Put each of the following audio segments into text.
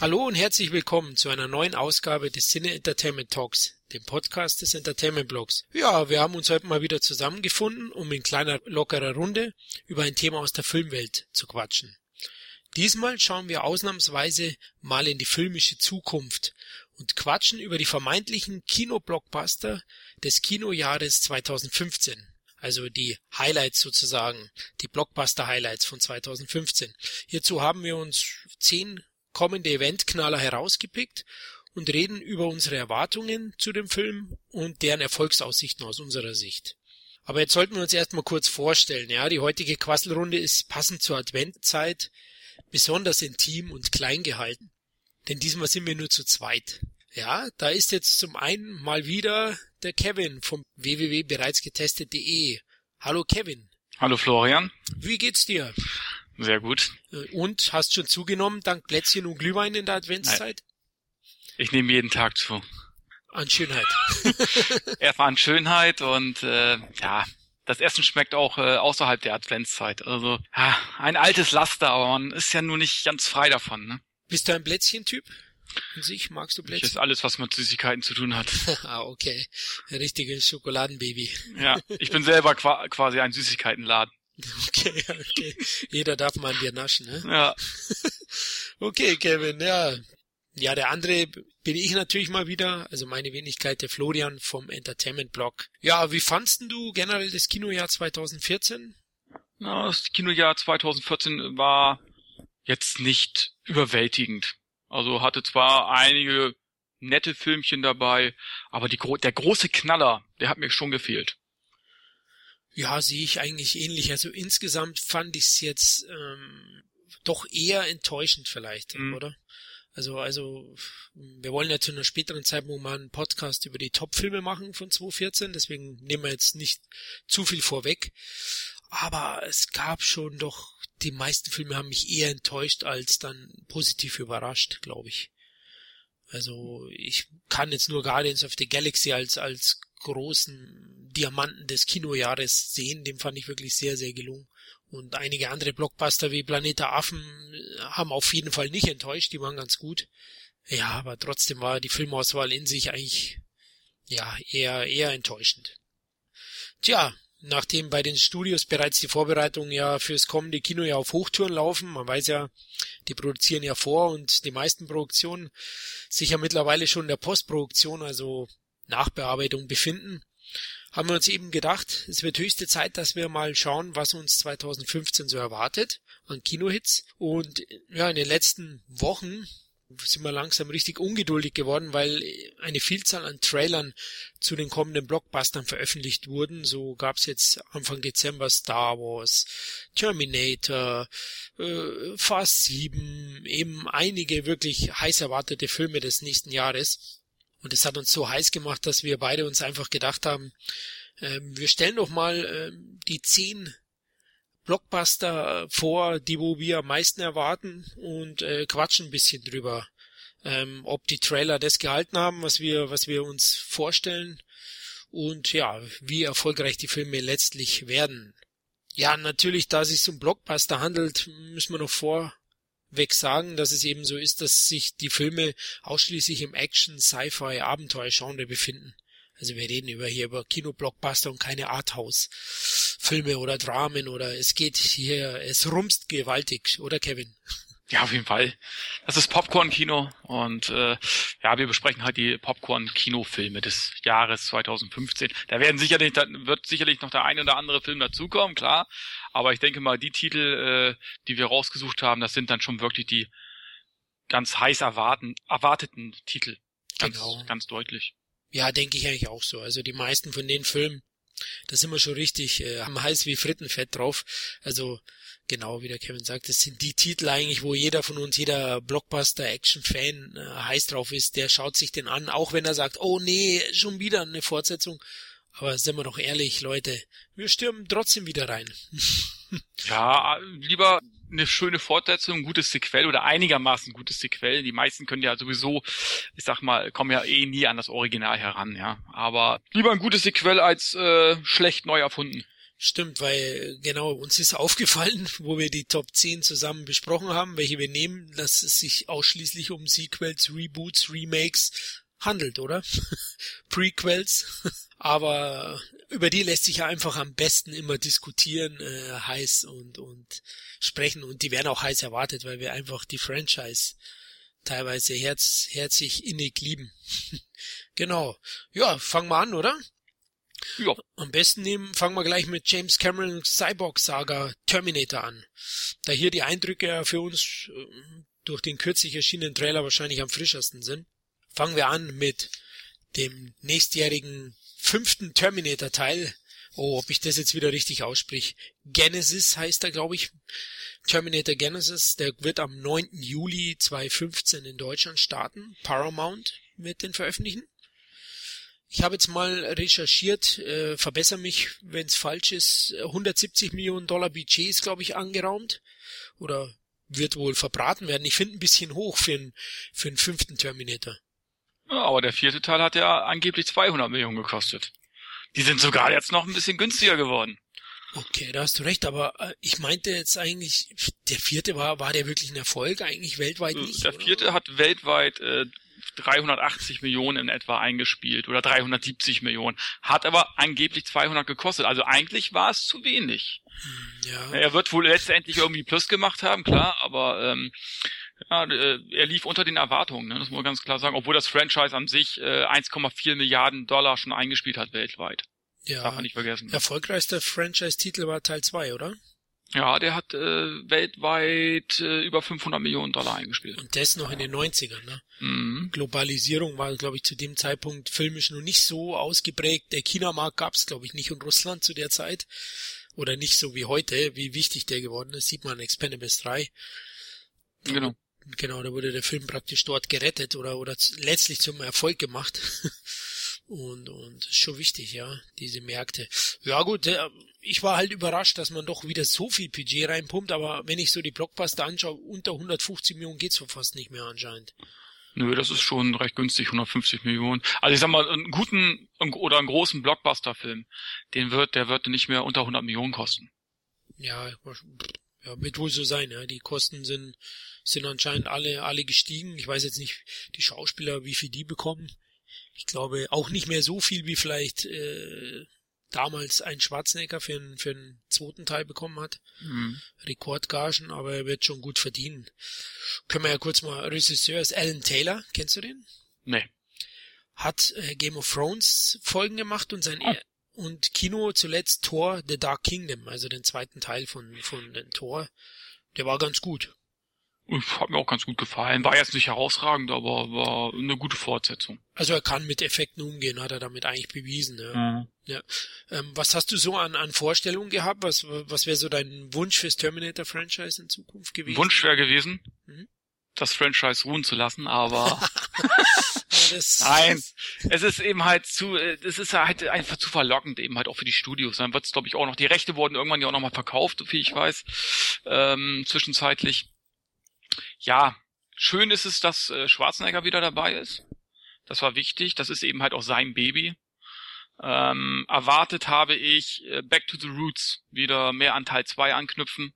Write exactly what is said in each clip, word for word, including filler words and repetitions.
Hallo und herzlich willkommen zu einer neuen Ausgabe des Cine Entertainment Talks, dem Podcast des Entertainment Blogs. Ja, wir haben uns heute mal wieder zusammengefunden, um in kleiner, lockerer Runde über ein Thema aus der Filmwelt zu quatschen. Diesmal schauen wir ausnahmsweise mal in die filmische Zukunft und quatschen über die vermeintlichen Kinoblockbuster des Kinojahres zweitausendfünfzehn. Also die Highlights sozusagen, die Blockbuster-Highlights von zweitausendfünfzehn. Hierzu haben wir uns zehn kommende Eventknaller herausgepickt und reden über unsere Erwartungen zu dem Film und deren Erfolgsaussichten aus unserer Sicht. Aber jetzt sollten wir uns erstmal kurz vorstellen. Ja, die heutige Quasselrunde ist passend zur Adventzeit besonders intim und klein gehalten. Denn diesmal sind wir nur zu zweit. Ja, da ist jetzt zum einen mal wieder der Kevin vom w w w punkt bereits getestet punkt de. Hallo Kevin. Hallo Florian. Wie geht's dir? Sehr gut. Und, hast schon zugenommen dank Plätzchen und Glühwein in der Adventszeit? Nein. Ich nehme jeden Tag zu. An Schönheit. Erstmal an Schönheit und äh, ja, das Essen schmeckt auch äh, außerhalb der Adventszeit. Also ja, ein altes Laster, aber man ist ja nur nicht ganz frei davon. Ne? Bist du ein Plätzchen-Typ? In sich magst du Plätzchen? Das ist alles, was mit Süßigkeiten zu tun hat. Ah, okay. Ein richtiges Schokoladenbaby. Ja, ich bin selber qua- quasi ein Süßigkeitenladen. Okay, okay. Jeder darf mal an dir naschen, ne? Ja. Okay, Kevin, ja. Ja, der andere bin ich natürlich mal wieder, also meine Wenigkeit, der Florian vom Entertainment Blog. Ja, wie fandst du generell das Kinojahr zweitausendvierzehn? Na, das Kinojahr zweitausendvierzehn war jetzt nicht überwältigend. Also hatte zwar einige nette Filmchen dabei, aber die, der große Knaller, der hat mir schon gefehlt. Ja, sehe ich eigentlich ähnlich. Also insgesamt fand ich es jetzt ähm, doch eher enttäuschend vielleicht, mhm. oder? Also, also wir wollen ja zu einer späteren Zeitpunkt mal einen Podcast über die Top-Filme machen von zweitausendvierzehn, deswegen nehmen wir jetzt nicht zu viel vorweg. Aber es gab schon doch, die meisten Filme haben mich eher enttäuscht als dann positiv überrascht, glaube ich. Also ich kann jetzt nur Guardians of the Galaxy als als großen Diamanten des Kinojahres sehen, dem fand ich wirklich sehr, sehr gelungen. Und einige andere Blockbuster wie Planet der Affen haben auf jeden Fall nicht enttäuscht, die waren ganz gut. Ja, aber trotzdem war die Filmauswahl in sich eigentlich, ja, eher, eher enttäuschend. Tja, nachdem bei den Studios bereits die Vorbereitungen ja fürs kommende Kinojahr auf Hochtouren laufen, man weiß ja, die produzieren ja vor und die meisten Produktionen sich ja mittlerweile schon in der Postproduktion, also Nachbearbeitung befinden, haben wir uns eben gedacht, es wird höchste Zeit, dass wir mal schauen, was uns zweitausendfünfzehn so erwartet an Kinohits. Und ja, in den letzten Wochen sind wir langsam richtig ungeduldig geworden, weil eine Vielzahl an Trailern zu den kommenden Blockbustern veröffentlicht wurden. So gab es jetzt Anfang Dezember Star Wars, Terminator, äh, Fast sieben, eben einige wirklich heiß erwartete Filme des nächsten Jahres. Und es hat uns so heiß gemacht, dass wir beide uns einfach gedacht haben, äh, wir stellen doch mal äh, die zehn Blockbuster vor, die wo wir am meisten erwarten und äh, quatschen ein bisschen drüber, ähm, ob die Trailer das gehalten haben, was wir was wir uns vorstellen und ja, wie erfolgreich die Filme letztlich werden. Ja, natürlich, da es sich um Blockbuster handelt, müssen wir noch vor weg sagen, dass es eben so ist, dass sich die Filme ausschließlich im Action-, Sci-Fi-, Abenteuer-Genre befinden. Also wir reden über hier über Kino-Blockbuster und keine Arthouse-Filme oder Dramen oder es geht hier, es rumst gewaltig, oder Kevin? Ja, auf jeden Fall. Das ist Popcorn-Kino und äh, ja, wir besprechen halt die Popcorn-Kinofilme des Jahres zweitausendfünfzehn. Da werden sicherlich, da wird sicherlich noch der ein oder andere Film dazukommen, klar. Aber ich denke mal, die Titel, äh, die wir rausgesucht haben, das sind dann schon wirklich die ganz heiß erwarten, erwarteten Titel. Ganz, genau. Ganz deutlich. Ja, denke ich eigentlich auch so. Also die meisten von den Filmen, da sind wir schon richtig, äh, haben heiß wie Frittenfett drauf. Also genau, wie der Kevin sagt, das sind die Titel eigentlich, wo jeder von uns, jeder Blockbuster-Action-Fan äh, heiß drauf ist, der schaut sich den an, auch wenn er sagt, oh nee, schon wieder eine Fortsetzung. Aber sind wir doch ehrlich, Leute, wir stürmen trotzdem wieder rein. Ja, lieber eine schöne Fortsetzung, ein gutes Sequel oder einigermaßen gutes Sequel. Die meisten können ja sowieso, ich sag mal, kommen ja eh nie an das Original heran, ja. Aber lieber ein gutes Sequel als äh, schlecht neu erfunden. Stimmt, weil genau, uns ist aufgefallen, wo wir die Top zehn zusammen besprochen haben, welche wir nehmen, dass es sich ausschließlich um Sequels, Reboots, Remakes handelt, oder? Prequels. Aber über die lässt sich ja einfach am besten immer diskutieren, äh, heiß und und sprechen. Und die werden auch heiß erwartet, weil wir einfach die Franchise teilweise herz, herzlich innig lieben. Genau. Ja, fangen wir an, oder? Ja. Am besten nehmen, fangen wir gleich mit James Cameron Cyborg-Saga Terminator an. Da hier die Eindrücke ja für uns äh, durch den kürzlich erschienenen Trailer wahrscheinlich am frischesten sind. Fangen wir an mit dem nächstjährigen fünften Terminator-Teil. Oh, ob ich das jetzt wieder richtig aussprich. Genesis heißt er, glaube ich. Terminator Genesis, der wird am neunten Juli zweitausendfünfzehn in Deutschland starten. Paramount wird den veröffentlichen. Ich habe jetzt mal recherchiert, äh, verbessere mich, wenn es falsch ist, hundertsiebzig Millionen Dollar Budget ist, glaube ich, angeraumt oder wird wohl verbraten werden. Ich finde ein bisschen hoch für einen für einen fünften Terminator. Ja, aber der vierte Teil hat ja angeblich zweihundert Millionen gekostet. Die sind sogar jetzt noch ein bisschen günstiger geworden. Okay, da hast du recht, aber äh, ich meinte jetzt eigentlich, der vierte war war der wirklich ein Erfolg? Eigentlich weltweit nicht, Der oder? vierte hat weltweit äh, dreihundertachtzig Millionen in etwa eingespielt oder dreihundertsiebzig Millionen, hat aber angeblich zweihundert gekostet. Also eigentlich war es zu wenig. Ja. Er wird wohl letztendlich irgendwie Plus gemacht haben, klar, aber ähm, ja, äh, er lief unter den Erwartungen, ne? Das muss man ganz klar sagen, obwohl das Franchise an sich äh, eins Komma vier Milliarden Dollar schon eingespielt hat weltweit. Ja. Darf man nicht vergessen. Erfolgreichster Franchise-Titel war Teil zwei, oder? Ja, der hat äh, weltweit äh, über fünfhundert Millionen Dollar eingespielt. Und das noch in den neunzigern, ne? Mhm. Globalisierung war, glaube ich, zu dem Zeitpunkt filmisch noch nicht so ausgeprägt. Der China-Markt gab es, glaube ich, nicht und Russland zu der Zeit. Oder nicht so wie heute, wie wichtig der geworden ist. Sieht man in Expendables drei. Genau. Genau, da wurde der Film praktisch dort gerettet oder oder letztlich zum Erfolg gemacht. Und, und ist schon wichtig, ja, diese Märkte. Ja gut, ich war halt überrascht, dass man doch wieder so viel Budget reinpumpt, aber wenn ich so die Blockbuster anschaue, unter hundertfünfzig Millionen geht's so fast nicht mehr anscheinend. Nö, das ist schon recht günstig, hundertfünfzig Millionen. Also ich sag mal, einen guten oder einen großen Blockbuster-Film, den wird, der wird nicht mehr unter hundert Millionen kosten. Ja, ja, wird wohl so sein, ja. Die Kosten sind, sind anscheinend alle, alle gestiegen. Ich weiß jetzt nicht, die Schauspieler, wie viel die bekommen. Ich glaube auch nicht mehr so viel, wie vielleicht äh, damals ein Schwarzenegger für einen für einen zweiten Teil bekommen hat. Mhm. Rekordgagen, aber er wird schon gut verdienen. Können wir ja kurz mal, Regisseur ist Alan Taylor, kennst du den? Nee. Hat äh, Game of Thrones Folgen gemacht und sein oh. er- und Kino zuletzt Thor The Dark Kingdom, also den zweiten Teil von von den Thor. Der war ganz gut. Hat mir auch ganz gut gefallen. War jetzt nicht herausragend, aber war eine gute Fortsetzung. Also er kann mit Effekten umgehen, hat er damit eigentlich bewiesen. Ja. Mhm. Ja. Ähm, was hast du so an, an Vorstellungen gehabt? Was, was wäre so dein Wunsch fürs Terminator-Franchise in Zukunft gewesen? Wunsch wäre gewesen, mhm. das Franchise ruhen zu lassen, aber das nein, es ist eben halt zu, es ist halt einfach zu verlockend eben halt auch für die Studios. Dann wird es, glaube ich, auch noch, die Rechte wurden irgendwann ja auch nochmal verkauft, so viel ich weiß, ähm, zwischenzeitlich. Ja, schön ist es, dass äh, Schwarzenegger wieder dabei ist. Das war wichtig. Das ist eben halt auch sein Baby. Ähm, erwartet habe ich äh, Back to the Roots wieder mehr an Teil zwei anknüpfen.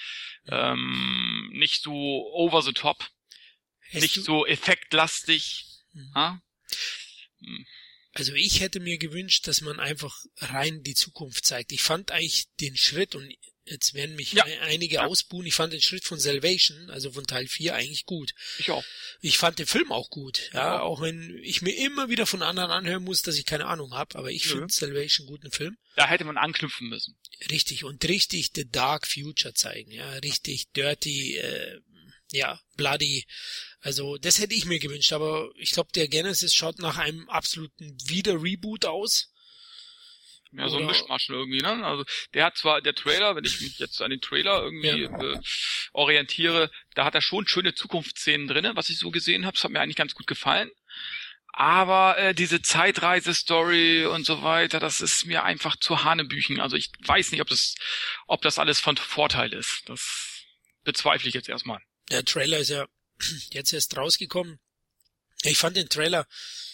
Ähm, nicht so over the top. Hast nicht so effektlastig. Mhm. Ha? Hm. Also ich hätte mir gewünscht, dass man einfach rein die Zukunft zeigt. Ich fand eigentlich den Schritt, und jetzt werden mich ja. einige ja. ausbuhen, ich fand den Schritt von Salvation, also von Teil vier, eigentlich gut. Ich auch. Ich fand den Film auch gut, ja, ja. Auch wenn ich mir immer wieder von anderen anhören muss, dass ich keine Ahnung habe, aber ich ja. finde Salvation guten Film. Da hätte man anknüpfen müssen. Richtig, und richtig The Dark Future zeigen, ja, richtig dirty, äh, ja, bloody. Also das hätte ich mir gewünscht, aber ich glaube, der Genesis schaut nach einem absoluten Wieder-Reboot aus. Ja, so ein Mischmasch irgendwie, ne? Also der hat zwar, der Trailer, wenn ich mich jetzt an den Trailer irgendwie ja. äh, orientiere, da hat er schon schöne Zukunftsszenen drinne, was ich so gesehen habe. Das hat mir eigentlich ganz gut gefallen. Aber äh, diese Zeitreise-Story und so weiter, das ist mir einfach zu Hanebüchen. Also ich weiß nicht, ob das, ob das alles von Vorteil ist. Das bezweifle ich jetzt erstmal. Der Trailer ist ja jetzt erst rausgekommen. Ich fand den Trailer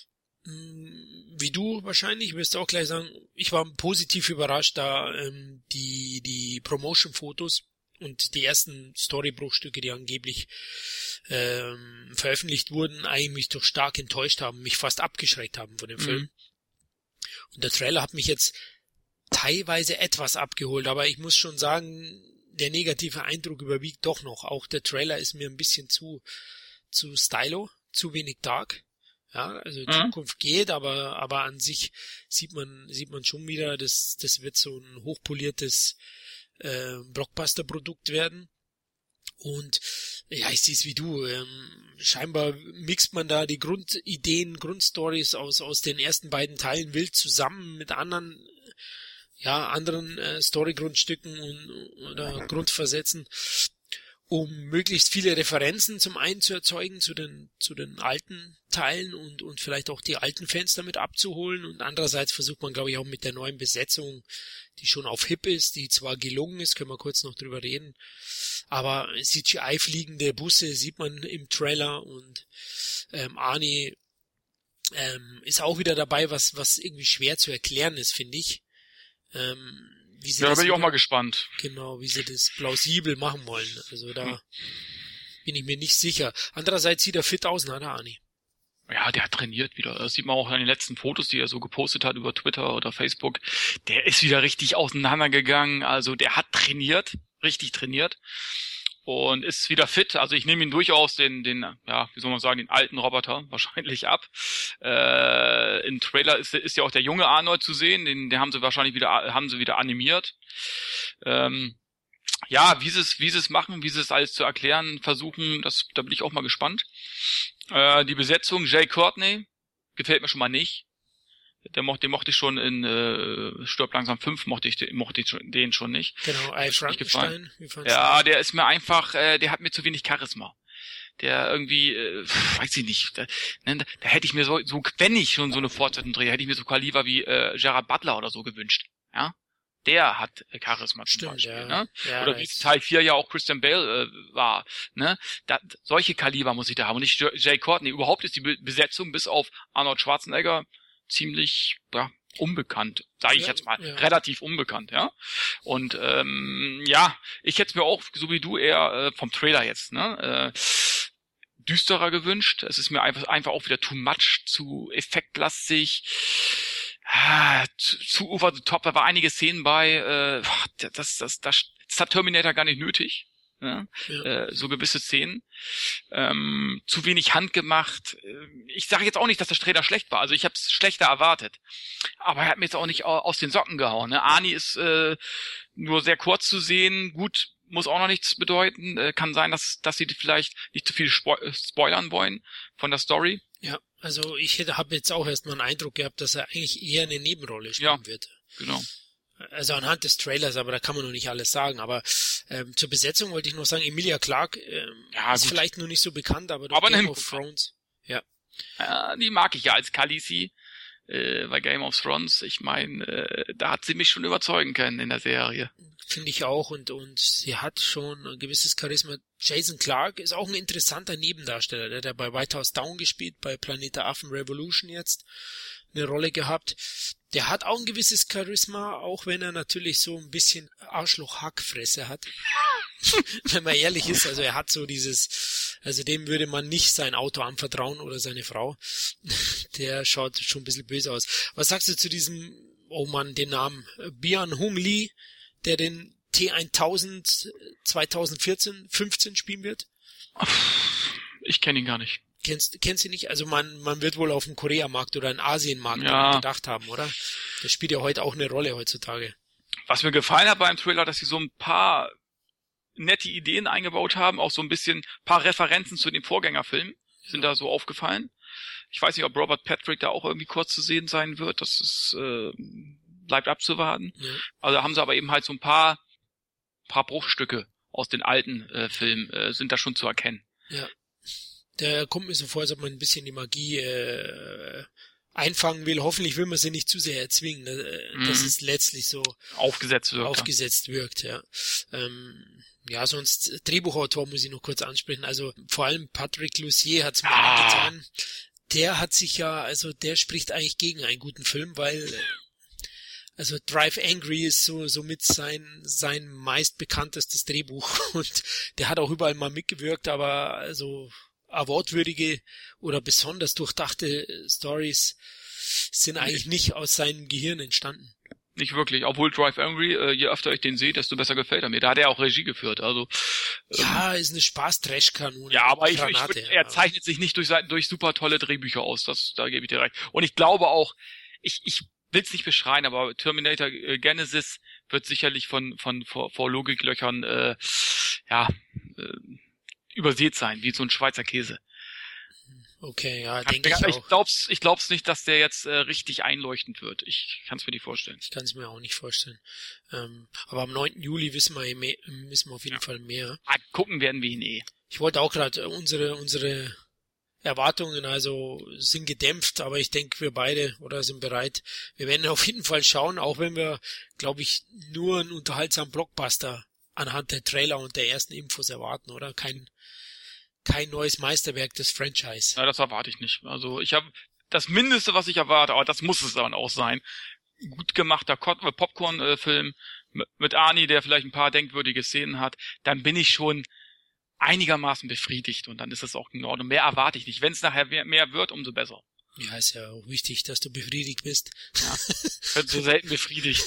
Wie du wahrscheinlich, wirst du auch gleich sagen, ich war positiv überrascht, da ähm, die die Promotion-Fotos und die ersten Storybruchstücke, die angeblich ähm, veröffentlicht wurden, eigentlich mich doch stark enttäuscht haben, mich fast abgeschreckt haben von dem Film. Mhm. Und der Trailer hat mich jetzt teilweise etwas abgeholt, aber ich muss schon sagen, der negative Eindruck überwiegt doch noch. Auch der Trailer ist mir ein bisschen zu zu stylo, zu wenig dark. Ja, also Mhm. Zukunft geht, aber aber an sich sieht man sieht man schon wieder, dass das wird so ein hochpoliertes äh, Blockbuster-Produkt werden. Und ja, ich sehe es wie du. Ähm, scheinbar mixt man da die Grundideen, Grundstories aus aus den ersten beiden Teilen wild zusammen mit anderen ja anderen äh, Story-Grundstücken und oder Grundversätzen, um möglichst viele Referenzen zum einen zu erzeugen zu den zu den alten Teilen und und vielleicht auch die alten Fans damit abzuholen, und andererseits versucht man, glaube ich, auch mit der neuen Besetzung, die schon auf Hip ist, die zwar gelungen ist, können wir kurz noch drüber reden, aber C G I-fliegende Busse sieht man im Trailer, und ähm, Arnie ähm, ist auch wieder dabei, was was irgendwie schwer zu erklären ist, finde ich. Ähm, wie sie Ja, da das bin ich auch wieder- mal gespannt. Genau, wie sie das plausibel machen wollen. Also da bin ich mir nicht sicher. Andererseits sieht er fit aus, na, der Arnie. Ja, der hat trainiert wieder. Das sieht man auch an den letzten Fotos, die er so gepostet hat über Twitter oder Facebook. Der ist wieder richtig auseinandergegangen. Also der hat trainiert, richtig trainiert. Und ist wieder fit. Also ich nehme ihn durchaus den, den, ja, wie soll man sagen, den alten Roboter wahrscheinlich ab. Äh, im Trailer ist, ist ja auch der junge Arnold zu sehen. Den, den haben sie wahrscheinlich wieder, haben sie wieder animiert. Ähm, ja, wie sie es, wie sie es machen, wie sie es alles zu erklären versuchen, das, da bin ich auch mal gespannt. Äh, die Besetzung, Jay Courtney, gefällt mir schon mal nicht. Der mochte, den mochte ich schon in äh, Stirb langsam fünf, mochte ich, den- mochte ich schon, den schon nicht. Genau, I. Ist nicht gefallen. Frankenstein. Wie fandst Ja, der ist mir einfach, äh, der hat mir zu wenig Charisma. Der irgendwie, äh, weiß ich nicht, da, ne, da hätte ich mir so, so, wenn ich schon so eine Fortsetzung drehe, hätte ich mir sogar lieber wie äh, Gerard Butler oder so gewünscht. Ja, der hat äh, Charisma du? zum Stimmt, Beispiel. ja. Ne? ja Oder da wie ist- Teil vier ja auch Christian Bale äh, war. Ne? Da, solche Kaliber muss ich da haben. Und nicht J- Jay Courtney. Überhaupt ist die Be- Besetzung bis auf Arnold Schwarzenegger ziemlich, ja, unbekannt, sage ich Ja, jetzt mal, ja. relativ unbekannt, ja. Und ähm, ja, ich hätte es mir auch, so wie du, eher äh, vom Trailer jetzt, ne, äh, düsterer gewünscht. Es ist mir einfach einfach auch wieder too much, zu effektlastig, ah, zu, zu over the top. Da war einige Szenen bei, äh, das, das, das, das hat Terminator gar nicht nötig. Ja, Ja. äh, so gewisse Szenen. Ähm, zu wenig handgemacht. Ich sage jetzt auch nicht, dass der Trailer schlecht war. Also ich habe es schlechter erwartet. Aber er hat mir jetzt auch nicht au- aus den Socken gehauen. Ne? Arnie ist äh, nur sehr kurz zu sehen. Gut, muss auch noch nichts bedeuten. Äh, kann sein, dass dass sie vielleicht nicht zu viel spo äh, spoilern wollen von der Story. Ja, also ich habe jetzt auch erstmal einen Eindruck gehabt, dass er eigentlich eher eine Nebenrolle spielen Ja. wird. Genau. Also anhand des Trailers, aber da kann man noch nicht alles sagen. Aber ähm, zur Besetzung wollte ich noch sagen, Emilia Clarke ähm, Ja, ist gut. vielleicht noch nicht so bekannt, aber durch Aber Game eine of Hingucker. Thrones. Ja, Äh, die mag ich ja als Khaleesi äh, bei Game of Thrones. Ich meine, äh, da hat sie mich schon überzeugen können in der Serie. finde ich auch. Und und sie hat schon ein gewisses Charisma. Jason Clarke ist auch ein interessanter Nebendarsteller. Der hat ja bei White House Down gespielt, bei Planet der Affen Revolution jetzt eine Rolle gehabt. Der hat auch ein gewisses Charisma, auch wenn er natürlich so ein bisschen Arschloch-Hackfresse hat. Wenn man ehrlich ist, also er hat so dieses, also dem würde man nicht sein Auto anvertrauen oder seine Frau. Der schaut schon ein bisschen böse aus. Was sagst du zu diesem, oh Mann, den Namen, Bian Hung Lee, der den T tausend zweitausendvierzehn, fünfzehn spielen wird? Ich kenne ihn gar nicht. Kennst, kennst du nicht? Also man, man wird wohl auf dem Korea-Markt oder einen Asienmarkt Ja. gedacht haben, oder? Das spielt ja heute auch eine Rolle heutzutage. Was mir gefallen hat beim Trailer, dass sie so ein paar nette Ideen eingebaut haben, auch so ein bisschen paar Referenzen zu dem Vorgängerfilm sind da so aufgefallen. Ich weiß nicht, ob Robert Patrick da auch irgendwie kurz zu sehen sein wird. Das ist, äh, bleibt abzuwarten. Ja. Also haben sie aber eben halt so ein paar, paar Bruchstücke aus den alten äh, Filmen äh, sind da schon zu erkennen. Ja. Der kommt mir so vor, als ob man ein bisschen die Magie äh, einfangen will. Hoffentlich will man sie nicht zu sehr erzwingen, äh, Mhm. dass es letztlich so Aufgesetzt wird. aufgesetzt wirkt. Ja, ähm, ja, sonst äh, Drehbuchautor muss ich noch kurz ansprechen. Also vor allem Patrick Lussier hat es mir Ah. angetan. der hat sich ja, also der spricht eigentlich gegen einen guten Film, weil also Drive Angry ist so somit sein sein meist bekanntestes Drehbuch und der hat auch überall mal mitgewirkt, aber also awardwürdige oder besonders durchdachte Stories sind eigentlich nicht aus seinem Gehirn entstanden. Nicht wirklich, obwohl Drive Angry, äh, je öfter ich den sehe, desto besser gefällt er mir. Da hat er auch Regie geführt, also ähm, ja, ist eine Spaß-Trash-Kanone. Ja, aber ich, Granate, ich würd, er zeichnet sich nicht durch durch super tolle Drehbücher aus, das da gebe ich dir recht. Und ich glaube auch, ich ich will es nicht beschreien, aber Terminator äh, Genesis wird sicherlich von von vor, vor Logiklöchern äh, ja äh, übersät sein, wie so ein Schweizer Käse. Okay, ja, denke ich, ich auch. Glaub's, ich glaub's nicht, dass der jetzt äh, richtig einleuchtend wird. Ich kann es mir nicht vorstellen. Ich kann es mir auch nicht vorstellen. Ähm, aber am neunten Juli wissen wir, mehr, wissen wir auf jeden ja. Fall mehr. Ah, gucken werden wir ihn eh. Ich wollte auch gerade unsere unsere Erwartungen also sind gedämpft, aber ich denke, wir beide oder sind bereit. Wir werden auf jeden Fall schauen, auch wenn wir, glaube ich, nur einen unterhaltsamen Blockbuster anhand der Trailer und der ersten Infos erwarten, oder? Kein kein neues Meisterwerk des Franchise. Ja, das erwarte ich nicht. Also ich habe das Mindeste, was ich erwarte, aber das muss es dann auch sein. Gut gemachter Popcorn-Film mit Arnie, der vielleicht ein paar denkwürdige Szenen hat, dann bin ich schon einigermaßen befriedigt und dann ist es auch in Ordnung. Mehr erwarte ich nicht. Wenn es nachher mehr wird, umso besser. Ja, ist ja auch wichtig, dass du befriedigt bist. Ja, ich bin so selten befriedigt.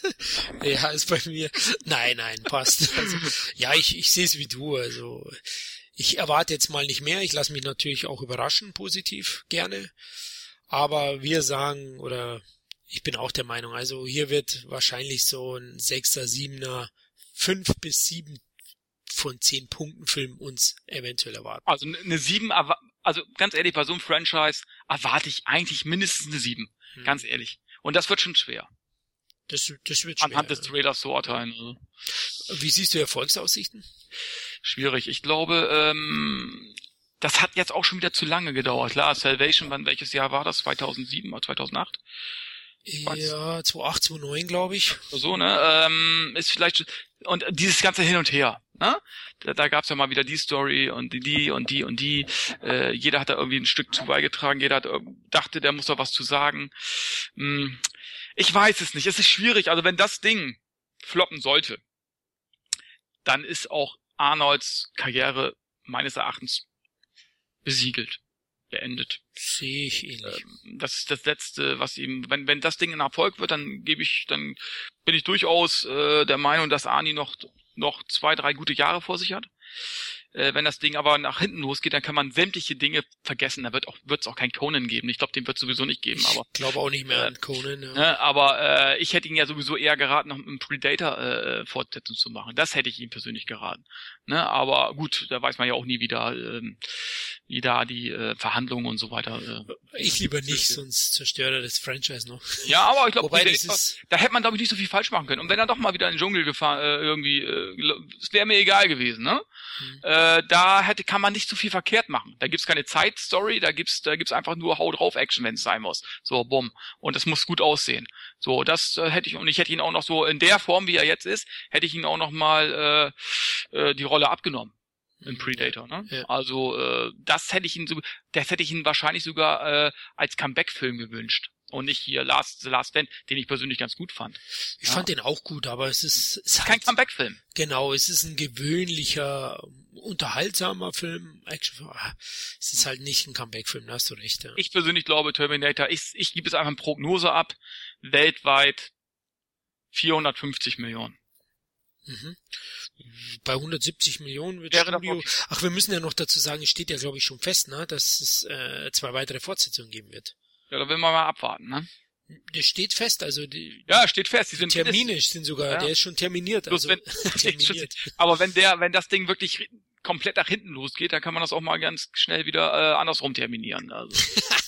Ja, ist bei mir. Nein, nein, passt. Also, ja, ich, ich sehe es wie du. Also ich erwarte jetzt mal nicht mehr. Ich lasse mich natürlich auch überraschen, positiv, gerne. Aber wir sagen, oder ich bin auch der Meinung, also hier wird wahrscheinlich so ein Sechser, Siebener, fünf bis sieben von zehn Punkten Film uns eventuell erwarten. Also eine sieben, also ganz ehrlich, bei so einem Franchise erwarte ich eigentlich mindestens eine sieben. Hm. Ganz ehrlich. Und das wird schon schwer. Das, das wird schwer. Anhand des Trailers zu urteilen. Also. Wie siehst du Erfolgsaussichten? Schwierig. Ich glaube, ähm, das hat jetzt auch schon wieder zu lange gedauert. Klar, Salvation, wann, welches Jahr war das? zweitausendsieben oder zweitausendacht? Ja, zweitausendacht, zweitausendneun, glaube ich. So, ne? Ähm, ist vielleicht, und dieses ganze Hin und Her, ne? Da, da gab's ja mal wieder die Story und die, die und die und die. Äh, jeder hat da irgendwie ein Stück zu beigetragen, jeder hat, dachte, der muss da was zu sagen. Hm, ich weiß es nicht, es ist schwierig. Also wenn das Ding floppen sollte, dann ist auch Arnolds Karriere meines Erachtens besiegelt, beendet. Sehe ich ähnlich. Das ist das Letzte, was ihm, wenn wenn das Ding ein Erfolg wird, dann gebe ich, dann bin ich durchaus äh, der Meinung, dass Arnie noch noch zwei, drei gute Jahre vor sich hat. Äh, wenn das Ding aber nach hinten losgeht, dann kann man sämtliche Dinge vergessen. Da wird auch wird's auch kein Conan geben. Ich glaube, den wird es sowieso nicht geben. Aber ich glaube auch nicht mehr äh, an Conan. Ja. Ne, aber äh, ich hätte ihn ja sowieso eher geraten, noch einen Predator äh, Fortsetzung zu machen. Das hätte ich ihm persönlich geraten. Ne, aber gut, da weiß man ja auch nie, wie da, ähm, wie da die äh, Verhandlungen und so weiter. Äh, ich lieber nicht, sonst zerstört er das Franchise noch. Ja, aber ich glaube, ist... da hätte man glaube ich nicht so viel falsch machen können. Und wenn er doch mal wieder in den Dschungel gefahren, äh, irgendwie, es äh, wäre mir egal gewesen, ne? Hm. Äh, da hätte kann man nicht so viel verkehrt machen. Da gibt's keine Zeitstory, da gibt's da gibt's einfach nur Hau drauf Action, wenn es sein muss. So, bumm. Und das muss gut aussehen. So, das äh, hätte ich, und ich hätte ihn auch noch so in der Form, wie er jetzt ist, hätte ich ihn auch noch mal äh, äh, die Rolle abgenommen. Im Predator, ne? Ja. Also äh, das hätte ich ihn so, das hätte ich ihn wahrscheinlich sogar äh, als Comeback-Film gewünscht und nicht hier Last The Last Stand, den ich persönlich ganz gut fand. Ich ja. fand den auch gut, aber es ist, es ist kein halt, Comeback-Film. Genau, es ist ein gewöhnlicher, unterhaltsamer Film. Action, es ist halt nicht ein Comeback-Film, da hast du recht. Ja. Ich persönlich glaube Terminator, ich ich gebe jetzt einfach eine Prognose ab, weltweit vierhundertfünfzig Millionen. Mhm. Bei hundertsiebzig Millionen wird Studio... Ach, wir müssen ja noch dazu sagen, es steht ja, glaube ich, schon fest, ne, dass es äh, zwei weitere Fortsetzungen geben wird. Ja, da will man mal abwarten, ne? Der steht fest, also die... Ja, steht fest. Die sind terminisch sind sogar, ja. Der ist schon terminiert. Also wenn, terminiert. Aber wenn der, wenn das Ding wirklich komplett nach hinten losgeht, dann kann man das auch mal ganz schnell wieder äh, andersrum terminieren. Also.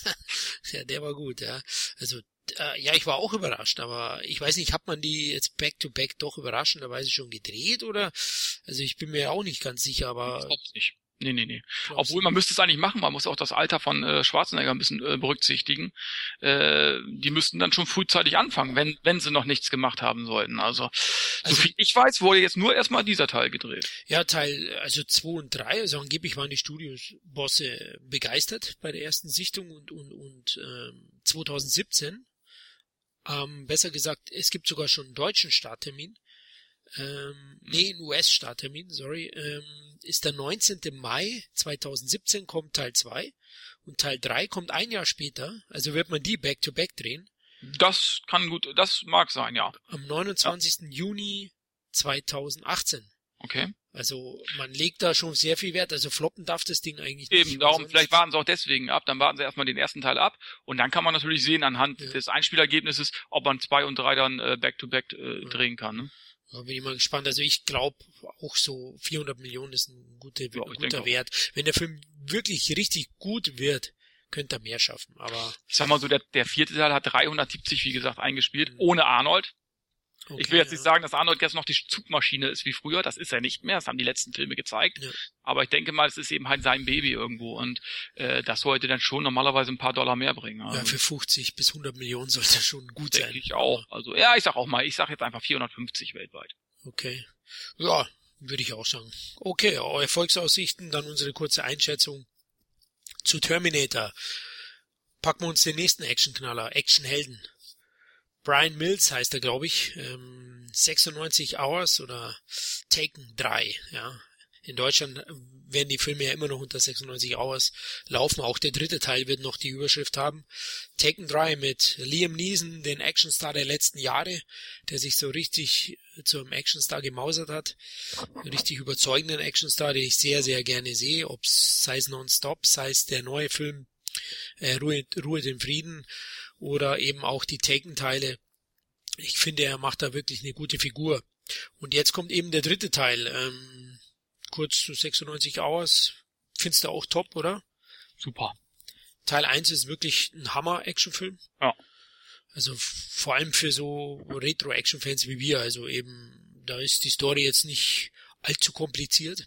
Ja, der war gut, ja. Also äh, ja, ich war auch überrascht, aber ich weiß nicht, hat man die jetzt back-to-back doch überraschenderweise schon gedreht oder? Also ich bin mir auch nicht ganz sicher, aber... Ich glaub's nicht. Nee, nee, nee. Obwohl, man müsste es eigentlich machen, man muss auch das Alter von äh, Schwarzenegger ein bisschen äh, berücksichtigen. Äh, die müssten dann schon frühzeitig anfangen, wenn wenn sie noch nichts gemacht haben sollten. Also, also so viel ich weiß, wurde jetzt nur erstmal dieser Teil gedreht. Ja, Teil, also zwei und drei, also angeblich waren die Studiosbosse begeistert bei der ersten Sichtung und und und ähm, zwanzig siebzehn, ähm, besser gesagt, es gibt sogar schon einen deutschen Starttermin. Ähm, nee, ein U S-Starttermin, sorry, ähm, ist der neunzehnten Mai zweitausendsiebzehn kommt Teil zwei und Teil drei kommt ein Jahr später, also wird man die back-to-back drehen. Das kann gut, das mag sein, ja. Am neunundzwanzigsten Juni zweitausendachtzehn. Okay. Also man legt da schon sehr viel Wert, also floppen darf das Ding eigentlich nicht. Eben, darum, vielleicht warten sie auch deswegen ab, dann warten sie erstmal den ersten Teil ab und dann kann man natürlich sehen anhand ja. des Einspielergebnisses, ob man zwei und drei dann äh, back-to-back äh, ja. drehen kann, ne? Da bin ich mal gespannt. Also ich glaube auch so vierhundert Millionen ist ein guter, ja, guter Wert. Auch. Wenn der Film wirklich richtig gut wird, könnte er mehr schaffen. Aber ich sag mal so, der, der vierte Teil hat dreihundertsiebzig, wie gesagt, eingespielt, mhm. ohne Arnold. Okay, ich will jetzt ja. nicht sagen, dass Arnold jetzt noch die Zugmaschine ist wie früher. Das ist er nicht mehr. Das haben die letzten Filme gezeigt. Ja. Aber ich denke mal, es ist eben halt sein Baby irgendwo. Und äh, das sollte dann schon normalerweise ein paar Dollar mehr bringen. Also, ja, für fünfzig bis hundert Millionen sollte das schon gut denke sein. Ich auch. Also ja, ich sag auch mal, ich sag jetzt einfach vierhundertfünfzig weltweit. Okay. Ja, würde ich auch sagen. Okay, Erfolgsaussichten, dann unsere kurze Einschätzung zu Terminator. Packen wir uns den nächsten Actionknaller, Actionhelden. Brian Mills heißt er, glaube ich. Ähm, sechsundneunzig Hours oder Taken drei, ja. In Deutschland werden die Filme ja immer noch unter sechsundneunzig Hours laufen. Auch der dritte Teil wird noch die Überschrift haben. Taken drei mit Liam Neeson, den Actionstar der letzten Jahre, der sich so richtig zu einem Actionstar gemausert hat. Einen richtig überzeugenden Actionstar, den ich sehr, sehr gerne sehe. Ob es sei es Nonstop, sei es der neue Film äh, Ruhe, Ruhe den Frieden oder eben auch die Taken-Teile. Ich finde, er macht da wirklich eine gute Figur. Und jetzt kommt eben der dritte Teil. Ähm, kurz zu sechsundneunzig Hours. Findest du auch top, oder? Super. Teil eins ist wirklich ein Hammer-Actionfilm. Ja. Also vor allem für so Retro-Action-Fans wie wir. Also eben, da ist die Story jetzt nicht allzu kompliziert.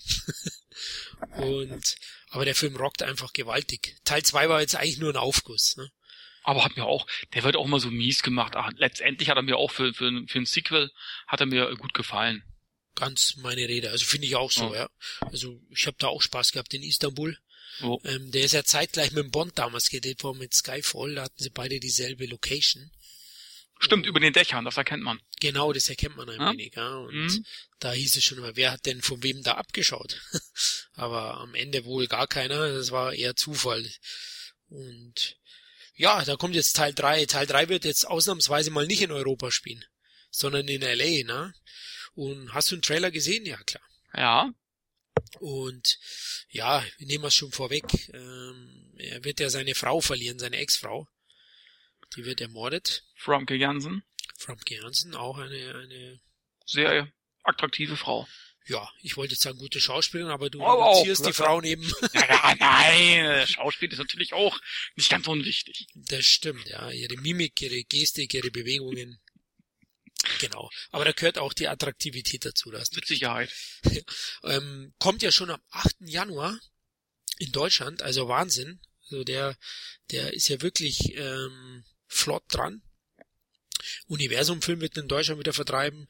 Und aber der Film rockt einfach gewaltig. Teil zwei war jetzt eigentlich nur ein Aufguss, ne? Aber hat mir auch, der wird auch mal so mies gemacht. Ach, letztendlich hat er mir auch für, für, für ein Sequel, hat er mir gut gefallen. Ganz meine Rede. Also finde ich auch so, ja. ja. Also ich habe da auch Spaß gehabt in Istanbul. Oh. Ähm, der ist ja zeitgleich mit dem Bond damals gedreht worden, mit Skyfall. Da hatten sie beide dieselbe Location. Stimmt, und über den Dächern, das erkennt man. Genau, das erkennt man ein ja? wenig. Ja. Und mhm. da hieß es schon immer, wer hat denn von wem da abgeschaut? Aber am Ende wohl gar keiner. Das war eher Zufall. Und ja, da kommt jetzt Teil drei. Teil drei wird jetzt ausnahmsweise mal nicht in Europa spielen, sondern in L A, ne? Und hast du einen Trailer gesehen? Ja, klar. Ja. Und ja, wir nehmen es schon vorweg. Ähm, er wird ja seine Frau verlieren, seine Ex-Frau. Die wird ermordet. Famke Janssen. Famke Janssen, auch eine, eine sehr attraktive Frau. Ja, ich wollte jetzt sagen, gute Schauspielerin, aber du oh, reduzierst oh, die Frau neben. Ja, ja, nein, Schauspiel ist natürlich auch nicht ganz unwichtig. Das stimmt, ja. Ihre Mimik, ihre Gestik, ihre Bewegungen. Genau. Aber da gehört auch die Attraktivität dazu. Das Mit Sicherheit. ähm, kommt ja schon am achten Januar in Deutschland, also Wahnsinn. Also der, der ist ja wirklich ähm, flott dran. Universum-Film wird in Deutschland wieder vertreiben.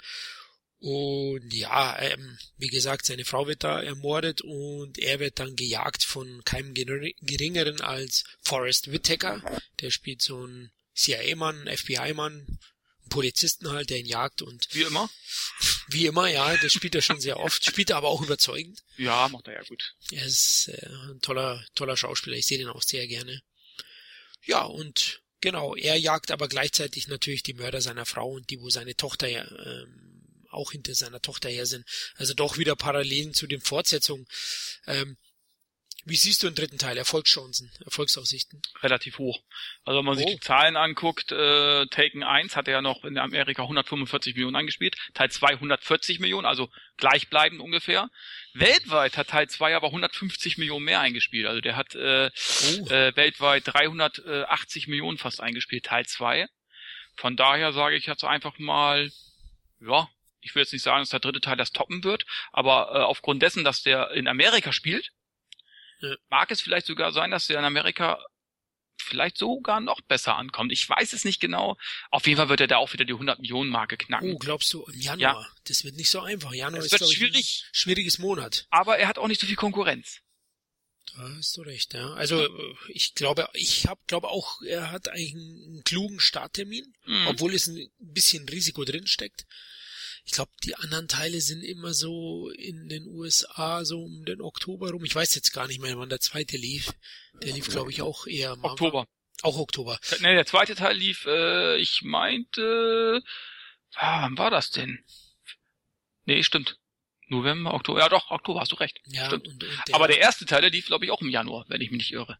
Und ja, ähm, wie gesagt, seine Frau wird da ermordet und er wird dann gejagt von keinem Geringeren als Forrest Whitaker. Der spielt so einen C I A-Mann, F B I-Mann, einen Polizisten halt, der ihn jagt und... Wie immer? Wie immer, ja, das spielt er schon sehr oft, spielt er aber auch überzeugend. Ja, macht er ja gut. Er ist äh, ein toller, toller Schauspieler, ich sehe den auch sehr gerne. Ja, und genau, er jagt aber gleichzeitig natürlich die Mörder seiner Frau und die, wo seine Tochter ja, ähm, auch hinter seiner Tochter her sind. Also doch wieder Parallelen zu den Fortsetzungen. Ähm, wie siehst du den dritten Teil? Erfolgschancen, Erfolgsaussichten? Relativ hoch. Also wenn man oh. sich die Zahlen anguckt, äh, Taken eins hat er ja noch in Amerika hundertfünfundvierzig Millionen eingespielt, Teil zwei hundertvierzig Millionen, also gleichbleibend ungefähr. Weltweit hat Teil zwei aber hundertfünfzig Millionen mehr eingespielt. Also der hat äh, oh. äh, weltweit dreihundertachtzig Millionen fast eingespielt, Teil zwei. Von daher sage ich jetzt einfach mal, ja, ich will jetzt nicht sagen, dass der dritte Teil das toppen wird, aber äh, aufgrund dessen, dass der in Amerika spielt ja. mag es vielleicht sogar sein, dass der in Amerika vielleicht sogar noch besser ankommt. Ich weiß es nicht genau. Auf jeden Fall wird er da auch wieder die hundert Millionen Marke knacken. Oh, glaubst du, im Januar? Ja. Das wird nicht so einfach. Januar das ist, wird glaube schwierig. Ich, ein schwieriges Monat. Aber er hat auch nicht so viel Konkurrenz. Da hast du recht, ja. Also ich glaube, ich habe glaube auch, er hat eigentlich einen klugen Starttermin, mhm. obwohl es ein bisschen Risiko drin steckt. Ich glaube, die anderen Teile sind immer so in den U S A so um den Oktober rum. Ich weiß jetzt gar nicht mehr, wann der zweite lief. Der lief, glaube ich, auch eher im Oktober. Auch Oktober. Ne, der zweite Teil lief, äh, ich meinte, ah, wann war das denn? Nee, stimmt. November, Oktober, ja doch, Oktober, hast du recht. Ja, stimmt. Und, und der, aber der erste Teil, der lief, glaube ich, auch im Januar, wenn ich mich nicht irre.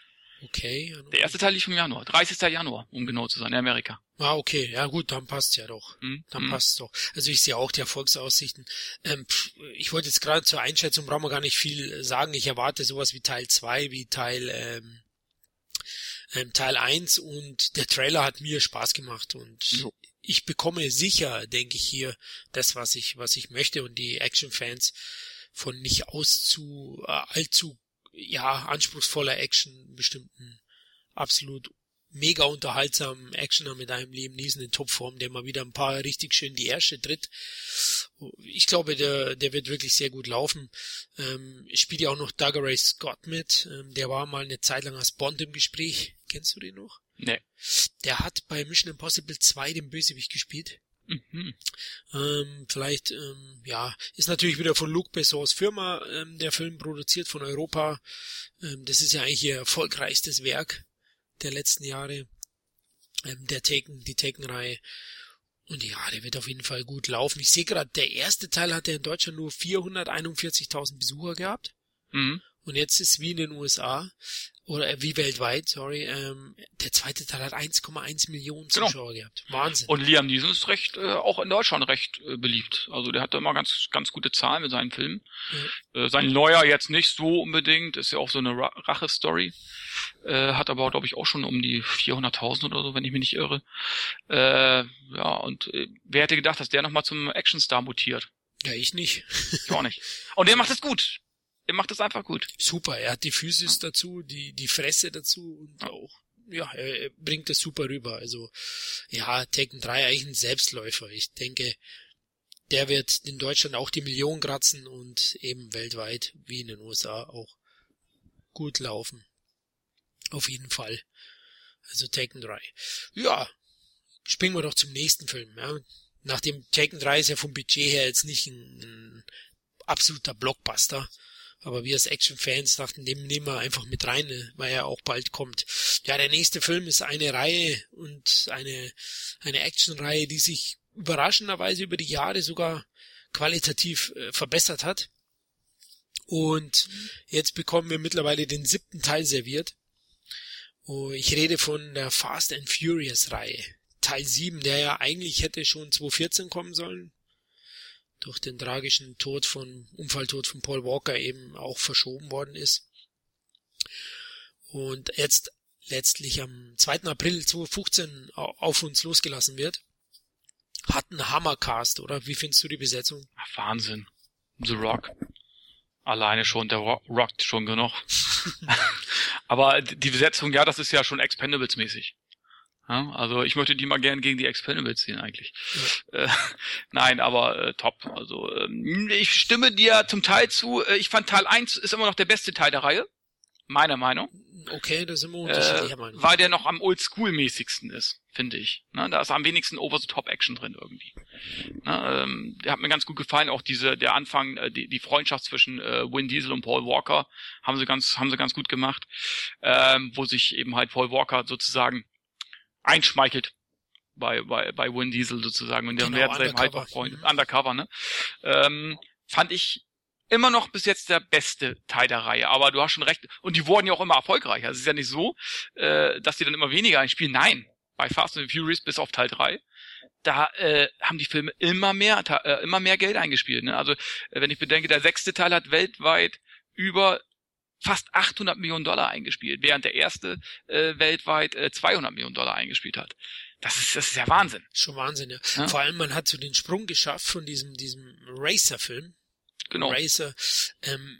Okay. Ja, der erste Teil lief im Januar, dreißigsten Januar, um genau zu sein, in Amerika. Ah, okay, ja gut, dann passt's ja doch. Hm? Dann hm. passt's doch. Also ich sehe auch die Erfolgsaussichten. Ähm, pff, ich wollte jetzt gerade zur Einschätzung, brauchen wir gar nicht viel sagen. Ich erwarte sowas wie Teil zwei, wie Teil ähm, ähm, Teil eins und der Trailer hat mir Spaß gemacht und so. Ich bekomme sicher, denke ich, hier das, was ich was ich möchte und die Action-Fans von nicht auszu äh, allzu ja anspruchsvoller Action bestimmten absolut mega unterhaltsamen Actioner mit einem Liam Neeson in Topform, der mal wieder ein paar richtig schön die Ärsche tritt. Ich glaube, der der wird wirklich sehr gut laufen. Ähm, spielt ja auch noch Douglas Ray Scott mit. Ähm, der war mal eine Zeit lang als Bond im Gespräch. Kennst du den noch? Nee. Der hat bei Mission Impossible zwei den Bösewicht gespielt. Mhm. Ähm, vielleicht, ähm, ja, ist natürlich wieder von Luc Bessons Firma ähm, der Film produziert von Europa. Ähm, das ist ja eigentlich ihr erfolgreichstes Werk der letzten Jahre. Ähm, der Taken, die Taken-Reihe. Und ja, der wird auf jeden Fall gut laufen. Ich sehe gerade, der erste Teil hat ja in Deutschland nur vierhunderteinundvierzigtausend Besucher gehabt. Mhm. Und jetzt ist wie in den U S A, oder äh, wie weltweit, sorry, ähm, der zweite Teil hat eins Komma eins Millionen Zuschauer genau. gehabt. Wahnsinn. Und Liam Neeson ist recht, äh, auch in Deutschland recht äh, beliebt. Also der hat da immer ganz ganz gute Zahlen mit seinen Filmen. Ja. Äh, sein neuer jetzt nicht so unbedingt, ist ja auch so eine Ra- Rache-Story. Äh, hat aber, glaube ich, auch schon um die vierhunderttausend oder so, wenn ich mich nicht irre. Äh, ja, und äh, wer hätte gedacht, dass der nochmal zum Actionstar mutiert? Ja, ich nicht. Ich auch nicht. Und der macht es gut. Er macht es einfach gut. Super, er hat die Physis ja. dazu, die die Fresse dazu und ja. auch, ja, er, er bringt das super rüber. Also, ja, Taken drei eigentlich ein Selbstläufer. Ich denke, der wird in Deutschland auch die Millionen kratzen und eben weltweit, wie in den U S A, auch gut laufen. Auf jeden Fall. Also Taken drei. Ja, springen wir doch zum nächsten Film. Ja. Nachdem Taken drei ist ja vom Budget her jetzt nicht ein, ein absoluter Blockbuster, aber wir als Action-Fans dachten, den nehmen wir einfach mit rein, weil er auch bald kommt. Ja, der nächste Film ist eine Reihe und eine eine Action-Reihe, die sich überraschenderweise über die Jahre sogar qualitativ äh, verbessert hat. Und jetzt bekommen wir mittlerweile den siebten Teil serviert. Oh, ich rede von der Fast and Furious-Reihe. Teil sieben, der ja eigentlich hätte schon zwanzig vierzehn kommen sollen. Durch den tragischen Tod von, Unfalltod von Paul Walker eben auch verschoben worden ist. Und jetzt letztlich am zweiten April zweitausendfünfzehn auf uns losgelassen wird. Hat einen Hammercast, oder? Wie findest du die Besetzung? Ach, Wahnsinn. The Rock. Alleine schon, der Rock, rockt schon genug. Aber die Besetzung, ja, das ist ja schon Expendables-mäßig. Ja, also ich möchte die mal gern gegen die Expendables sehen eigentlich. Ja. Äh, nein, aber äh, top. Also ähm, ich stimme dir zum Teil zu. Äh, ich fand Teil eins ist immer noch der beste Teil der Reihe. Meiner Meinung. Okay, da sind wir unterschiedlicher äh, Meinung. Weil der noch am Oldschool-mäßigsten ist, finde ich. Ne, da ist am wenigsten Over-the-Top-Action drin irgendwie. Ne, ähm, der hat mir ganz gut gefallen. Auch diese der Anfang, äh, die, die Freundschaft zwischen äh, Vin Diesel und Paul Walker haben sie ganz haben sie ganz gut gemacht. Ähm, wo sich eben halt Paul Walker sozusagen einschmeichelt bei bei bei Vin Diesel sozusagen und dann werden sie eben halt auch Freunde. Mhm. Undercover, ne? Ähm, fand ich immer noch bis jetzt der beste Teil der Reihe, aber du hast schon recht. Und die wurden ja auch immer erfolgreicher. Also es ist ja nicht so, äh, dass die dann immer weniger einspielen. Nein, bei Fast and Furious bis auf Teil drei, da äh, haben die Filme immer mehr ta- äh, immer mehr Geld eingespielt. Ne? Also äh, wenn ich bedenke, der sechste Teil hat weltweit über fast achthundert Millionen Dollar eingespielt, während der erste äh, weltweit äh, zweihundert Millionen Dollar eingespielt hat. Das ist das ist ja Wahnsinn. Schon Wahnsinn, ja. ja. Vor allem, man hat so den Sprung geschafft von diesem diesem Racer-Film. Genau. Racer, ähm,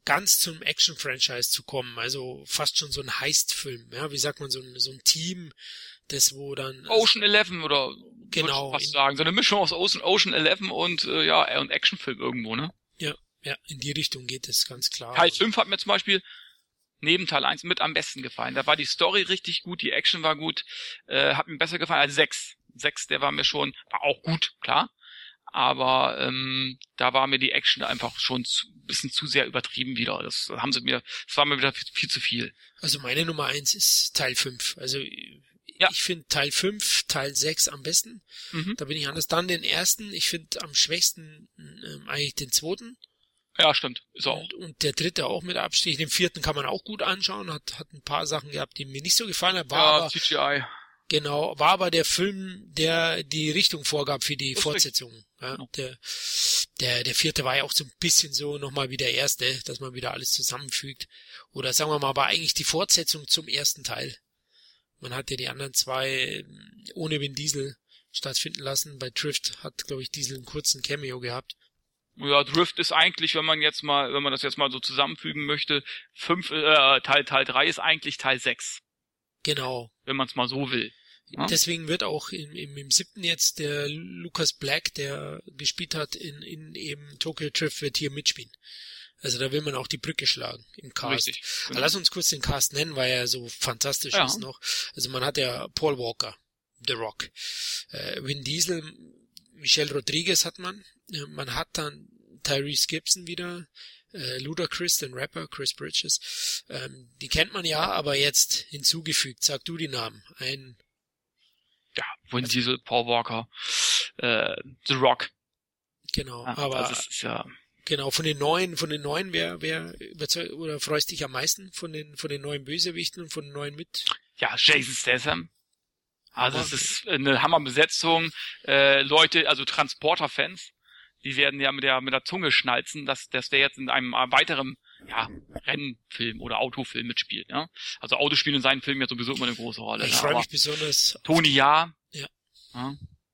ganz zum Action-Franchise zu kommen, also fast schon so ein Heist-Film, ja, wie sagt man, so ein, so ein Team, das wo dann... Ocean Eleven oder genau, was sagen, so eine Mischung aus Ocean, Ocean Eleven und äh, ja, und Actionfilm irgendwo, ne? Ja, ja, in die Richtung geht es ganz klar. Teil fünf hat mir zum Beispiel neben Teil eins mit am besten gefallen. Da war die Story richtig gut, die Action war gut, äh, hat mir besser gefallen als sechs. sechs, der war mir schon, war auch gut, klar, aber ähm, da war mir die Action einfach schon zu, bisschen zu sehr übertrieben wieder. Das haben sie mir, das war mir wieder viel, viel zu viel. Also meine Nummer eins ist Teil fünf. Also ja. Ich finde Teil fünf, Teil sechs am besten. Mhm. Da bin ich anders. Dann den ersten. Ich finde am schwächsten ähm, eigentlich den zweiten. Ja, stimmt. Ist auch. Und, und der dritte auch mit Abstich. Den vierten kann man auch gut anschauen. Hat, hat ein paar Sachen gehabt, die mir nicht so gefallen haben. War ja, aber, C G I. Genau, war aber der Film, der die Richtung vorgab für die das Fortsetzung. Ja, genau. der, der, der vierte war ja auch so ein bisschen so nochmal wie der erste, dass man wieder alles zusammenfügt. Oder sagen wir mal, war eigentlich die Fortsetzung zum ersten Teil. Man hat ja die anderen zwei ohne Vin Diesel stattfinden lassen. Bei Drift hat, glaube ich, Diesel einen kurzen Cameo gehabt. Ja, Drift ist eigentlich, wenn man jetzt mal, wenn man das jetzt mal so zusammenfügen möchte, fünf, äh, Teil, Teil drei ist eigentlich Teil sechs. Genau. Wenn man es mal so will. Ja? Deswegen wird auch im, im, im siebten jetzt der Lucas Black, der gespielt hat in, in eben Tokyo Drift, wird hier mitspielen. Also da will man auch die Brücke schlagen im Cast. Richtig, genau. Lass uns kurz den Cast nennen, weil er so fantastisch ja. ist noch. Also man hat ja Paul Walker, The Rock, äh, Vin Diesel, Michelle Rodriguez hat man. Äh, man hat dann Tyrese Gibson wieder, äh, Ludacris, den Rapper, Chris Bridges. Ähm, die kennt man ja, aber jetzt hinzugefügt. Sag du die Namen. Ein Ja, Vin also, Diesel, Paul Walker, äh, The Rock. Genau, ja, aber... Also es ist ja... Genau, von den neuen, von den neuen, wer, wer überzeugt oder freust dich am meisten von den, von den neuen Bösewichten und von den neuen mit? Ja, Jason Statham. Also es ist eine Hammerbesetzung. Äh, Leute, also Transporter-Fans, die werden ja mit der, mit der Zunge schnalzen, dass, dass der jetzt in einem weiteren, ja, Rennfilm oder Autofilm mitspielt, ja. Also Autospielen in seinen Filmen ja sowieso immer eine große Rolle. Ich ja, freue mich besonders. Tony Ja. Ja. ja.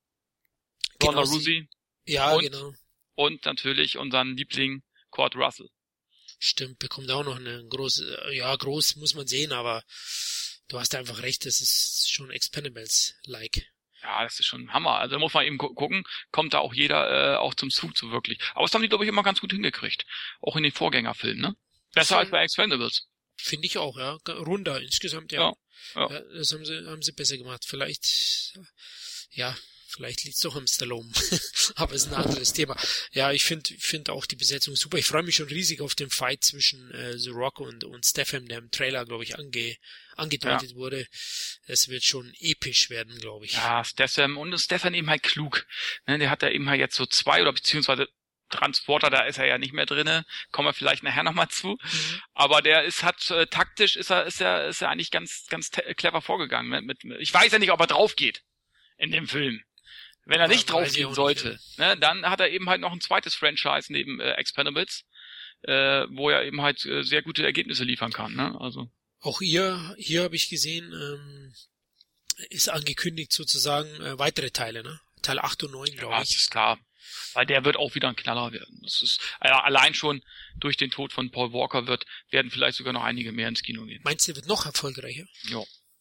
Genau, Ronda Rousey. Ja, und, genau. Und natürlich unseren Liebling Kurt Russell. Stimmt, bekommt auch noch eine große, ja, groß muss man sehen, aber du hast einfach recht, das ist schon Expendables-like. Ja, das ist schon ein Hammer. Also da muss man eben gu- gucken, kommt da auch jeder äh, auch zum Zug so wirklich. Aber das haben die, glaube ich, immer ganz gut hingekriegt. Auch in den Vorgängerfilmen, ne? Besser als bei Expendables. Finde ich auch, ja. Runder insgesamt, ja. Ja, ja. ja das haben sie, haben sie besser gemacht. Vielleicht, ja, vielleicht liegt's doch am Stallone. Aber ist ein anderes Thema. Ja, ich finde finde auch die Besetzung super. Ich freue mich schon riesig auf den Fight zwischen äh, The Rock und, und Statham, der im Trailer, glaube ich, ange, angedeutet ja. wurde. Es wird schon episch werden, glaube ich. Ja, Statham und Statham eben halt klug. Ne, der hat da eben halt jetzt so zwei oder beziehungsweise Transporter, da ist er ja nicht mehr drinne. Kommen wir vielleicht nachher nochmal zu. Mhm. Aber der ist, hat, äh, taktisch ist er, ist er, ist er eigentlich ganz, ganz te- clever vorgegangen. Mit, mit, ich weiß ja nicht, ob er drauf geht in dem Film. Wenn er nicht draufgehen sollte, ne, dann hat er eben halt noch ein zweites Franchise neben äh, Expendables, äh, wo er eben halt äh, sehr gute Ergebnisse liefern kann. Ne? Also auch hier, hier habe ich gesehen, ähm, ist angekündigt sozusagen äh, weitere Teile, ne? Teil acht und neun, glaube ja, ich. Das ist klar, weil der wird auch wieder ein Knaller werden. Das ist äh, allein schon durch den Tod von Paul Walker wird werden vielleicht sogar noch einige mehr ins Kino gehen. Meinst du, der wird noch erfolgreicher? Ja,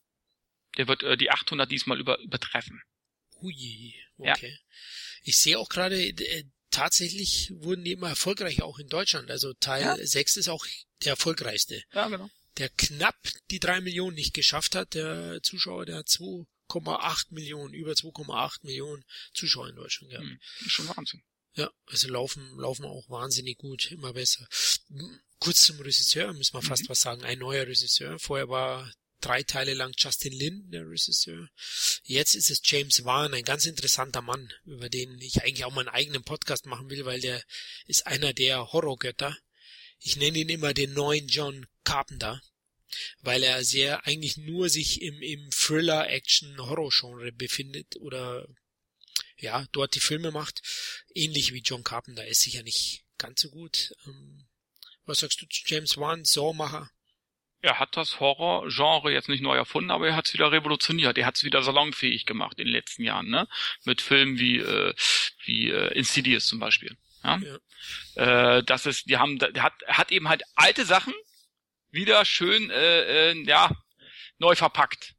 der wird äh, die achthundert diesmal über, übertreffen. Ui, okay. Ja. Ich sehe auch gerade, äh, tatsächlich wurden die immer erfolgreicher, auch in Deutschland. Also Teil ja. sechs ist auch der erfolgreichste. Ja, genau. Der knapp die drei Millionen nicht geschafft hat, der Zuschauer, der hat zwei Komma acht Millionen, über zwei Komma acht Millionen Zuschauer in Deutschland gehabt. Hm, ist schon Wahnsinn. Ja, also laufen, laufen auch wahnsinnig gut, immer besser. Kurz zum Regisseur, müssen wir mhm. fast was sagen. Ein neuer Regisseur. Vorher war drei Teile lang Justin Lin, der Regisseur. Jetzt ist es James Wan, ein ganz interessanter Mann, über den ich eigentlich auch mal einen eigenen Podcast machen will, weil der ist einer der Horrorgötter. Ich nenne ihn immer den neuen John Carpenter, weil er sehr eigentlich nur sich im, im Thriller-Action-Horror-Genre befindet oder ja, dort die Filme macht. Ähnlich wie John Carpenter, ist sicher nicht ganz so gut. Ähm, was sagst du zu James Wan, Saw-Macher? Er hat das Horror-Genre jetzt nicht neu erfunden, aber er hat es wieder revolutioniert. Er hat es wieder salonfähig gemacht in den letzten Jahren, ne? Mit Filmen wie äh, wie äh, Insidious zum Beispiel. Ja? Ja. Äh, das ist, die haben, der hat, hat eben halt alte Sachen wieder schön, äh, äh, ja, neu verpackt.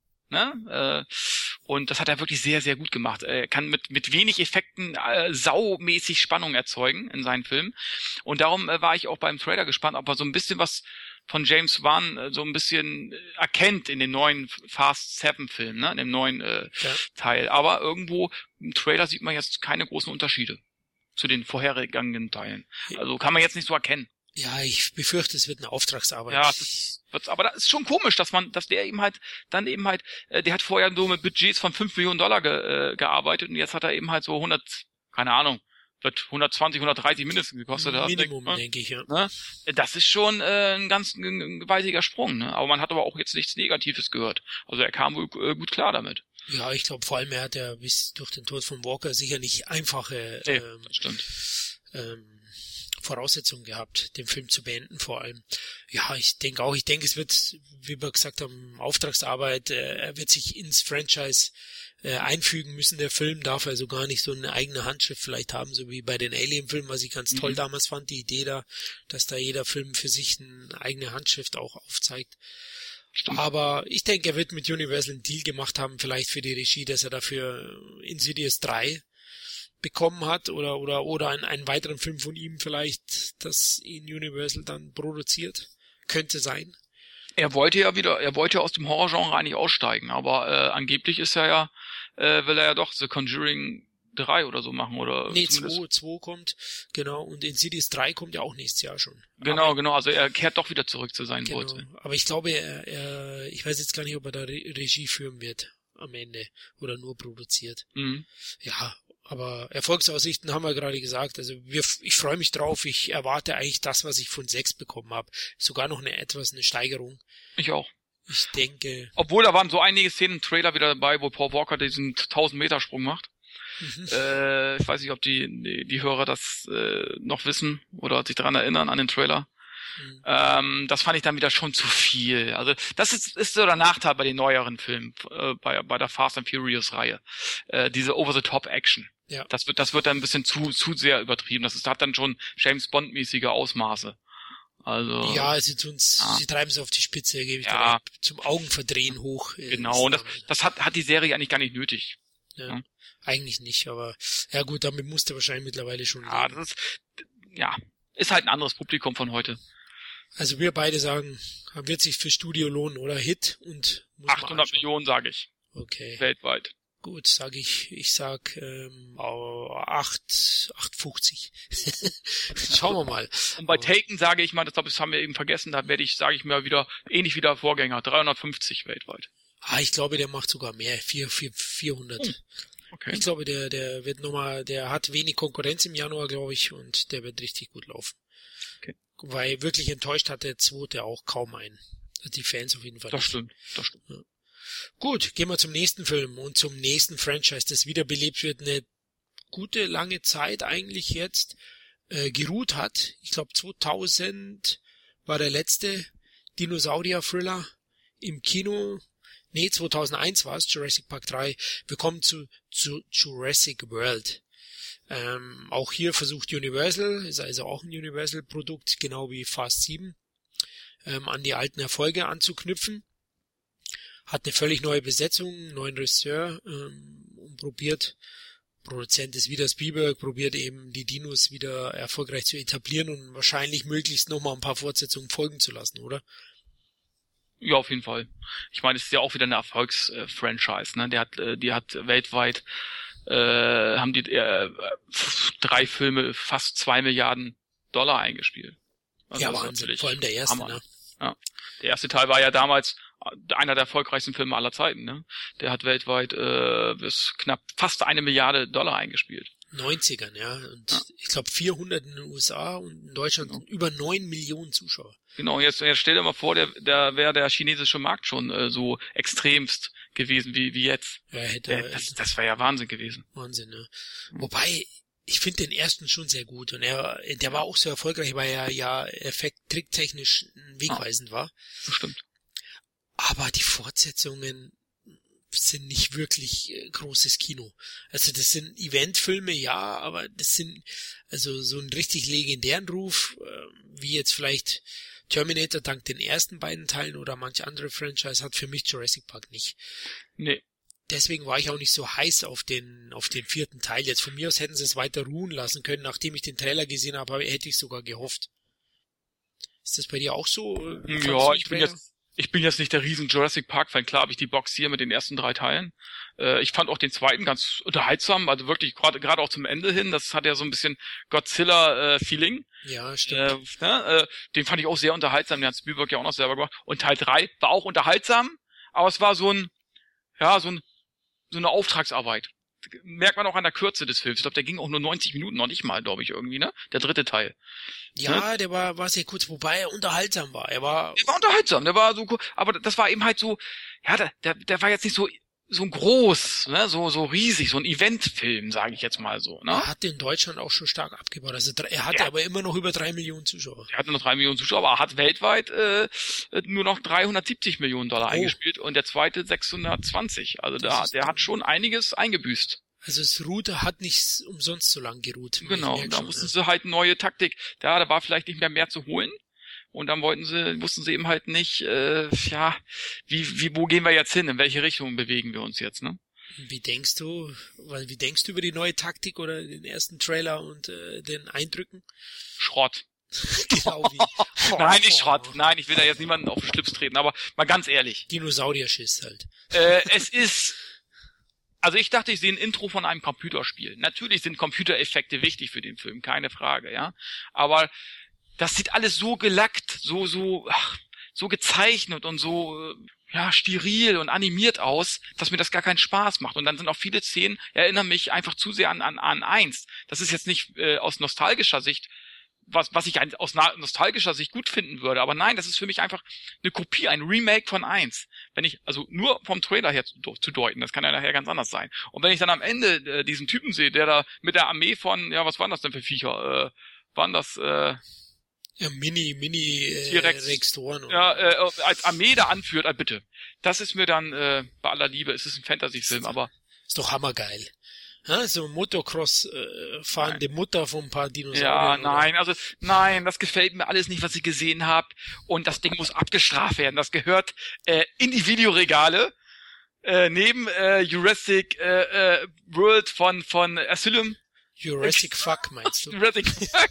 Ne? Äh, und das hat er wirklich sehr, sehr gut gemacht. Er kann mit mit wenig Effekten äh, saumäßig Spannung erzeugen in seinen Filmen. Und darum äh, war ich auch beim Trailer gespannt, ob er so ein bisschen was von James Wan äh, so ein bisschen erkennt in den neuen Fast Seven Filmen, ne? In dem neuen äh, ja. Teil. Aber irgendwo im Trailer sieht man jetzt keine großen Unterschiede zu den vorhergegangenen Teilen. Also kann man jetzt nicht so erkennen. Ja, ich befürchte, es wird eine Auftragsarbeit. Ja, das ist, wird's, aber das ist schon komisch, dass man, dass der eben halt, dann eben halt, äh, der hat vorher nur mit Budgets von fünf Millionen Dollar ge, äh, gearbeitet und jetzt hat er eben halt so hundert, keine Ahnung, wird hundertzwanzig, hundertdreißig mindestens gekostet. Minimum, hat, denke ich, ja. Ne? Das ist schon äh, ein ganz ein, ein gewaltiger Sprung, ne? Aber man hat aber auch jetzt nichts Negatives gehört. Also er kam wohl äh, gut klar damit. Ja, ich glaube, vor allem er hat ja bis durch den Tod von Walker sicher nicht einfache nee, ähm, das stimmt. Ähm, Voraussetzungen gehabt, den Film zu beenden vor allem. Ja, ich denke auch, ich denke, es wird, wie wir gesagt haben, Auftragsarbeit, äh, er wird sich ins Franchise äh, einfügen müssen. Der Film darf also gar nicht so eine eigene Handschrift vielleicht haben, so wie bei den Alien-Filmen, was ich ganz mhm. toll damals fand, die Idee da, dass da jeder Film für sich eine eigene Handschrift auch aufzeigt. Stimmt. Aber ich denke, er wird mit Universal einen Deal gemacht haben, vielleicht für die Regie, dass er dafür Insidious drei bekommen hat oder oder oder einen, einen weiteren Film von ihm vielleicht, das in Universal dann produziert. Könnte sein. Er wollte ja wieder, er wollte ja aus dem Horrorgenre eigentlich aussteigen, aber äh, angeblich ist er ja, äh, will er ja doch The Conjuring drei oder so machen, oder? Nee, zwei, zwei kommt, genau, und Insidious drei kommt ja auch nächstes Jahr schon. Genau, aber, genau, also er kehrt doch wieder zurück zu seinen genau, Wurzeln. Aber ich glaube, er, er, ich weiß jetzt gar nicht, ob er da Re- Regie führen wird am Ende oder nur produziert. Mhm. Ja, aber Erfolgsaussichten haben wir gerade gesagt. Also wir, ich freue mich drauf. Ich erwarte eigentlich das, was ich von sechs bekommen habe. Sogar noch eine etwas eine Steigerung. Ich auch. Ich denke. Obwohl, da waren so einige Szenen im Trailer wieder dabei, wo Paul Walker diesen tausend Meter Sprung macht. Mhm. Äh, ich weiß nicht, ob die, die, die Hörer das äh, noch wissen oder sich daran erinnern an den Trailer. Mhm. Ähm, das fand ich dann wieder schon zu viel. Also das ist, ist so der Nachteil bei den neueren Filmen, äh, bei, bei der Fast and Furious Reihe. Äh, diese Over-the-Top-Action. Ja. Das wird, das wird dann ein bisschen zu, zu sehr übertrieben. Das ist, hat dann schon James Bond-mäßige Ausmaße. Also. Ja, sie tun's, ja. sie treiben es auf die Spitze, gebe ich ja. dir zum Augenverdrehen hoch. Genau, und das, das hat, hat die Serie eigentlich gar nicht nötig. Ja, ja. Eigentlich nicht, aber, ja gut, damit musst du wahrscheinlich mittlerweile schon Ja, leben. das ist, ja, ist halt ein anderes Publikum von heute. Also wir beide sagen, wird sich für Studio lohnen, oder? Hit und muss achthundert Millionen, sage ich. Okay. Weltweit. Gut, sage ich, ich sag ähm, acht, acht fünfzig. Schauen wir mal. Und bei Taken sage ich mal, das, das haben wir eben vergessen, da werde ich, sage ich mir wieder, ähnlich wie der Vorgänger, dreihundertfünfzig weltweit. Ah, ich glaube, der macht sogar mehr, vier, vier, vierhundert. Hm. Okay. Ich glaube, der, der wird nochmal, der hat wenig Konkurrenz im Januar, glaube ich, und der wird richtig gut laufen. Okay. Weil wirklich enttäuscht hat der zweite auch kaum einen. Die Fans auf jeden Fall. Das nicht. stimmt, das stimmt. Ja. Gut, gehen wir zum nächsten Film und zum nächsten Franchise, das wiederbelebt wird, eine gute, lange Zeit eigentlich jetzt äh, geruht hat. Ich glaube zweitausend war der letzte Dinosaurier-Thriller im Kino. Nee, zweitausendeins war es, Jurassic Park drei. Wir kommen zu, zu Jurassic World. Ähm, auch hier versucht Universal, ist also auch ein Universal-Produkt, genau wie Fast sieben, ähm, an die alten Erfolge anzuknüpfen. Hat eine völlig neue Besetzung, neuen Regisseur ähm, und probiert, Produzent ist wieder Spielberg, probiert eben die Dinos wieder erfolgreich zu etablieren und wahrscheinlich möglichst nochmal ein paar Fortsetzungen folgen zu lassen, oder? Ja, auf jeden Fall. Ich meine, es ist ja auch wieder eine Erfolgsfranchise, ne? Der hat, äh, die hat weltweit äh, haben die äh, drei Filme fast zwei Milliarden Dollar eingespielt. Also ja, Wahnsinn. Vor allem der erste, Hammer. ne? Ja. Der erste Teil war ja damals einer der erfolgreichsten Filme aller Zeiten, ne? Der hat weltweit äh, bis knapp fast eine Milliarde Dollar eingespielt. neunzigern, ja. Und ja. ich glaube vierhundert in den U S A und in Deutschland genau. über neun Millionen Zuschauer. Genau, jetzt, jetzt stell dir mal vor, der, der wäre der chinesische Markt schon äh, so extremst gewesen wie wie jetzt. Ja, hätte, der, das das wäre ja Wahnsinn gewesen. Wahnsinn, ne? Mhm. Wobei, ich finde den ersten schon sehr gut und er der war auch so erfolgreich, weil er ja effekt-tricktechnisch wegweisend ah, war. Stimmt. Aber die Fortsetzungen sind nicht wirklich äh, großes Kino. Also das sind Eventfilme, ja, aber das sind also so einen richtig legendären Ruf, äh, wie jetzt vielleicht Terminator dank den ersten beiden Teilen oder manch andere Franchise hat für mich Jurassic Park nicht. Nee. Deswegen war ich auch nicht so heiß auf den auf den vierten Teil. Jetzt von mir aus hätten sie es weiter ruhen lassen können. Nachdem ich den Trailer gesehen habe, hätte ich sogar gehofft. Ist das bei dir auch so? Ja, ich bin jetzt ich bin jetzt nicht der riesen Jurassic Park Fan. Klar habe ich die Box hier mit den ersten drei Teilen. Äh, ich fand auch den zweiten ganz unterhaltsam, also wirklich gerade gerade auch zum Ende hin. Das hat ja so ein bisschen Godzilla äh, Feeling. Ja, stimmt. Äh, ne, äh, den fand ich auch sehr unterhaltsam. Den hat Spielberg ja auch noch selber gemacht. Und Teil drei war auch unterhaltsam, aber es war so ein ja so ein so eine Auftragsarbeit. Merkt man auch an der Kürze des Films. Ich glaube, der ging auch nur neunzig Minuten, noch nicht mal, glaube ich, irgendwie, ne? Der dritte Teil. Ja, ne? Der war, war sehr kurz, wobei er unterhaltsam war. Er war, der war unterhaltsam, der war so, aber das war eben halt so, ja, der, der, der war jetzt nicht so, so groß, ne? So, so riesig, so ein Eventfilm, sage ich jetzt mal so, ne? Er hatte in Deutschland auch schon stark abgebaut. Also, er hatte ja. aber immer noch über drei Millionen Zuschauer. Er hatte noch drei Millionen Zuschauer, aber er hat weltweit, äh, nur noch dreihundertsiebzig Millionen Dollar oh. eingespielt und der zweite sechshundertzwanzig. Also da, der hat schon einiges eingebüßt. Also das Ruder hat nicht umsonst so lang geruht. Genau, da schon, mussten ja. sie halt neue Taktik. Da, da war vielleicht nicht mehr mehr zu holen. Und dann wollten sie, wussten sie eben halt nicht, äh, ja, wie, wie, wo gehen wir jetzt hin? In welche Richtung bewegen wir uns jetzt, ne? Wie denkst du, weil wie denkst du über die neue Taktik oder den ersten Trailer und äh, den Eindrücken? Schrott. Genau wie. Oh, Nein, nicht Schrott. Nein, ich will da jetzt niemanden auf den Schlips treten, aber mal ganz ehrlich. Dinosaurier-Schiss halt. Äh, es ist. Also ich dachte, ich sehe ein Intro von einem Computerspiel. Natürlich sind Computereffekte wichtig für den Film, keine Frage, ja. Aber das sieht alles so gelackt, so so ach, so gezeichnet und so ja steril und animiert aus, dass mir das gar keinen Spaß macht. Und dann sind auch viele Szenen, erinnern mich einfach zu sehr an an an eins. Das ist jetzt nicht äh, aus nostalgischer Sicht was was ich aus nostalgischer Sicht gut finden würde, aber nein, das ist für mich einfach eine Kopie, ein Remake von eins. Wenn ich, also nur vom Trailer her zu, zu deuten, das kann ja nachher ganz anders sein. Und wenn ich dann am Ende äh, diesen Typen sehe, der da mit der Armee von, ja, was waren das denn für Viecher? Äh, waren das, äh, ja, Mini, Mini, äh, T-Rex, Rextoren. Ja, äh, als Armee da anführt, äh, bitte. Das ist mir dann, äh, bei aller Liebe, es ist ein Fantasy-Film, aber. Ist doch hammergeil. Ja, so Motocross äh, fahrende nein. Mutter von ein paar Dinosauriern. Ja, nein, oder? also nein, das gefällt mir alles nicht, was ich gesehen habe. Und das Ding muss abgestraft werden. Das gehört äh, in die Videoregale äh, neben äh, Jurassic äh, äh, World von von Asylum. Jurassic Fuck meinst du? Jurassic Fuck.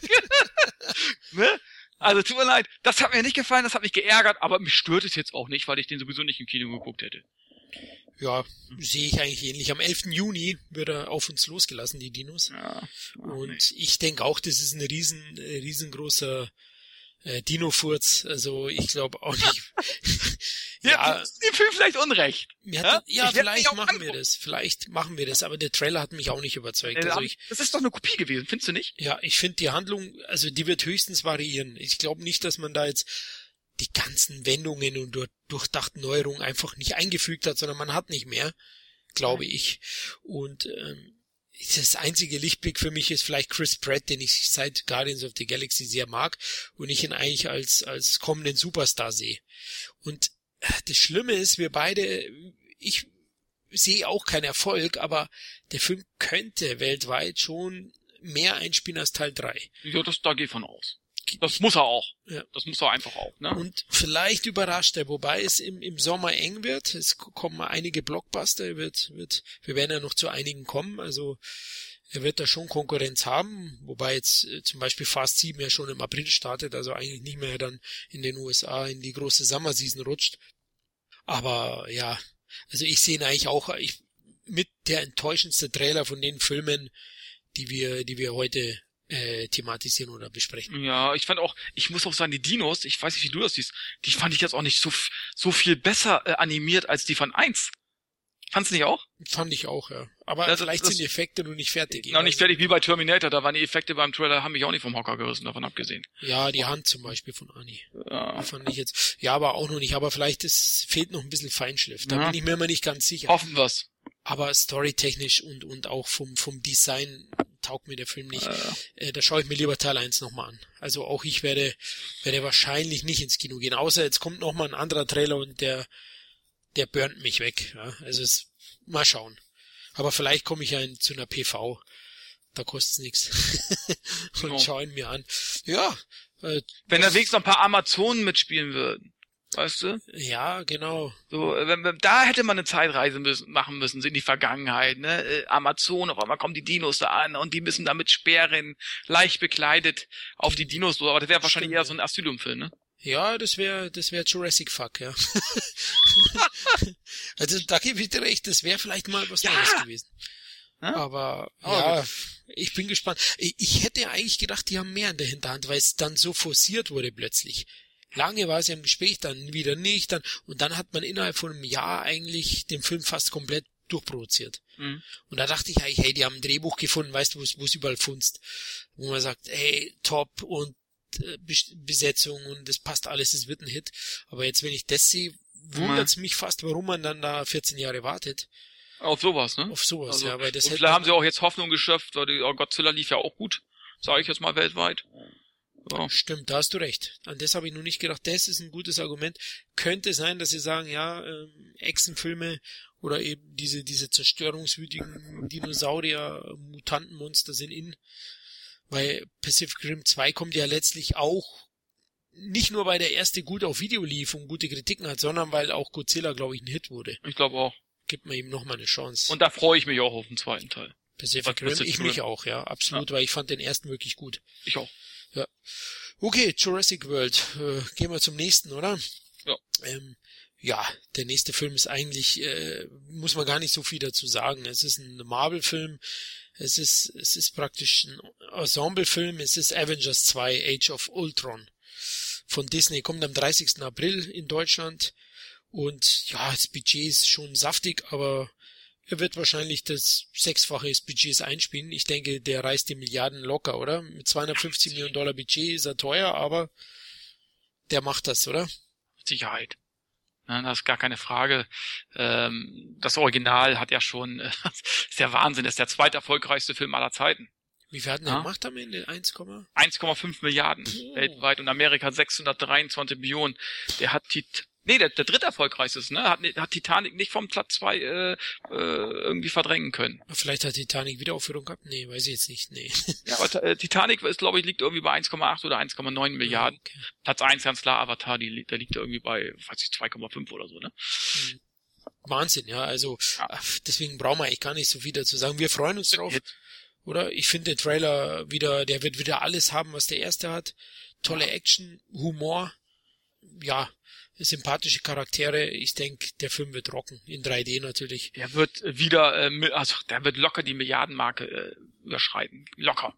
Ne? Also tut mir leid, das hat mir nicht gefallen, das hat mich geärgert, aber mich stört es jetzt auch nicht, weil ich den sowieso nicht im Kino geguckt hätte. Ja, sehe ich eigentlich ähnlich. Am elften Juni wird er auf uns losgelassen, die Dinos. Ja, und nicht. Ich denke auch, das ist ein riesen, riesengroßer äh, Dino-Furz. Also ich glaube auch nicht. ja, ja, die fühlen vielleicht Unrecht. Mir hat, ja, ja vielleicht machen angucken. wir das. Vielleicht machen wir das. Aber der Trailer hat mich auch nicht überzeugt. Äh, also ich, das ist doch eine Kopie gewesen, findest du nicht? Ja, ich finde die Handlung, also die wird höchstens variieren. Ich glaube nicht, dass man da jetzt die ganzen Wendungen und durch, durchdachten Neuerungen einfach nicht eingefügt hat, sondern man hat nicht mehr, glaube ich. Und ähm, das einzige Lichtblick für mich ist vielleicht Chris Pratt, den ich seit Guardians of the Galaxy sehr mag und ich ihn eigentlich als als kommenden Superstar sehe. Und das Schlimme ist, wir beide, ich sehe auch keinen Erfolg, aber der Film könnte weltweit schon mehr einspielen als Teil drei. Ja, das da gehe ich von aus. Das muss er auch. Ja. Das muss er einfach auch. Ne? Und vielleicht überrascht er, wobei es im, im Sommer eng wird. Es kommen einige Blockbuster. Wird, wird, wir werden ja noch zu einigen kommen. Also er wird da schon Konkurrenz haben. Wobei jetzt äh, zum Beispiel Fast sieben ja schon im April startet. Also eigentlich nicht mehr dann in den U S A in die große Summer Season rutscht. Aber ja, also ich sehe ihn eigentlich auch ich, mit der enttäuschendste Trailer von den Filmen, die wir, die wir heute Äh, thematisieren oder besprechen. Ja, ich fand auch, ich muss auch sagen, die Dinos, ich weiß nicht, wie du das siehst, die fand ich jetzt auch nicht so so viel besser äh, animiert als die von eins. Fandst du nicht auch? Fand ich auch, ja. Aber das, vielleicht das, sind die Effekte noch nicht fertig. Noch nicht fertig, wie bei Terminator, da waren die Effekte beim Trailer, haben mich auch nicht vom Hocker gerissen, davon abgesehen. Ja, die Hand zum Beispiel von Annie. Ja. Die fand ich jetzt, ja, aber auch noch nicht, aber vielleicht ist, fehlt noch ein bisschen Feinschliff. Da ja. bin ich mir immer nicht ganz sicher. Hoffen wir's. Aber storytechnisch und, und auch vom, vom Design taugt mir der Film nicht. Ja. Äh, da schaue ich mir lieber Teil eins nochmal an. Also auch ich werde, werde wahrscheinlich nicht ins Kino gehen. Außer jetzt kommt nochmal ein anderer Trailer und der, der burnt mich weg. Ja? Also es, mal schauen. Aber vielleicht komme ich ja in, zu einer P V. Da kostet's nichts. Und no. schaue ihn mir an. Ja. Äh, Wenn da wenigstens noch ein paar Amazonen mitspielen würden. Weißt du? Ja, genau. So, wenn, wenn, da hätte man eine Zeitreise müssen, machen müssen, in die Vergangenheit, ne? Äh, Amazon, auf einmal kommen die Dinos da an und die müssen da mit Speeren leicht bekleidet auf die Dinos los. Aber das wäre wahrscheinlich Stimmt, eher so ein Asylum-Film, ne? Ja, das wäre das wäre Jurassic Fuck, ja. Also da gebe ich dir recht, das wäre vielleicht mal was Ja. Neues gewesen. Ja? Aber Oh, ja, gut. ich bin gespannt. Ich, ich hätte eigentlich gedacht, die haben mehr in der Hinterhand, weil es dann so forciert wurde plötzlich. Lange war es ja im Gespräch, dann wieder nicht, dann und dann hat man innerhalb von einem Jahr eigentlich den Film fast komplett durchproduziert. Mhm. Und da dachte ich eigentlich, hey, die haben ein Drehbuch gefunden, weißt du, wo es wo es überall funzt, wo man sagt, hey, top und äh, Besetzung und das passt alles, es wird ein Hit. Aber jetzt, wenn ich das sehe, wundert es mich fast, warum man dann da vierzehn Jahre wartet. Auf sowas, ne? Auf sowas, Also, ja, weil das und hätte vielleicht haben sie auch jetzt Hoffnung geschöpft, weil die, oh, Godzilla lief ja auch gut, sage ich jetzt mal weltweit. So. Stimmt, da hast du recht. An das habe ich noch nicht gedacht. Das ist ein gutes Argument. Könnte sein, dass sie sagen, ja, ähm, Actionfilme oder eben diese diese zerstörungswütigen Dinosaurier, Mutantenmonster sind in. Weil Pacific Rim zwei kommt ja letztlich auch nicht nur, weil der erste gut auf Video lief und gute Kritiken hat, sondern weil auch Godzilla, glaube ich, ein Hit wurde. Ich glaube auch. Gibt man ihm nochmal eine Chance. Und da freue ich mich auch auf den zweiten Teil. Pacific Rim, ich mich auch, ja, absolut, Ja. weil ich fand den ersten wirklich gut. Ich auch. Ja. Okay, Jurassic World. Äh, gehen wir zum nächsten, oder? Ja. Ähm, ja, der nächste Film ist eigentlich, äh, muss man gar nicht so viel dazu sagen. Es ist ein Marvel-Film. Es ist, es ist praktisch ein Ensemble-Film. Es ist Avengers zwei, Age of Ultron. Von Disney kommt am dreißigsten April in Deutschland. Und ja, das Budget ist schon saftig, aber er wird wahrscheinlich das Sechsfache des Budgets einspielen. Ich denke, der reißt die Milliarden locker, oder? Mit zweihundertfünfzig Millionen Dollar Budget ist er teuer, aber der macht das, oder? Mit Sicherheit. Ja, das ist gar keine Frage. Ähm, das Original hat ja schon, äh, ist der Wahnsinn, das ist der zweiterfolgreichste Film aller Zeiten. Wie viel hat denn Ja? der gemacht am Ende? eins, eins Komma fünf Milliarden Oh. weltweit und Amerika sechshundertdreiundzwanzig Millionen. Der hat Tit nee, der, der dritte erfolgreichste ist, ne? Hat, hat Titanic nicht vom Platz zwei äh, äh, irgendwie verdrängen können. Vielleicht hat Titanic Wiederaufführung gehabt? Nee, weiß ich jetzt nicht. Nee. Ja, aber äh, Titanic ist, glaube ich, liegt irgendwie bei eins Komma acht oder eins Komma neun Milliarden. Okay. Platz eins ganz klar, Avatar, die, li- der liegt irgendwie bei, weiß ich, zwei Komma fünf oder so, ne? Hm. Wahnsinn, ja. Also Ja. ach, deswegen brauchen wir eigentlich gar nicht so viel dazu sagen. Wir freuen uns drauf. Hit. Oder? Ich finde den Trailer wieder, der wird wieder alles haben, was der erste hat. Tolle Action, Humor, ja, sympathische Charaktere. Ich denke, der Film wird rocken. In drei D natürlich. Der wird wieder, äh, mi- also der wird locker die Milliardenmarke äh, überschreiten. Locker.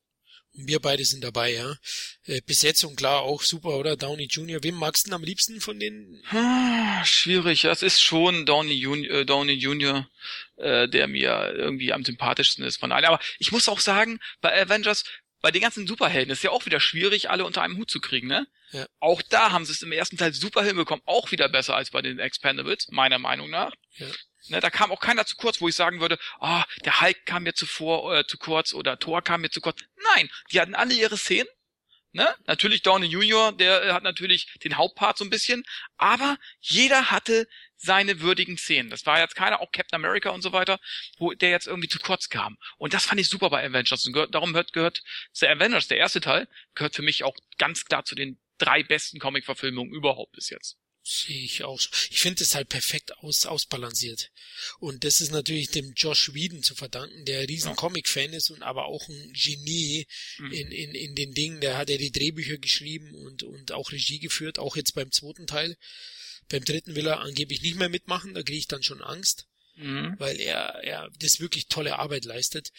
Und wir beide sind dabei, ja. Äh, Besetzung, klar, auch super, oder? Downey Junior Wem magst du denn am liebsten von den? Hm, schwierig. Das ist schon Downey Junior, äh, Downey Junior äh, der mir irgendwie am sympathischsten ist von allen. Aber ich muss auch sagen, bei Avengers, bei den ganzen Superhelden ist ja auch wieder schwierig, alle unter einem Hut zu kriegen, ne? Ja. Auch da haben sie es im ersten Teil super hinbekommen. Auch wieder besser als bei den Expendables, meiner Meinung nach. Ja. Ne, da kam auch keiner zu kurz, wo ich sagen würde, ah, der Hulk kam mir zuvor äh, zu kurz oder Thor kam mir zu kurz. Nein, die hatten alle ihre Szenen. Ne? Natürlich Downey Junior, der äh, hat natürlich den Hauptpart so ein bisschen, aber jeder hatte seine würdigen Szenen. Das war jetzt keiner, auch Captain America und so weiter, wo der jetzt irgendwie zu kurz kam. Und das fand ich super bei Avengers. Und gehört, darum gehört, gehört der Avengers, der erste Teil, gehört für mich auch ganz klar zu den drei besten Comic-Verfilmungen überhaupt bis jetzt. Sehe ich auch so. Ich finde es halt perfekt aus, ausbalanciert. Und das ist natürlich dem Josh Whedon zu verdanken, der ein riesen Ja. Comic-Fan ist und aber auch ein Genie Mhm. in, in, in den Dingen. Der hat ja die Drehbücher geschrieben und, und auch Regie geführt, auch jetzt beim zweiten Teil. Beim dritten will er angeblich nicht mehr mitmachen, da kriege ich dann schon Angst, Mhm. weil er, er das wirklich tolle Arbeit leistet.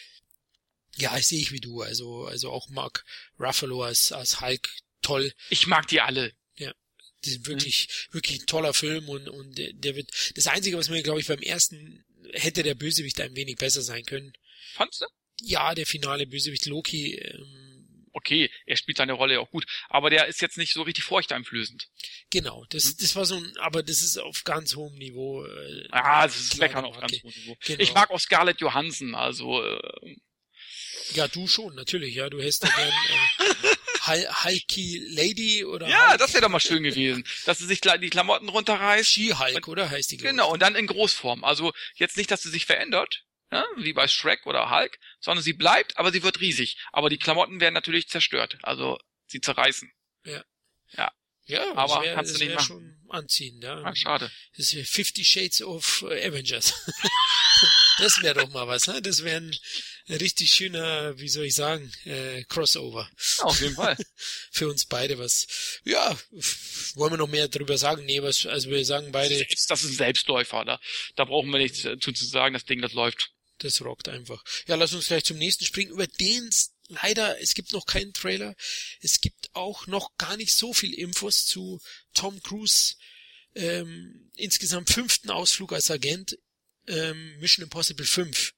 Ja, ich sehe ich wie du. Also, also auch Mark Ruffalo als, als Hulk toll. Ich mag die alle. Das ist wirklich, mhm. wirklich ein toller Film und, und der, der wird, das Einzige, was mir, glaube ich, beim ersten hätte der Bösewicht ein wenig besser sein können. Fandst du? Ja, der finale Bösewicht Loki, ähm, Okay, er spielt seine Rolle ja auch gut, aber der ist jetzt nicht so richtig furchteinflößend. genau, das, Mhm. das war so ein, aber das ist auf ganz hohem Niveau. Äh, Ah, das ist kleine meckern auf Marke. ganz hohem Niveau. Genau. Ich mag auch Scarlett Johansson, also äh, Ja, du schon, natürlich, ja, du hättest ja gern äh, Hal- Hulk Lucky Lady oder Ja, Hulk. das wäre doch mal schön gewesen, dass sie sich die Klamotten runterreißt. She-Hulk, oder heißt die? Genau, und dann in Großform. Also jetzt nicht, dass sie sich verändert, ja, wie bei Shrek oder Hulk, sondern sie bleibt, aber sie wird riesig. Aber die Klamotten werden natürlich zerstört, also sie zerreißen. Ja. Ja. Ja, aber das wär, kannst das du nicht wär machen. schon anziehen, ja. Ah, schade. Das wäre Fifty Shades of Avengers. Das wäre doch mal was, ne? Das wäre ein richtig schöner, wie soll ich sagen, äh, Crossover. Ja, auf jeden Fall. Für uns beide was. Ja, wollen wir noch mehr drüber sagen? Nee, was, also wir sagen beide. Selbst, das ist ein Selbstläufer, da, da brauchen wir nichts zu, zu sagen, das Ding, das läuft. Das rockt einfach. Ja, lass uns gleich zum nächsten springen. Über den leider, es gibt noch keinen Trailer. Es gibt auch noch gar nicht so viel Infos zu Tom Cruise ähm, insgesamt fünften Ausflug als Agent, ähm, Mission Impossible fünf.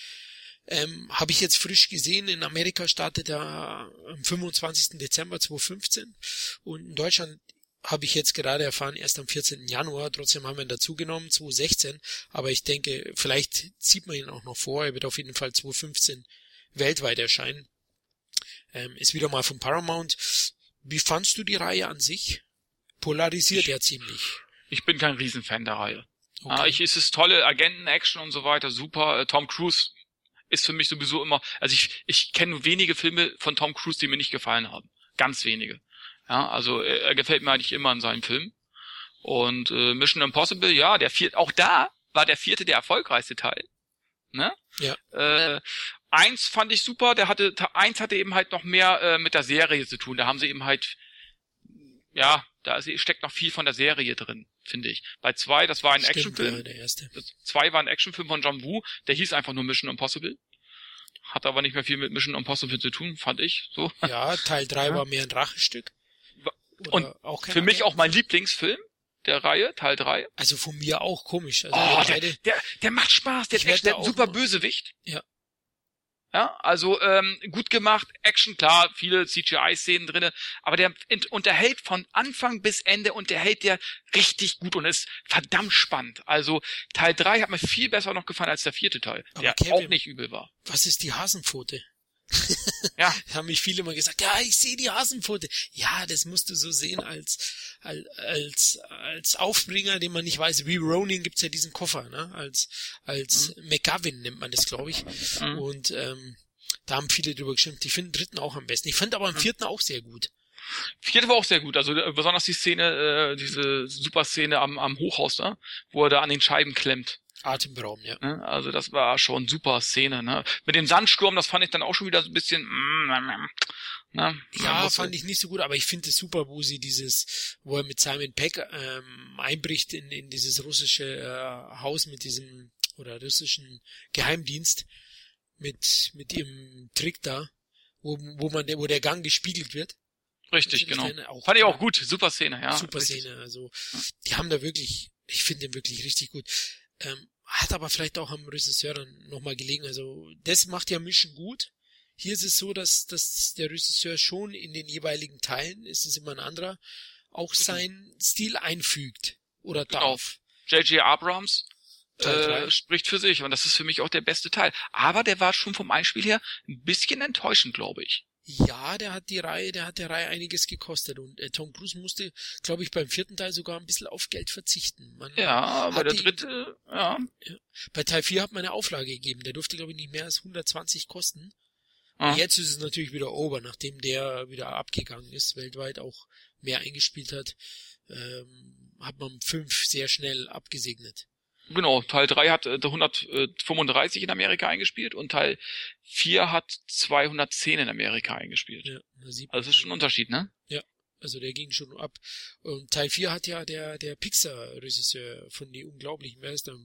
Ähm, habe ich jetzt frisch gesehen. In Amerika startet er am fünfundzwanzigsten Dezember zweitausendfünfzehn und in Deutschland habe ich jetzt gerade erfahren, erst am vierzehnten Januar. Trotzdem haben wir ihn dazugenommen, zweitausendsechzehn. Aber ich denke, vielleicht zieht man ihn auch noch vor. Er wird auf jeden Fall zweitausendfünfzehn weltweit erscheinen. Ähm, ist wieder mal von Paramount. Wie fandst du die Reihe an sich? Polarisiert ich, ja ziemlich. Ich bin kein Riesenfan der Reihe. Okay. Ah, ich, es ist tolle Agenten-Action und so weiter, super. Äh, Tom Cruise ist für mich sowieso immer, also ich, ich kenne nur wenige Filme von Tom Cruise, die mir nicht gefallen haben. Ganz wenige. Ja, also er, er gefällt mir eigentlich immer in seinen Filmen. Und äh, Mission Impossible, ja, der vierte, auch da war der vierte der erfolgreichste Teil. Ne? Ja. Äh, eins fand ich super, der hatte, eins hatte eben halt noch mehr äh, mit der Serie zu tun. Da haben sie eben halt, ja, da steckt noch viel von der Serie drin, finde ich. Bei zwei, das war ein Stimmt, Actionfilm. ja, der erste. Zwei war ein Actionfilm von John Woo, der hieß einfach nur Mission Impossible. Hat aber nicht mehr viel mit Mission Impossible zu tun, fand ich so. Ja, Teil drei Ja. war mehr ein Rachestück. Oder Und auch kein für mich Agent? auch mein Lieblingsfilm der Reihe, Teil drei. Also von mir auch komisch. Also Oh, wir der, beide, der, der macht Spaß, der Ich ist echt werd da der auch super mal- Bösewicht. Ja. Ja, also ähm, gut gemacht, Action, klar, viele C G I-Szenen drinne, aber der ent- unterhält von Anfang bis Ende, unterhält der richtig gut und ist verdammt spannend. Also Teil drei hat mir viel besser noch gefallen als der vierte Teil, Aber der Kevin- auch nicht übel war. was ist die Hasenpfote? Ja. Da haben mich viele immer gesagt, ja, ich sehe die Hasenpfote. Ja, das musst du so sehen als, als, als, als Aufbringer, den man nicht weiß. Wie Ronin gibt's ja diesen Koffer, ne? Als, als mhm. McGavin nennt man das, glaube ich. Mhm. Und, ähm, da haben viele drüber gestimmt. Ich finde den dritten auch am besten. Ich fand aber den vierten auch sehr gut. Vierte war auch sehr gut, also äh, besonders die Szene, äh, diese Super-Szene am, am Hochhaus da, wo er da an den Scheiben klemmt. Atemberaubend, ja. Ne? Also das war schon super Szene. Ne? Mit dem Sandsturm, das fand ich dann auch schon wieder so ein bisschen. Mm, ne? Ja, fand ich nicht so gut, aber ich finde es super, wo sie dieses, wo er mit Simon Pegg ähm, einbricht in, in dieses russische äh, Haus mit diesem oder russischen Geheimdienst mit mit ihrem Trick da, wo wo man wo der Gang gespiegelt wird. Richtig, genau. Auch, fand ich auch gut, super Szene, ja. Super richtig. Szene, also die haben da wirklich, ich finde den wirklich richtig gut. Ähm, hat aber vielleicht auch am Regisseur dann nochmal gelegen. Also das macht ja Mission gut. Hier ist es so, dass, dass der Regisseur schon in den jeweiligen Teilen, es ist immer ein anderer, auch seinen mhm. Stil einfügt oder darf. Genau. J J Abrams äh, spricht für sich und das ist für mich auch der beste Teil. Aber der war schon vom Einspiel her ein bisschen enttäuschend, glaube ich. Ja, der hat die Reihe, der hat der Reihe einiges gekostet und äh, Tom Cruise musste, glaube ich, beim vierten Teil sogar ein bisschen auf Geld verzichten. Man ja, aber der dritte, ja. ja. Bei Teil vier hat man eine Auflage gegeben, der durfte, glaube ich, nicht mehr als hundertzwanzig kosten. Ah. Jetzt ist es natürlich wieder over, nachdem der wieder abgegangen ist, weltweit auch mehr eingespielt hat, ähm, hat man fünf sehr schnell abgesegnet. Genau, Teil drei hat äh, hundertfünfunddreißig in Amerika eingespielt und Teil vier hat zweihundertzehn in Amerika eingespielt. Ja, da sieht man also das ist schon ein Unterschied, ne? Ja, also der ging schon ab. Und Teil vier hat ja der der Pixar-Regisseur von die Unglaublichen, wer ist der?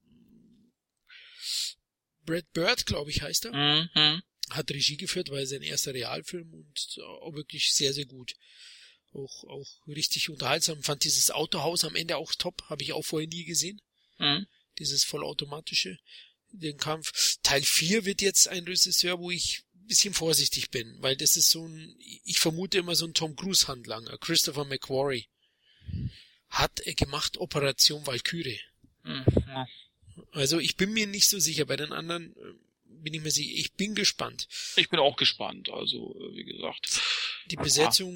Brad Bird, glaube ich, heißt er. Mhm. Hat Regie geführt, war sein erster Realfilm und auch wirklich sehr, sehr gut. Auch auch richtig unterhaltsam. Fand dieses Autohaus am Ende auch top, habe ich auch vorher nie gesehen. Mhm. Dieses vollautomatische, den Kampf. Teil vier wird jetzt ein Regisseur, wo ich ein bisschen vorsichtig bin, weil das ist so ein, ich vermute immer so ein Tom Cruise Handlanger. Christopher McQuarrie hat er gemacht Operation Valkyrie. Mhm. Also ich bin mir nicht so sicher, bei den anderen bin ich mir sicher, ich bin gespannt. Ich bin auch gespannt, also wie gesagt. Die Besetzung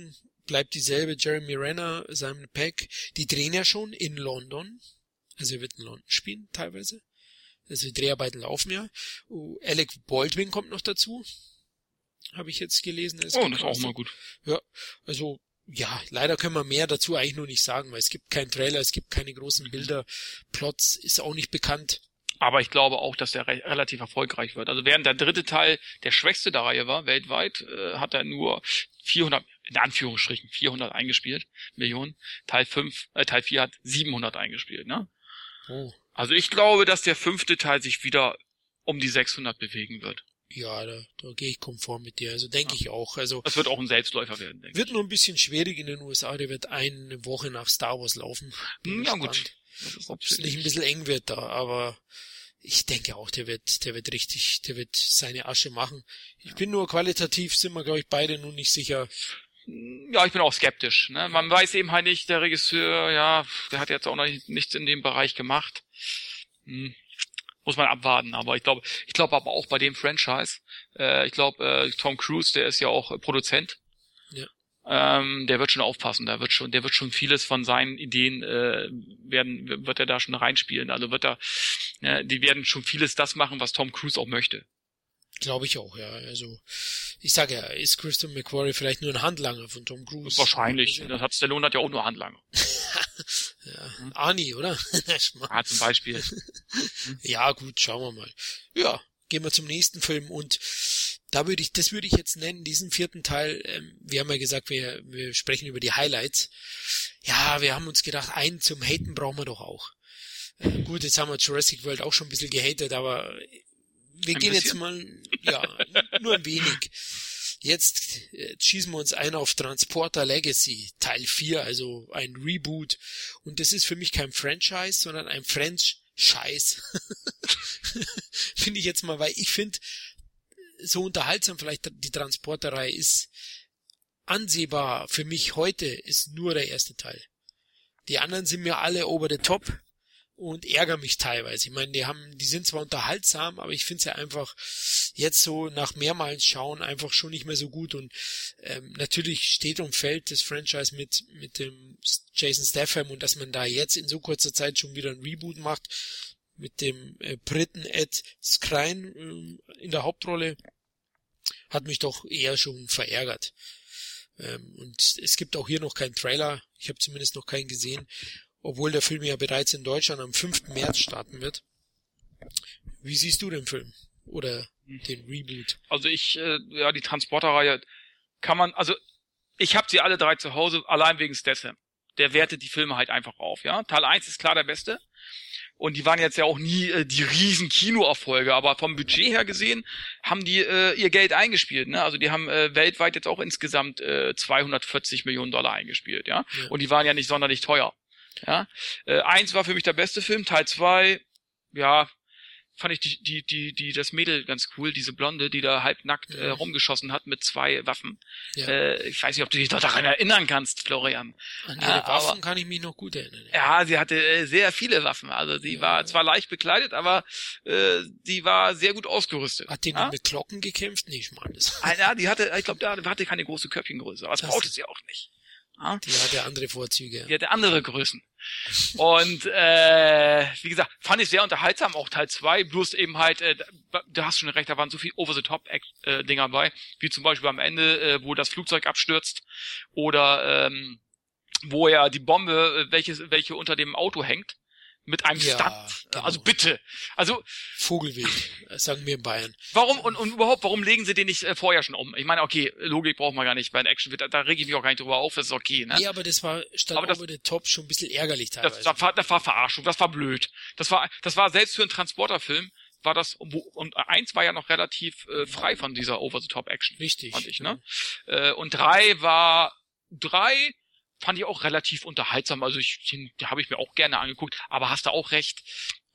bleibt dieselbe, Jeremy Renner, Simon Pegg. Die drehen ja schon in London. Also er wird in London spielen, teilweise. Also die Dreharbeiten laufen ja. Oh, Alec Baldwin kommt noch dazu. Habe ich jetzt gelesen. Oh, das ist auch mal gut. Ja, also, ja, leider können wir mehr dazu eigentlich nur nicht sagen, weil es gibt keinen Trailer, es gibt keine großen Bilder. Plots ist auch nicht bekannt. Aber ich glaube auch, dass der re- relativ erfolgreich wird. Also während der dritte Teil der schwächste der Reihe war, weltweit, äh, hat er nur vierhundert, in Anführungsstrichen, vierhundert eingespielt, Millionen. Teil fünf, äh, Teil vier hat siebenhundert eingespielt, ne? Oh. Also ich glaube, dass der fünfte Teil sich wieder um die sechshundert bewegen wird. Ja, da, da gehe ich konform mit dir. Also denke ja. ich auch. Also das wird auch ein Selbstläufer werden, denke ich. Wird nur ein bisschen schwierig in den U S A. Der wird eine Woche nach Star Wars laufen. Bin ja gut. Ob es nicht ein bisschen eng wird da, aber ich denke auch, der wird, der wird richtig, der wird seine Asche machen. Ich bin nur qualitativ, sind wir, glaube ich, beide nun nicht sicher. Ja, ich bin auch skeptisch. Ne? Man weiß eben halt nicht, der Regisseur, ja, der hat jetzt auch noch nichts in dem Bereich gemacht. Hm. Muss man abwarten, aber ich glaube, ich glaube aber auch bei dem Franchise, äh, ich glaube, äh, Tom Cruise, der ist ja auch äh, Produzent. Ja. Ähm, der wird schon aufpassen, der wird schon, der wird schon vieles von seinen Ideen äh, werden, wird er da schon reinspielen. Also wird er, äh, die werden schon vieles das machen, was Tom Cruise auch möchte. Glaube ich auch, ja. Also ich sage ja, ist Christian McQuarrie vielleicht nur ein Handlanger von Tom Cruise? Wahrscheinlich. Das hat Stallone hat ja auch nur Handlanger. Ja, hm. Arnie, oder? Ah, zum Beispiel. Ja, gut, schauen wir mal. Ja, gehen wir zum nächsten Film und da würde ich, das würde ich jetzt nennen, diesen vierten Teil, ähm, wir haben ja gesagt, wir, wir sprechen über die Highlights. Ja, wir haben uns gedacht, einen zum Haten brauchen wir doch auch. Äh, gut, jetzt haben wir Jurassic World auch schon ein bisschen gehatet, aber wir ein gehen bisschen? jetzt mal, ja, nur ein wenig. Jetzt äh, schießen wir uns ein auf Transporter Legacy, Teil vier, also ein Reboot. Und das ist für mich kein Franchise, sondern ein Franchise. Finde ich jetzt mal, weil ich finde, so unterhaltsam vielleicht die Transporter-Reihe ist, ansehbar für mich heute ist nur der erste Teil. Die anderen sind mir alle over the top und ärgern mich teilweise. Ich meine, die haben, die sind zwar unterhaltsam, aber ich finde sie ja einfach jetzt so nach mehrmals Schauen einfach schon nicht mehr so gut und ähm, natürlich steht und fällt das Franchise mit mit dem Jason Statham und dass man da jetzt in so kurzer Zeit schon wieder ein Reboot macht mit dem äh, Briten Ed Skrein äh, in der Hauptrolle, hat mich doch eher schon verärgert. Ähm, und es gibt auch hier noch keinen Trailer, ich habe zumindest noch keinen gesehen, obwohl der Film ja bereits in Deutschland am fünften März starten wird. Wie siehst du den Film? Oder den Reboot? Also ich, äh, ja, die Transporter-Reihe kann man, also ich habe sie alle drei zu Hause, allein wegen Statham. Der wertet die Filme halt einfach auf, ja. Teil eins ist klar der beste. Und die waren jetzt ja auch nie äh, die riesen Kinoerfolge, aber vom Budget her gesehen haben die äh, ihr Geld eingespielt, ne? Also die haben äh, weltweit jetzt auch insgesamt äh, zweihundertvierzig Millionen Dollar eingespielt, ja? ja. Und die waren ja nicht sonderlich teuer. Ja, äh, eins war für mich der beste Film, Teil zwei, ja, fand ich die, die, die, die, das Mädel ganz cool, diese Blonde, die da halbnackt äh, rumgeschossen hat mit zwei Waffen. Ja. Äh, ich weiß nicht, ob du dich noch daran erinnern kannst, Florian. An ihre äh, Waffen aber, kann ich mich noch gut erinnern. Ja, sie hatte äh, sehr viele Waffen. Also sie ja. war zwar leicht bekleidet, aber äh, sie war sehr gut ausgerüstet. Hat die ja? nur mit Glocken gekämpft? Nee, ich meine das. Ah, ja, die hatte, ich glaube, da hatte keine große Köpfchengröße, aber das, das brauchte sie auch nicht. Ja? Die hatte andere Vorzüge. Die hatte andere Größen. Und äh, wie gesagt, fand ich sehr unterhaltsam, auch Teil zwei, bloß eben halt, äh, du hast schon recht, da waren so viel Over-the-Top-Dinger bei, wie zum Beispiel am Ende, äh, wo das Flugzeug abstürzt oder ähm, wo ja die Bombe, welche, welche unter dem Auto hängt, mit einem ja, Stunt. Genau. Also bitte. Also Vogelwild, sagen wir in Bayern. Warum und, und überhaupt, warum legen sie den nicht äh, vorher schon um? Ich meine, okay, Logik braucht man gar nicht bei einem Action, da, da rege ich mich auch gar nicht drüber auf, das ist okay, ne? Nee, aber das war statt aber das, over the top schon ein bisschen ärgerlich teilweise. Das, das, war, das war Verarschung, das war blöd. Das war das war selbst für einen Transporterfilm war das, und eins war ja noch relativ äh, frei von dieser Over-the-Top-Action. Richtig. Fand ich, ne? Ja. Äh, und drei war, drei fand ich auch relativ unterhaltsam, also ich, den, den habe ich mir auch gerne angeguckt, aber hast du auch recht,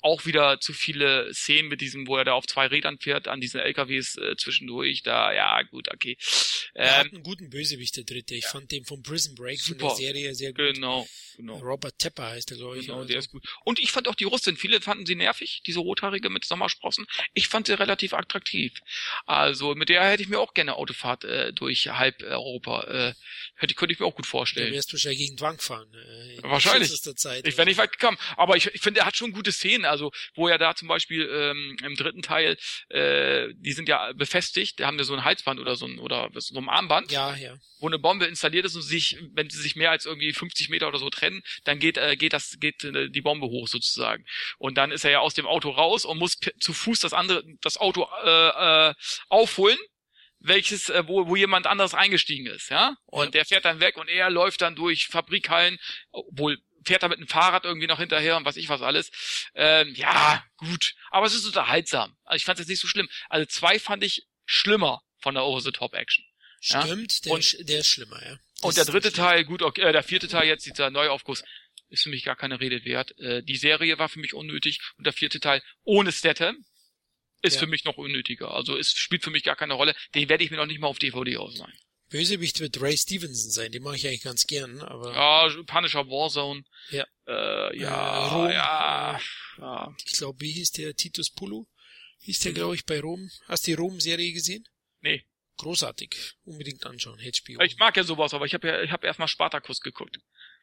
auch wieder zu viele Szenen mit diesem, wo er da auf zwei Rädern fährt, an diesen L K Ws äh, zwischendurch. Da, ja, gut, okay. Ähm, er hat ähm, einen guten Bösewicht, der dritte. Ich ja. fand den vom Prison Break Super. von der Serie sehr gut. Genau, genau. Robert Tepper heißt der, glaube ich. Genau, also. der ist gut. Und ich fand auch die Russin, viele fanden sie nervig, diese Rothaarige mit Sommersprossen. Ich fand sie relativ attraktiv. Also mit der hätte ich mir auch gerne Autofahrt äh, durch halb Europa, äh, hätte, könnte ich mir auch gut vorstellen. Du wirst wahrscheinlich gegen Wang fahren. Äh, Wahrscheinlich. Zeit, ich wäre nicht weit gekommen. Aber ich, ich finde, er hat schon gute Szenen. Also wo er da zum Beispiel ähm, im dritten Teil, äh, die sind ja befestigt, da haben wir so ein Halsband oder so ein oder so ein Armband, ja, ja. wo eine Bombe installiert ist und sich, wenn sie sich mehr als irgendwie fünfzig Meter oder so trennen, dann geht äh, geht das geht äh, die Bombe hoch sozusagen. Und dann ist er ja aus dem Auto raus und muss p- zu Fuß das andere das Auto äh, äh, aufholen, welches äh, wo wo jemand anderes eingestiegen ist, ja? Und ja. Der fährt dann weg und er läuft dann durch Fabrikhallen, obwohl fährt er mit dem Fahrrad irgendwie noch hinterher und was ich was alles. Ähm, ja, gut. Aber es ist unterhaltsam. Also ich fand es jetzt nicht so schlimm. Also zwei fand ich schlimmer von der Over-the-Top-Action. Stimmt, ja? der, und, ist, der ist schlimmer, ja. Das und der dritte Teil, gut, okay, äh, der vierte Teil jetzt, dieser Neuaufguss, ist für mich gar keine Rede wert. Äh, die Serie war für mich unnötig und der vierte Teil ohne Statham ist ja. für mich noch unnötiger. Also es spielt für mich gar keine Rolle. Den werde ich mir noch nicht mal auf D V D ausleihen. Bösewicht wird Ray Stevenson sein, den mache ich eigentlich ganz gern, aber... Ja, Punisher Warzone. Ja. Äh, ja, äh, Rom, ja, äh, ja. Ich glaube, wie hieß der? Titus Pullo? Hieß der, glaube ich, bei Rom. Hast du die Rom-Serie gesehen? Nee. Großartig. Unbedingt anschauen. H B O. Ich mag ja sowas, aber ich habe ja, ich habe erstmal Spartacus geguckt.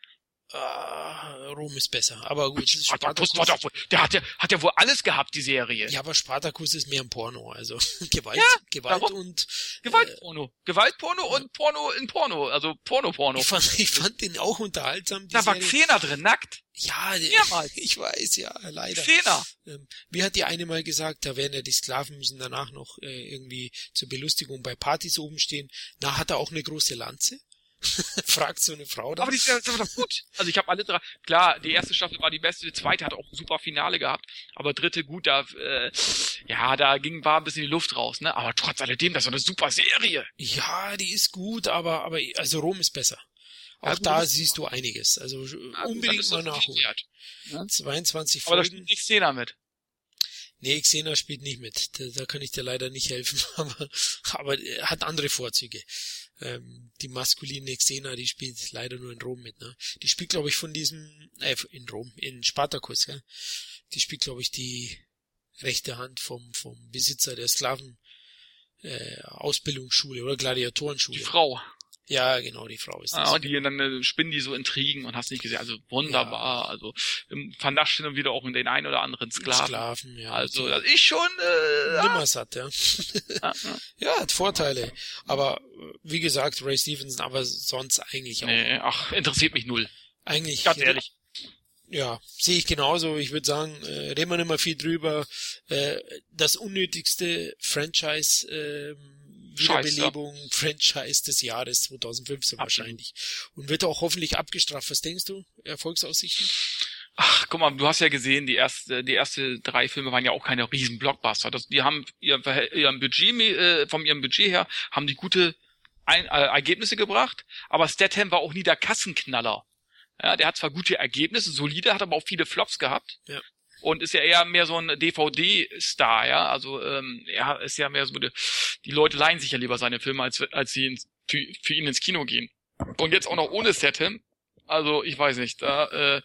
Ah, Rom ist besser. Aber gut, Spartacus, Spartacus war doch wohl, der hat ja, hat ja wohl alles gehabt, die Serie. Ja, aber Spartacus ist mehr ein Porno, also Gewalt, ja, Gewalt warum? und Gewaltporno, äh, Gewaltporno ja. und Porno in Porno, also Porno-Porno. Ich fand, ich fand den auch unterhaltsam. Die da war Serie. Xena drin, nackt. Ja, Mehrmals. Ich weiß, ja, leider. Xena. Ähm, wie hat die eine mal gesagt, da werden ja die Sklaven müssen danach noch äh, irgendwie zur Belustigung bei Partys oben stehen. Na, hat er auch eine große Lanze? Fragt so eine Frau da. Aber die ist aber doch gut. Also ich habe alle drei, klar, die erste Staffel war die beste, die zweite hat auch ein super Finale gehabt, aber dritte gut, da äh, ja, da ging war ein bisschen die Luft raus, ne? Aber trotz alledem, das ist eine super Serie. Ja, die ist gut, aber aber also Rom ist besser. Auch ja, da siehst du einiges. Also ja, unbedingt mal nachholen. Ja? zweiundzwanzig Folgen. Aber da spielt nicht Xena mit. Nee, Xena spielt nicht mit. Da, da kann ich dir leider nicht helfen, aber aber hat andere Vorzüge. Ähm, die maskuline Xena, die spielt leider nur in Rom mit, ne? Die spielt, glaube ich, von diesem, äh, in Rom, in Spartacus, gell? Die spielt, glaube ich, die rechte Hand vom, vom Besitzer der Sklaven, äh, Ausbildungsschule oder Gladiatorenschule. Die Frau. Ja, genau, die Frau ist das. Ah, und die dann äh, spinnen die so Intrigen und hast nicht gesehen. Also wunderbar. Ja. Also im vernascht hin und wieder auch in den ein oder anderen Sklaven. Sklaven, ja. Also das ist schon äh, nimmersatt, ja. ja, ja. Ja, hat Vorteile. Aber wie gesagt, Ray Stevenson, aber sonst eigentlich auch. Nee, ach, interessiert mich null. Eigentlich. Ganz ehrlich. Ja, sehe ich genauso. Ich würde sagen, äh, reden wir nicht mal viel drüber. Äh, das unnötigste Franchise äh, Wiederbelebung, Scheiße. Franchise des Jahres zweitausendfünfzehn wahrscheinlich. Und wird auch hoffentlich abgestraft. Was denkst du? Erfolgsaussichten? Ach, guck mal, du hast ja gesehen, die erste, die erste drei Filme waren ja auch keine riesen Blockbuster. Das, die haben ihr, ihrem Budget, äh, von ihrem Budget her, haben die gute Ein, äh, Ergebnisse gebracht, aber Statham war auch nie der Kassenknaller. Ja, der hat zwar gute Ergebnisse, solide, hat aber auch viele Flops gehabt. Ja. Und ist ja eher mehr so ein D V D-Star, ja. Also ähm, er ist ja mehr so, die, die Leute leihen sich ja lieber seine Filme, als als sie ins, für, für ihn ins Kino gehen. Und jetzt auch noch ohne Statham. Also ich weiß nicht, da äh,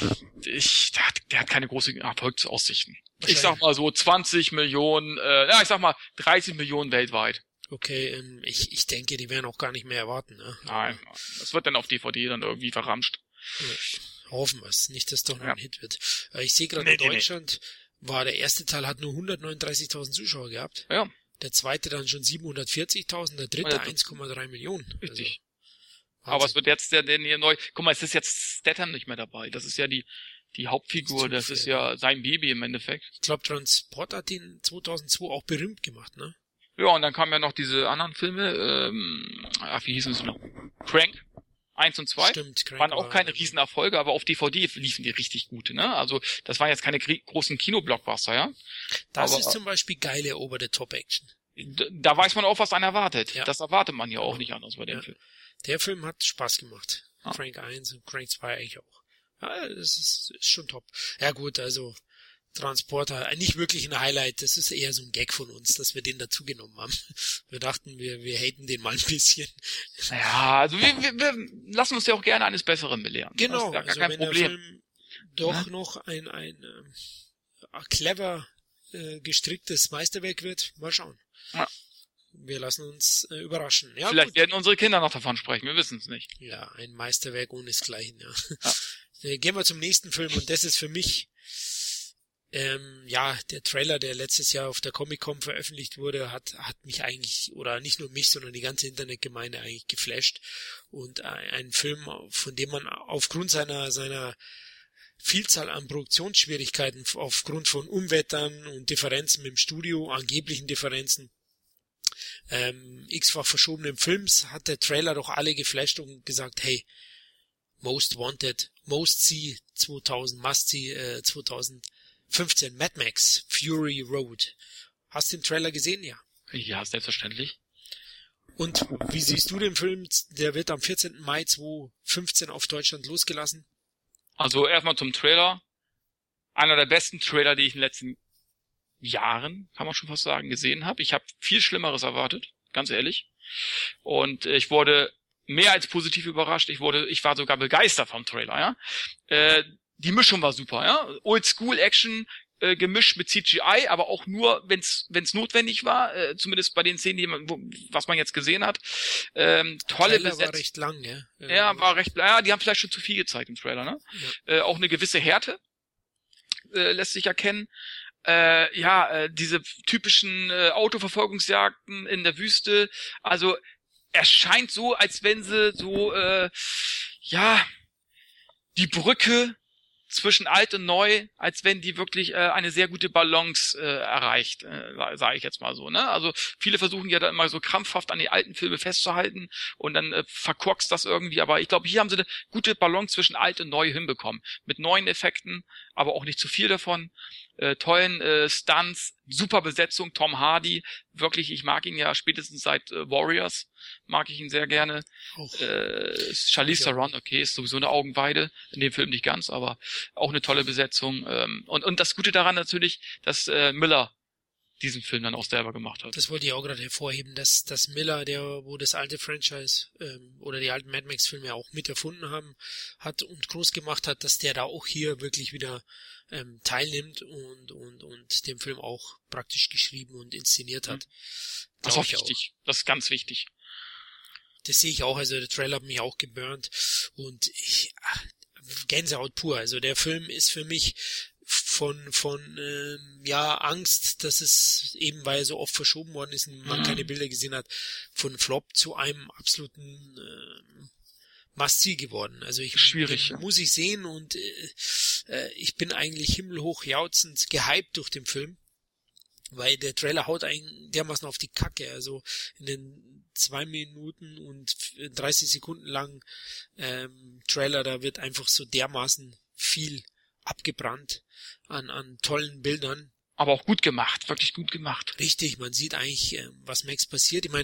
ich, der hat, der hat keine großen Erfolgsaussichten. Ich sag mal so zwanzig Millionen, äh, ja, ich sag mal dreißig Millionen weltweit. Okay, ähm, ich ich denke, die werden auch gar nicht mehr erwarten. Ne? Nein, das wird dann auf D V D dann irgendwie verramscht. Ja. Hoffen wir es, nicht, dass es doch noch ja. ein Hit wird. Ich sehe gerade, nee, in Deutschland nee. war der erste Teil hat nur hundertneununddreißigtausend Zuschauer gehabt. Ja. Der zweite dann schon siebenhundertvierzigtausend, der dritte ja, eins Komma drei Millionen. Richtig. Also, aber es wird jetzt der, der hier neu, guck mal, es ist jetzt Statham nicht mehr dabei. Das ist ja die, die Hauptfigur, das, das ist ja sein Baby im Endeffekt. Ich glaube, Transport hat den zweitausendzwei auch berühmt gemacht, ne? Ja, und dann kamen ja noch diese anderen Filme, ähm, ach, wie hießen sie noch? Crank. Eins und zwei Stimmt, Crank waren auch keine Riesenerfolge, aber auf D V D liefen die richtig gut, ne? Also das waren jetzt keine großen Kinoblockbuster, ja? Das aber ist zum Beispiel geile Over-the-Top-Action. Da, da weiß man auch, was einen erwartet. Ja. Das erwartet man ja auch nicht anders bei dem ja. Film. Der Film hat Spaß gemacht. Ah. Crank eins und Crank zwei eigentlich auch. Ja, das ist, ist schon top. Ja gut, also Transporter, nicht wirklich ein Highlight, das ist eher so ein Gag von uns, dass wir den dazugenommen haben. Wir dachten, wir, wir haten den mal ein bisschen. Ja, also wir, wir, wir lassen uns ja auch gerne eines Besseren belehren. Genau, das ist ja gar also kein wenn Problem. der Film doch Ja. noch ein, ein äh, clever äh, gestricktes Meisterwerk wird, mal schauen. Ja. Wir lassen uns äh, überraschen. Ja, Vielleicht gut. werden unsere Kinder noch davon sprechen, wir wissen es nicht. Ja, ein Meisterwerk ohnesgleichen, ja. Ja. Äh, Gehen wir zum nächsten Film und das ist für mich ähm, ja, der Trailer, der letztes Jahr auf der Comic-Con veröffentlicht wurde, hat hat mich eigentlich, oder nicht nur mich, sondern die ganze Internetgemeinde eigentlich geflasht. Und ein, ein Film, von dem man aufgrund seiner seiner Vielzahl an Produktionsschwierigkeiten, aufgrund von Unwettern und Differenzen mit dem Studio, angeblichen Differenzen, ähm, x-fach verschobenen Films, hat der Trailer doch alle geflasht und gesagt, hey, Most Wanted, Most See zweitausend, Must See äh, zweitausendfünfzehn, Mad Max, Fury Road. Hast du den Trailer gesehen? Ja. Ja, selbstverständlich. Und wie siehst du den Film? Der wird am vierzehnten Mai zweitausendfünfzehn auf Deutschland losgelassen. Also erstmal zum Trailer. Einer der besten Trailer, die ich in den letzten Jahren, kann man schon fast sagen, gesehen habe. Ich habe viel Schlimmeres erwartet, ganz ehrlich. Und ich wurde mehr als positiv überrascht. Ich wurde, ich war sogar begeistert vom Trailer, ja. Äh, die Mischung war super, ja. Oldschool-Action, äh, gemischt mit C G I, aber auch nur, wenn's wenn's notwendig war, äh, zumindest bei den Szenen, die man, wo, was man jetzt gesehen hat. Ähm, tolle Trailer Besetzung. war recht lang, ja. Ja, war recht, ja, die haben vielleicht schon zu viel gezeigt im Trailer, ne? Ja. Äh, auch eine gewisse Härte äh, lässt sich erkennen. Äh, ja, äh, diese typischen äh, Autoverfolgungsjagden in der Wüste, also es scheint so, als wenn sie so, äh, ja, die Brücke zwischen alt und neu, als wenn die wirklich äh, eine sehr gute Balance äh, erreicht, äh, sage ich jetzt mal so. Ne? Also viele versuchen ja da immer so krampfhaft an die alten Filme festzuhalten und dann äh, verkorkst das irgendwie. Aber ich glaube, hier haben sie eine gute Balance zwischen alt und neu hinbekommen. Mit neuen Effekten, aber auch nicht zu viel davon. Äh, tollen äh, Stunts, super Besetzung, Tom Hardy, wirklich, ich mag ihn ja spätestens seit äh, Warriors, mag ich ihn sehr gerne. Auch. Äh, Charlize Theron, okay, ist sowieso eine Augenweide, in dem Film nicht ganz, aber auch eine tolle Besetzung. Ähm, und, und das Gute daran natürlich, dass äh, Miller diesen Film dann auch selber gemacht hat. Das wollte ich auch gerade hervorheben, dass, dass Miller, der, wo das alte Franchise ähm, oder die alten Mad Max-Filme auch mit erfunden haben, hat und groß gemacht hat, dass der da auch hier wirklich wieder ähm, teilnimmt und, und, und den Film auch praktisch geschrieben und inszeniert hat. Mhm. Das ist auch wichtig. Auch. Das ist ganz wichtig. Das sehe ich auch, also der Trailer hat mich auch geburnt und ich, ach, Gänsehaut pur. Also der Film ist für mich von von ähm, ja Angst, dass es eben, weil er so oft verschoben worden ist und man mhm. keine Bilder gesehen hat, von Flop zu einem absoluten äh, Must-See geworden. Also ich Schwierig, den, ja. muss ich sehen und äh, ich bin eigentlich himmelhoch jauchzend gehypt durch den Film, weil der Trailer haut einen dermaßen auf die Kacke. Also in den zwei Minuten und dreißig Sekunden lang ähm, Trailer, da wird einfach so dermaßen viel abgebrannt an an tollen Bildern. Aber auch gut gemacht, wirklich gut gemacht. Richtig, man sieht eigentlich, äh, was Max passiert. Ich meine,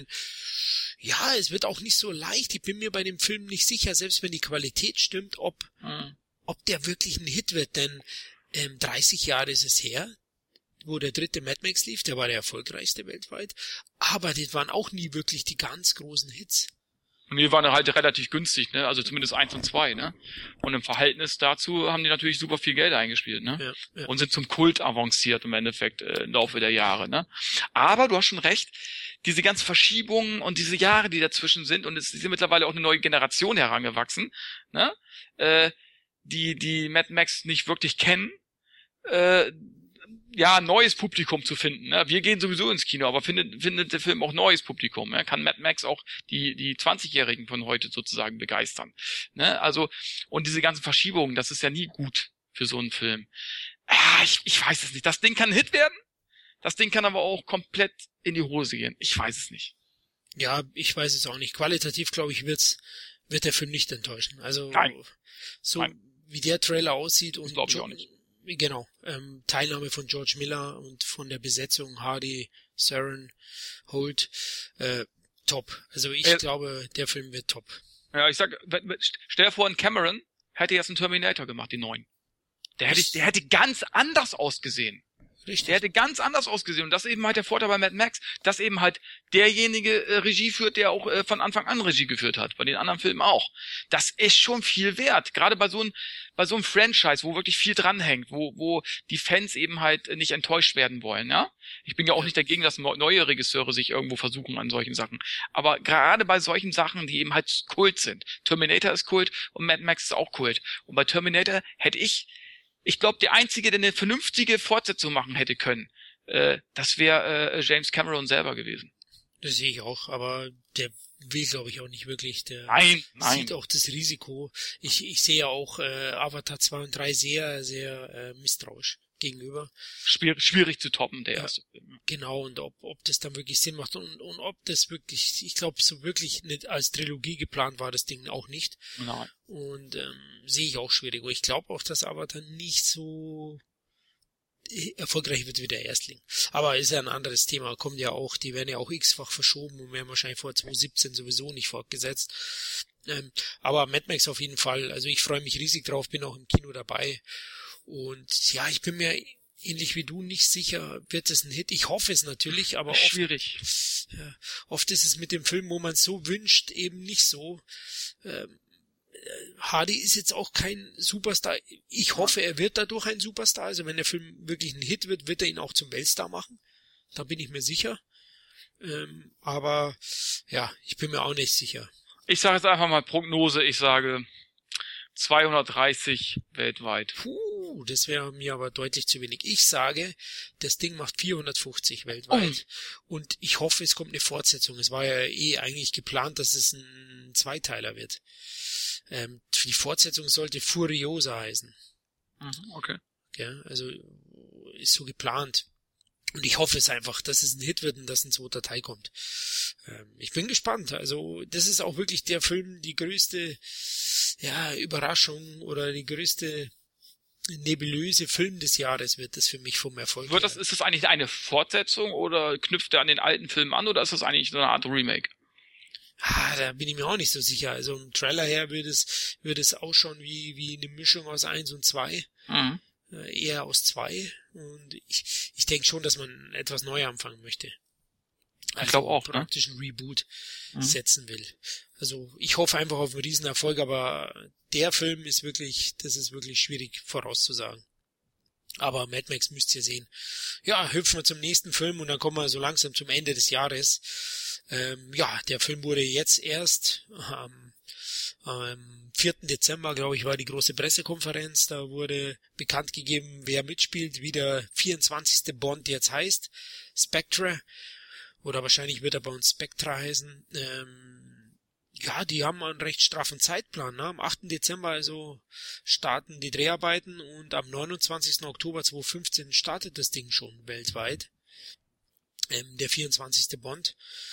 ja, es wird auch nicht so leicht. Ich bin mir bei dem Film nicht sicher, selbst wenn die Qualität stimmt, ob mhm. ob der wirklich ein Hit wird. Denn ähm, dreißig Jahre ist es her, wo der dritte Mad Max lief. Der war der erfolgreichste weltweit. Aber das waren auch nie wirklich die ganz großen Hits. Und die waren halt relativ günstig, ne? Also zumindest eins und zwei, ne? Und im Verhältnis dazu haben die natürlich super viel Geld eingespielt, ne? Ja, ja. Und sind zum Kult avanciert im Endeffekt äh, im Laufe der Jahre, ne? Aber du hast schon recht, diese ganzen Verschiebungen und diese Jahre, die dazwischen sind, und es ist mittlerweile auch eine neue Generation herangewachsen, ne? Äh, die die Mad Max nicht wirklich kennen, äh, ja, neues Publikum zu finden. Ne? Wir gehen sowieso ins Kino, aber findet, findet der Film auch neues Publikum? Ne? Kann Mad Max auch die die zwanzigjährigen von heute sozusagen begeistern? Ne? Also, und diese ganzen Verschiebungen, das ist ja nie gut für so einen Film. Ah, ich, ich weiß es nicht. Das Ding kann ein Hit werden, das Ding kann aber auch komplett in die Hose gehen. Ich weiß es nicht. Ja, ich weiß es auch nicht. Qualitativ, glaube ich, wird's, wird der Film nicht enttäuschen. Also, Nein. so Nein. wie der Trailer aussieht und glaube ich auch nicht. Genau, ähm, Teilnahme von George Miller und von der Besetzung Hardy, Theron, Holt, äh, top. Also ich äh, glaube, der Film wird top. Ja, ich sag, stell dir vor, ein Cameron hätte jetzt einen Terminator gemacht, die neuen. Der hätte, der hätte ganz anders ausgesehen. Richtig. Der hätte ganz anders ausgesehen. Und das eben halt der Vorteil bei Mad Max, dass eben halt derjenige äh, Regie führt, der auch äh, von Anfang an Regie geführt hat. Bei den anderen Filmen auch. Das ist schon viel wert. Gerade bei so einem, bei so einem Franchise, wo wirklich viel dranhängt, wo, wo die Fans eben halt nicht enttäuscht werden wollen, ja. Ich bin ja auch nicht dagegen, dass neue Regisseure sich irgendwo versuchen an solchen Sachen. Aber gerade bei solchen Sachen, die eben halt Kult sind. Terminator ist Kult und Mad Max ist auch Kult. Und bei Terminator hätte ich Ich glaube, der Einzige, der eine vernünftige Fortsetzung machen hätte können, äh, das wäre äh, James Cameron selber gewesen. Das sehe ich auch, aber der will, glaube ich, auch nicht wirklich. Der nein, nein. sieht auch das Risiko. Ich, ich sehe ja auch äh, Avatar zwei und drei sehr, sehr äh, misstrauisch gegenüber. Schwierig, schwierig zu toppen, der ja, erste Film. Genau, und ob, ob das dann wirklich Sinn macht und, und ob das wirklich, ich glaube, so wirklich nicht als Trilogie geplant war, das Ding auch nicht. Nein. Und ähm, sehe ich auch schwierig. Und ich glaube auch, dass Avatar nicht so erfolgreich wird wie der Erstling. Aber ist ja ein anderes Thema. Kommt ja auch, die werden ja auch x-fach verschoben und werden wahrscheinlich vor zwanzig siebzehn sowieso nicht fortgesetzt. Ähm, aber Mad Max auf jeden Fall. Also ich freue mich riesig drauf, bin auch im Kino dabei. Und ja, ich bin mir ähnlich wie du nicht sicher, wird es ein Hit. Ich hoffe es natürlich, aber oft, schwierig. Ja, oft ist es mit dem Film, wo man es so wünscht, eben nicht so. Ähm, Hardy ist jetzt auch kein Superstar. Ich hoffe, er wird dadurch ein Superstar. Also wenn der Film wirklich ein Hit wird, wird er ihn auch zum Weltstar machen. Da bin ich mir sicher. Ähm, aber ja, ich bin mir auch nicht sicher. Ich sage jetzt einfach mal Prognose. Ich sage zweihundertdreißig weltweit. Puh, das wäre mir aber deutlich zu wenig. Ich sage, das Ding macht vierhundertfünfzig weltweit. Oh. Und ich hoffe, es kommt eine Fortsetzung. Es war ja eh eigentlich geplant, dass es ein Zweiteiler wird. Ähm, die Fortsetzung sollte Furiosa heißen. Mhm, okay. Ja, also ist so geplant. Und ich hoffe es einfach, dass es ein Hit wird und dass ein zweiter Teil kommt. Ähm, ich bin gespannt. Also das ist auch wirklich der Film, die größte ja, Überraschung oder die größte nebulöse Film des Jahres wird das für mich vom Erfolg. Wird das, ist das eigentlich eine Fortsetzung oder knüpft er an den alten Film an oder ist das eigentlich so eine Art Remake? Ah, da bin ich mir auch nicht so sicher. Also im Trailer her würde es, würde es ausschauen wie, wie eine Mischung aus eins und zwei. Mhm. Äh, eher aus zwei. Und ich, ich denke schon, dass man etwas neu anfangen möchte. Also ich glaube auch, praktisch einen ne? Reboot mhm. setzen will. Also ich hoffe einfach auf einen Riesenerfolg, aber der Film ist wirklich, das ist wirklich schwierig vorauszusagen. Aber Mad Max müsst ihr sehen. Ja, hüpfen wir zum nächsten Film und dann kommen wir so langsam zum Ende des Jahres. Ähm, ja, der Film wurde jetzt erst am ähm, vierten Dezember, glaube ich, war die große Pressekonferenz. Da wurde bekannt gegeben, wer mitspielt, wie der vierundzwanzigste Bond jetzt heißt. Spectre. Oder wahrscheinlich wird er bei uns Spectra heißen. Ähm, ja, die haben einen recht straffen Zeitplan. Ne? Am achten Dezember also starten die Dreharbeiten und am neunundzwanzigsten Oktober zweitausendfünfzehn startet das Ding schon weltweit. Ähm, der vierundzwanzigste Bond.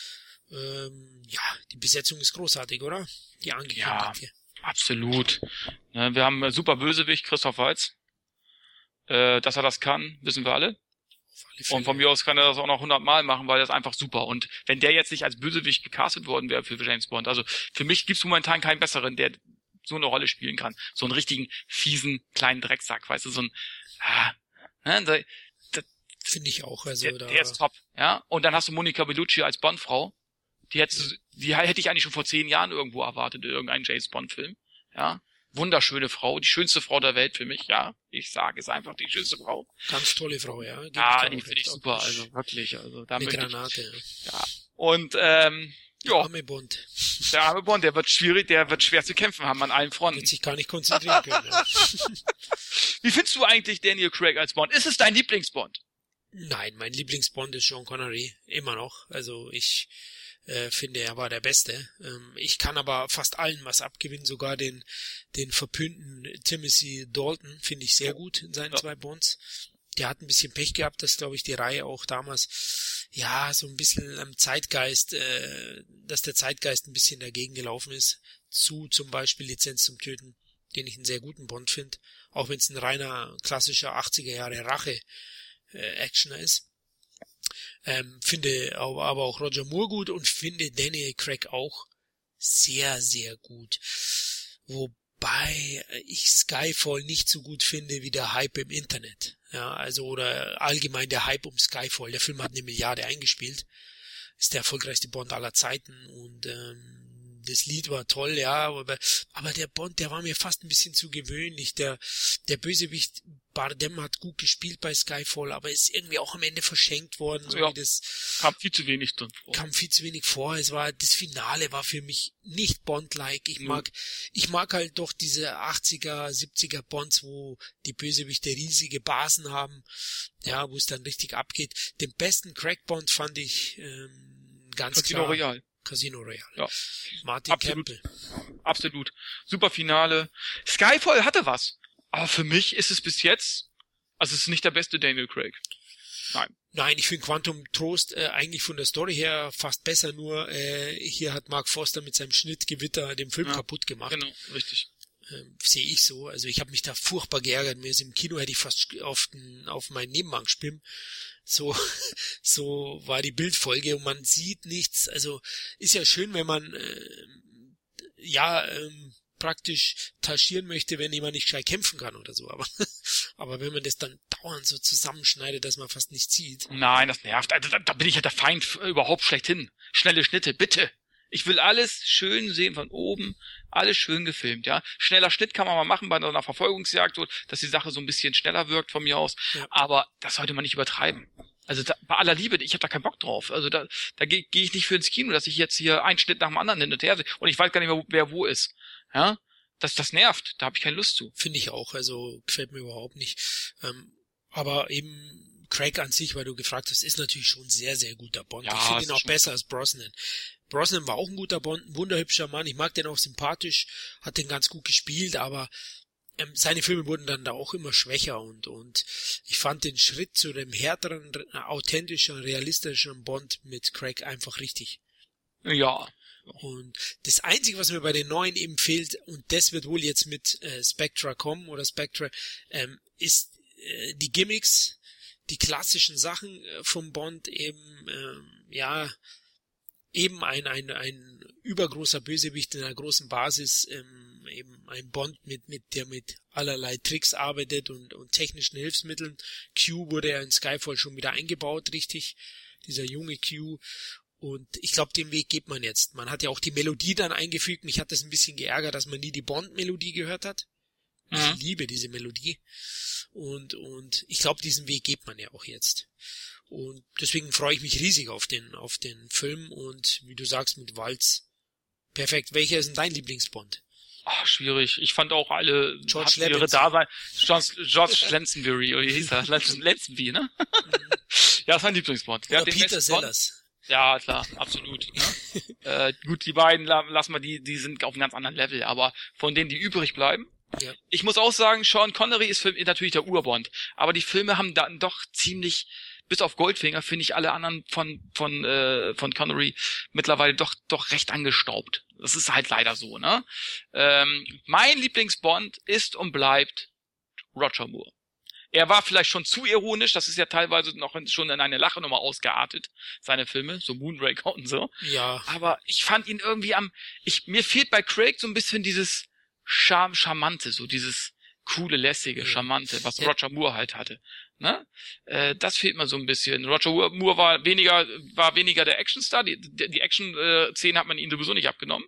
Ähm, ja, die Besetzung ist großartig, oder? Die angekündigte. Ja, absolut. Wir haben super Bösewicht, Christoph Waltz. Äh, dass er das kann, wissen wir alle. Und von mir aus kann er das auch noch hundertmal machen, weil das einfach super. Und wenn der jetzt nicht als Bösewicht gecastet worden wäre für James Bond, also für mich gibt's momentan keinen besseren, der so eine Rolle spielen kann. So einen richtigen, fiesen, kleinen Drecksack, weißt du, so ein, ah, ne, finde ich auch, also der, da der ist top, ja. Und dann hast du Monica Bellucci als Bondfrau. Die hätte, die hätte ich eigentlich schon vor zehn Jahren irgendwo erwartet, in irgendeinem James Bond-Film, ja. Wunderschöne Frau, die schönste Frau der Welt für mich, ja. Ich sage es einfach, die schönste Frau. Ganz tolle Frau, ja. Gebe ja, die finde ich super, also wirklich, also da eine Granate, ich, ja. Und ähm, ja. Der arme Bond. Der arme Bond, der wird schwierig, der wird schwer zu kämpfen haben an allen Fronten. Wird sich gar nicht konzentrieren können. Ja. Wie findest du eigentlich Daniel Craig als Bond? Ist es dein Lieblingsbond? Nein, mein Lieblingsbond ist Sean Connery, immer noch. Also ich äh, finde, er war der Beste. Ähm, ich kann aber fast allen was abgewinnen, sogar den den verpönten Timothy Dalton finde ich sehr gut in seinen ja. zwei Bonds. Der hat ein bisschen Pech gehabt, dass, glaube ich, die Reihe auch damals, ja, so ein bisschen am Zeitgeist, äh, dass der Zeitgeist ein bisschen dagegen gelaufen ist, zu zum Beispiel Lizenz zum Töten, den ich einen sehr guten Bond finde, auch wenn es ein reiner, klassischer achtziger Jahre Rache-Actioner äh, ist. Ähm, finde aber, aber auch Roger Moore gut und finde Daniel Craig auch sehr, sehr gut. Wobei wobei ich Skyfall nicht so gut finde wie der Hype im Internet. Ja, also oder allgemein der Hype um Skyfall. Der Film hat eine Milliarde eingespielt. Ist der erfolgreichste Bond aller Zeiten und ähm, das Lied war toll, ja, aber, aber der Bond, der war mir fast ein bisschen zu gewöhnlich. Der, der Bösewicht Bardem hat gut gespielt bei Skyfall, aber ist irgendwie auch am Ende verschenkt worden. So ja, wie das kam viel zu wenig drin vor. Kam viel zu wenig vor. Es war, das Finale war für mich nicht Bond-like. Ich mag, mhm. ich mag halt doch diese achtziger, siebziger Bonds, wo die Bösewichte riesige Basen haben, ja, wo es dann richtig abgeht. Den besten Crack-Bond fand ich, ähm, ganz Casino klar. Royale. Casino Royale. Ja. Martin Absolut. Campbell. Absolut. Super Finale. Skyfall hatte was. Aber für mich ist es bis jetzt, also es ist nicht der beste Daniel Craig. Nein. Nein, ich finde Quantum Trost äh, eigentlich von der Story her fast besser, nur äh, hier hat Mark Foster mit seinem Schnittgewitter den Film ja, kaputt gemacht. Genau, richtig. Ähm, sehe ich so. Also ich habe mich da furchtbar geärgert. Mir ist im Kino hätte ich fast auf, den, auf meinen Nebenmann gespimmt. So, so war die Bildfolge und man sieht nichts. Also ist ja schön, wenn man äh, ja ähm, praktisch taschieren möchte, wenn jemand nicht gescheit kämpfen kann oder so. Aber aber wenn man das dann dauernd so zusammenschneidet, dass man fast nichts sieht. Nein, das nervt. Also, da, da bin ich ja der Feind überhaupt schlechthin. Schnelle Schnitte, bitte. Ich will alles schön sehen von oben, alles schön gefilmt, ja. Schneller Schnitt kann man mal machen bei einer Verfolgungsjagd, so, dass die Sache so ein bisschen schneller wirkt von mir aus. Ja. Aber das sollte man nicht übertreiben. Also da, bei aller Liebe, ich habe da keinen Bock drauf. Also da, da gehe geh ich nicht für ins Kino, dass ich jetzt hier einen Schnitt nach dem anderen hin und her sehe und ich weiß gar nicht mehr, wer wo ist. Ja, das, das nervt. Da habe ich keine Lust zu. Finde ich auch. Also gefällt mir überhaupt nicht. Ähm, aber eben Craig an sich, weil du gefragt hast, ist natürlich schon sehr, sehr guter Bond. Ja, ich finde ihn auch besser als Brosnan. Brosnan war auch ein guter Bond, ein wunderhübscher Mann. Ich mag den auch sympathisch, hat den ganz gut gespielt, aber ähm, seine Filme wurden dann da auch immer schwächer und und ich fand den Schritt zu dem härteren, authentischen, realistischen Bond mit Craig einfach richtig. Ja. Und das Einzige, was mir bei den neuen eben fehlt, und das wird wohl jetzt mit äh, Spectra kommen oder Spectra, ähm, ist äh, die Gimmicks, die klassischen Sachen äh, vom Bond eben, ähm, ja, eben ein, ein, ein übergroßer Bösewicht in einer großen Basis, ähm, eben ein Bond mit, mit, der mit allerlei Tricks arbeitet und, und technischen Hilfsmitteln. Q wurde ja in Skyfall schon wieder eingebaut, richtig, dieser junge Q. Und ich glaube, den Weg geht man jetzt. Man hat ja auch die Melodie dann eingefügt. Mich hat das ein bisschen geärgert, dass man nie die Bond-Melodie gehört hat. Ich mhm. liebe diese Melodie. Und, und ich glaube, diesen Weg geht man ja auch jetzt. Und deswegen freue ich mich riesig auf den, auf den Film. Und wie du sagst, mit Walz. Perfekt. Welcher ist denn dein Lieblingsbond? Ach, schwierig. Ich fand auch alle George ihre Dasein. George Lansbury, oder wie hieß er? Lansbury, ne? Ja, ist mein Lieblingsbond. Oder Peter Sellers. Ja, klar, absolut. Ne? äh, gut, die beiden lassen wir, die, die sind auf einem ganz anderen Level, aber von denen, die übrig bleiben. Ja. Ich muss auch sagen, Sean Connery ist für, natürlich der Urbond, aber die Filme haben dann doch ziemlich, bis auf Goldfinger, finde ich alle anderen von von äh, von Connery mittlerweile doch doch recht angestaubt. Das ist halt leider so, ne? Ähm, mein Lieblingsbond ist und bleibt Roger Moore. Er war vielleicht schon zu ironisch, das ist ja teilweise noch in, schon in eine Lachnummer ausgeartet, seine Filme, so Moonraker und so. Ja. Aber ich fand ihn irgendwie am, ich, mir fehlt bei Craig so ein bisschen dieses Charm, Charmante, so dieses coole, lässige, ja. Charmante, was ja. Roger Moore halt hatte. Ne? Äh, das fehlt mir so ein bisschen. Roger Moore war weniger, war weniger der Actionstar, die, die, die Action-Szene hat man ihm sowieso nicht abgenommen.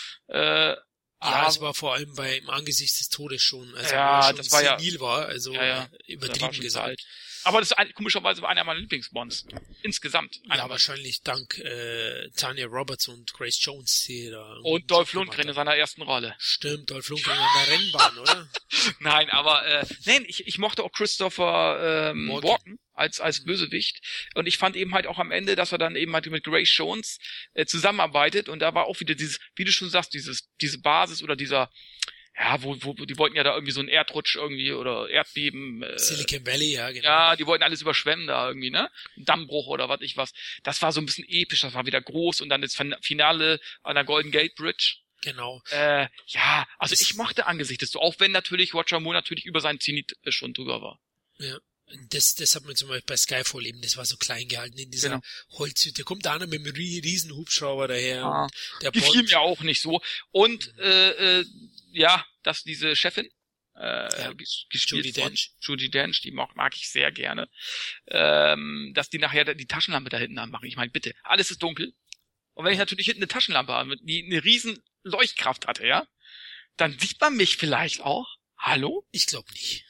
Äh, Ja, es war vor allem beim Angesicht des Todes schon, also ja, schon das war senil ja, war, also ja, ja, übertrieben gesagt. Alt. Aber das ist ein, komischerweise war einer meiner Lieblingsbonds. Insgesamt. Ja, wahrscheinlich dank äh, Tanya Roberts und Grace Jones, die da und Dolph Lundgren in seiner ersten Rolle. Stimmt, Dolph Lundgren an der Rennbahn, oder? Nein, aber äh, nein, ich, ich mochte auch Christopher ähm, Walken. Walken als als Bösewicht und ich fand eben halt auch am Ende, dass er dann eben halt mit Grace Jones äh, zusammenarbeitet und da war auch wieder dieses, wie du schon sagst, dieses diese Basis oder dieser ja, wo, wo, die wollten ja da irgendwie so einen Erdrutsch irgendwie oder Erdbeben. Äh, Silicon Valley, ja, genau. Ja, die wollten alles überschwemmen da irgendwie, ne? Dammbruch oder was ich was. Das war so ein bisschen episch, das war wieder groß und dann das Finale an der Golden Gate Bridge. Genau. Äh, ja, also ich mochte angesichts so, auch wenn natürlich Roger Moore natürlich über seinen Zenit schon drüber war. Ja. Das, das hat man zum Beispiel bei Skyfall eben, das war so klein gehalten in dieser genau. Holzhütte. Kommt da einer mit einem riesen Hubschrauber daher. Ah, und der gefiel mir auch nicht so. Und, äh, äh, ja, dass diese Chefin, äh, ja. gespielt Judi von Dench. Judi Dench, die mag, mag ich sehr gerne, ähm, dass die nachher die Taschenlampe da hinten anmachen. Ich meine, bitte, alles ist dunkel. Und wenn ich natürlich hinten eine Taschenlampe habe, die eine riesen Leuchtkraft hatte, ja, dann sieht man mich vielleicht auch. Hallo? Ich glaube nicht.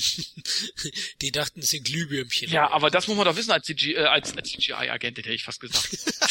Die dachten, es sind Glühbirnchen. Ja, aber das muss man doch wissen als, C G, äh, als, als C G I-Agent, hätte ich fast gesagt.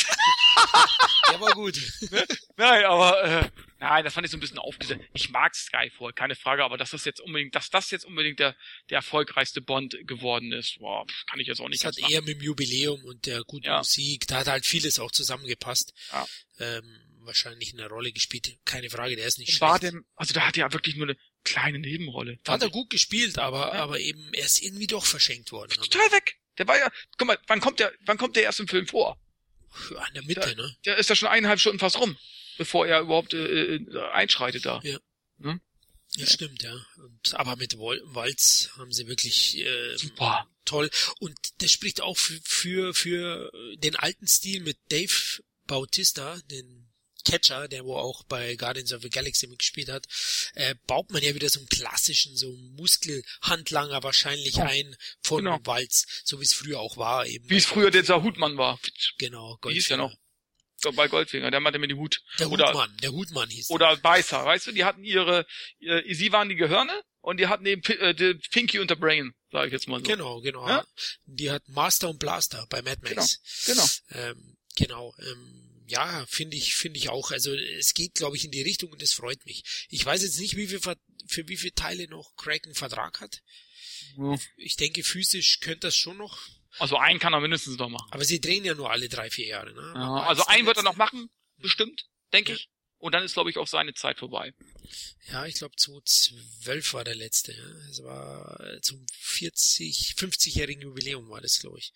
Der war gut. Ne? Nein, aber äh, nein, das fand ich so ein bisschen aufgesetzt. Ich mag Skyfall, keine Frage, aber dass das jetzt unbedingt, dass das jetzt unbedingt der der erfolgreichste Bond geworden ist, boah, kann ich jetzt auch nicht. Das hat sagen. eher mit dem Jubiläum und der guten ja. Musik, da hat halt vieles auch zusammengepasst. Ja. Ähm, wahrscheinlich eine Rolle gespielt, keine Frage, der ist nicht War schlecht. dem, also da hat er ja wirklich nur eine kleine Nebenrolle. Hat er gut gespielt, aber ja. aber eben er ist irgendwie doch verschenkt worden. Total weg. Der war ja, guck mal, wann kommt der, wann kommt der erst im Film vor? An der Mitte, der, ne? Der ist ja schon eineinhalb Stunden fast rum, bevor er überhaupt äh, äh, einschreitet da. Ja. Hm? Ja, stimmt, ja. Und, aber mit Waltz haben sie wirklich äh, super toll. Und das spricht auch für, für für den alten Stil mit Dave Bautista, den Catcher, der wo auch bei Guardians of the Galaxy mitgespielt hat, äh, baut man ja wieder so einen klassischen, so einen Muskelhandlanger wahrscheinlich ein von genau. Waltz, so wie es früher auch war. Eben. Wie es früher dieser Hutmann war. Genau, Goldfinger. Wie hieß der noch? Bei Goldfinger, der meinte mit dem Hut. Der oder, Hutmann, der Hutmann hieß der. Oder Beißer, weißt du, die hatten ihre, ihre, sie waren die Gehirne und die hatten eben äh, die Pinky und der Brain, sage ich jetzt mal so. Genau, genau. Ja? Die hatten Master und Blaster bei Mad Max. Genau, genau. Ähm, genau, ähm, ja, finde ich, finde ich auch. Also es geht, glaube ich, in die Richtung und das freut mich. Ich weiß jetzt nicht, wie viel für wie viele Teile noch Craig einen Vertrag hat. Ja. Ich denke, physisch könnte das schon noch. Also einen kann er mindestens noch machen. Aber sie drehen ja nur alle drei, vier Jahre, ne? Ja, also einen wird er noch machen, bestimmt, denke ja. ich. Und dann ist, glaube ich, auch seine Zeit vorbei. Ja, ich glaube, zweitausendzwölf war der letzte. Ja. Es war zum vierzig, fünfzigjährigen Jubiläum war das, glaube ich.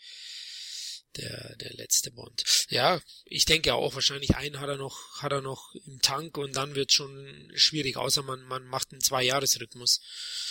Der, der letzte Bond. Ja, ich denke auch, wahrscheinlich einen hat er noch, hat er noch im Tank und dann wird schon schwierig, außer man, man macht einen Zwei-Jahres-Rhythmus.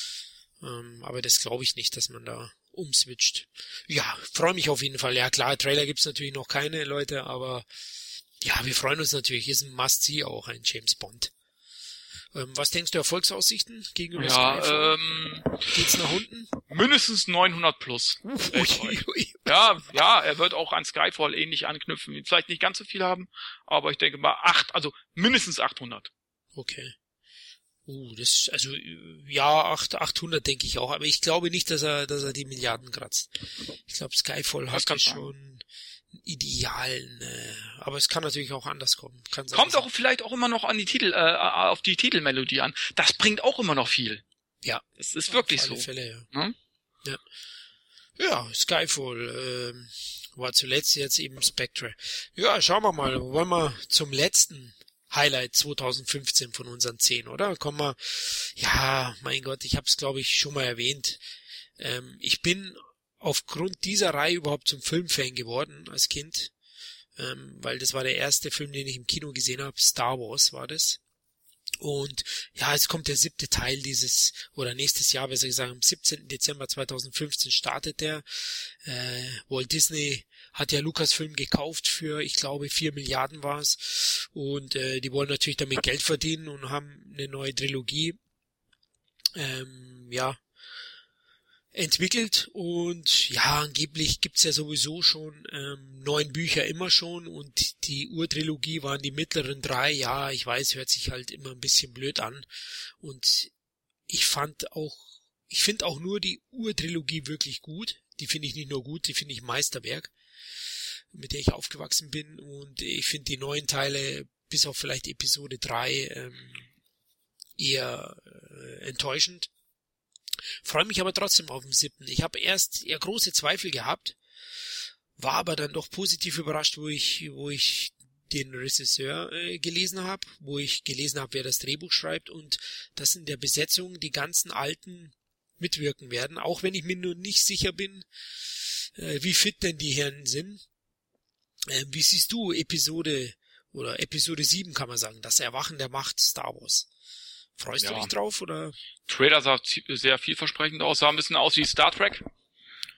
Ähm, aber das glaube ich nicht, dass man da umswitcht. Ja, freue mich auf jeden Fall. Ja klar, Trailer gibt's natürlich noch keine, Leute, aber ja, wir freuen uns natürlich. Ist ein Must-See auch, ein James Bond. Ähm, was denkst du, Erfolgsaussichten gegenüber ja, Skyfall? Ähm, Geht's nach unten? Mindestens neunhundert plus. Ui, ui. Ja, ja, er wird auch an Skyfall ähnlich anknüpfen. Vielleicht nicht ganz so viel haben, aber ich denke mal acht, also mindestens achthundert. Okay. Uh, das, also, ja, achthundert denke ich auch, aber ich glaube nicht, dass er, dass er die Milliarden kratzt. Ich glaube, Skyfall hat ja schon einen idealen, äh, aber es kann natürlich auch anders kommen. Kann sein, Kommt auch vielleicht auch immer noch an die Titel, äh, auf die Titelmelodie an. Das bringt auch immer noch viel. Ja. Es ist wirklich auf alle so. Fälle, ja. Hm? Ja. Ja, Skyfall, ähm, war zuletzt jetzt eben Spectre. Ja, schauen wir mal, wollen wir zum letzten Highlight zweitausendfünfzehn von unseren zehn, oder? Kommen wir, ja, mein Gott, ich habe es, glaube ich, schon mal erwähnt. Ähm, ich bin aufgrund dieser Reihe überhaupt zum Filmfan geworden als Kind, ähm, weil das war der erste Film, den ich im Kino gesehen habe. Star Wars war das. Und ja, es kommt der siebte Teil dieses, oder nächstes Jahr, besser gesagt, am siebzehnten Dezember zweitausendfünfzehn startet der. Äh, Walt Disney hat ja Lucasfilm gekauft für, ich glaube, vier Milliarden war es. Und äh, die wollen natürlich damit Geld verdienen und haben eine neue Trilogie ähm, ja entwickelt. Und ja, angeblich gibt's ja sowieso schon ähm, neun Bücher immer schon. Und die Urtrilogie waren die mittleren drei. Ja, ich weiß, hört sich halt immer ein bisschen blöd an. Und ich fand auch, ich finde auch nur die Urtrilogie wirklich gut. Die finde ich nicht nur gut, die finde ich Meisterwerk, mit der ich aufgewachsen bin, und ich finde die neuen Teile, bis auf vielleicht Episode drei, ähm, eher äh, enttäuschend. Freue mich aber trotzdem auf den siebten. Ich habe erst eher große Zweifel gehabt, war aber dann doch positiv überrascht, wo ich, wo ich den Regisseur äh, gelesen habe, wo ich gelesen habe, wer das Drehbuch schreibt, und dass in der Besetzung die ganzen Alten mitwirken werden, auch wenn ich mir nur nicht sicher bin, äh, wie fit denn die Herren sind. Äh, wie siehst du Episode oder Episode sieben, kann man sagen, das Erwachen der Macht, Star Wars? Freust ja. du dich drauf, oder? Trailer sah sehr vielversprechend aus, sah ein bisschen aus wie Star Trek.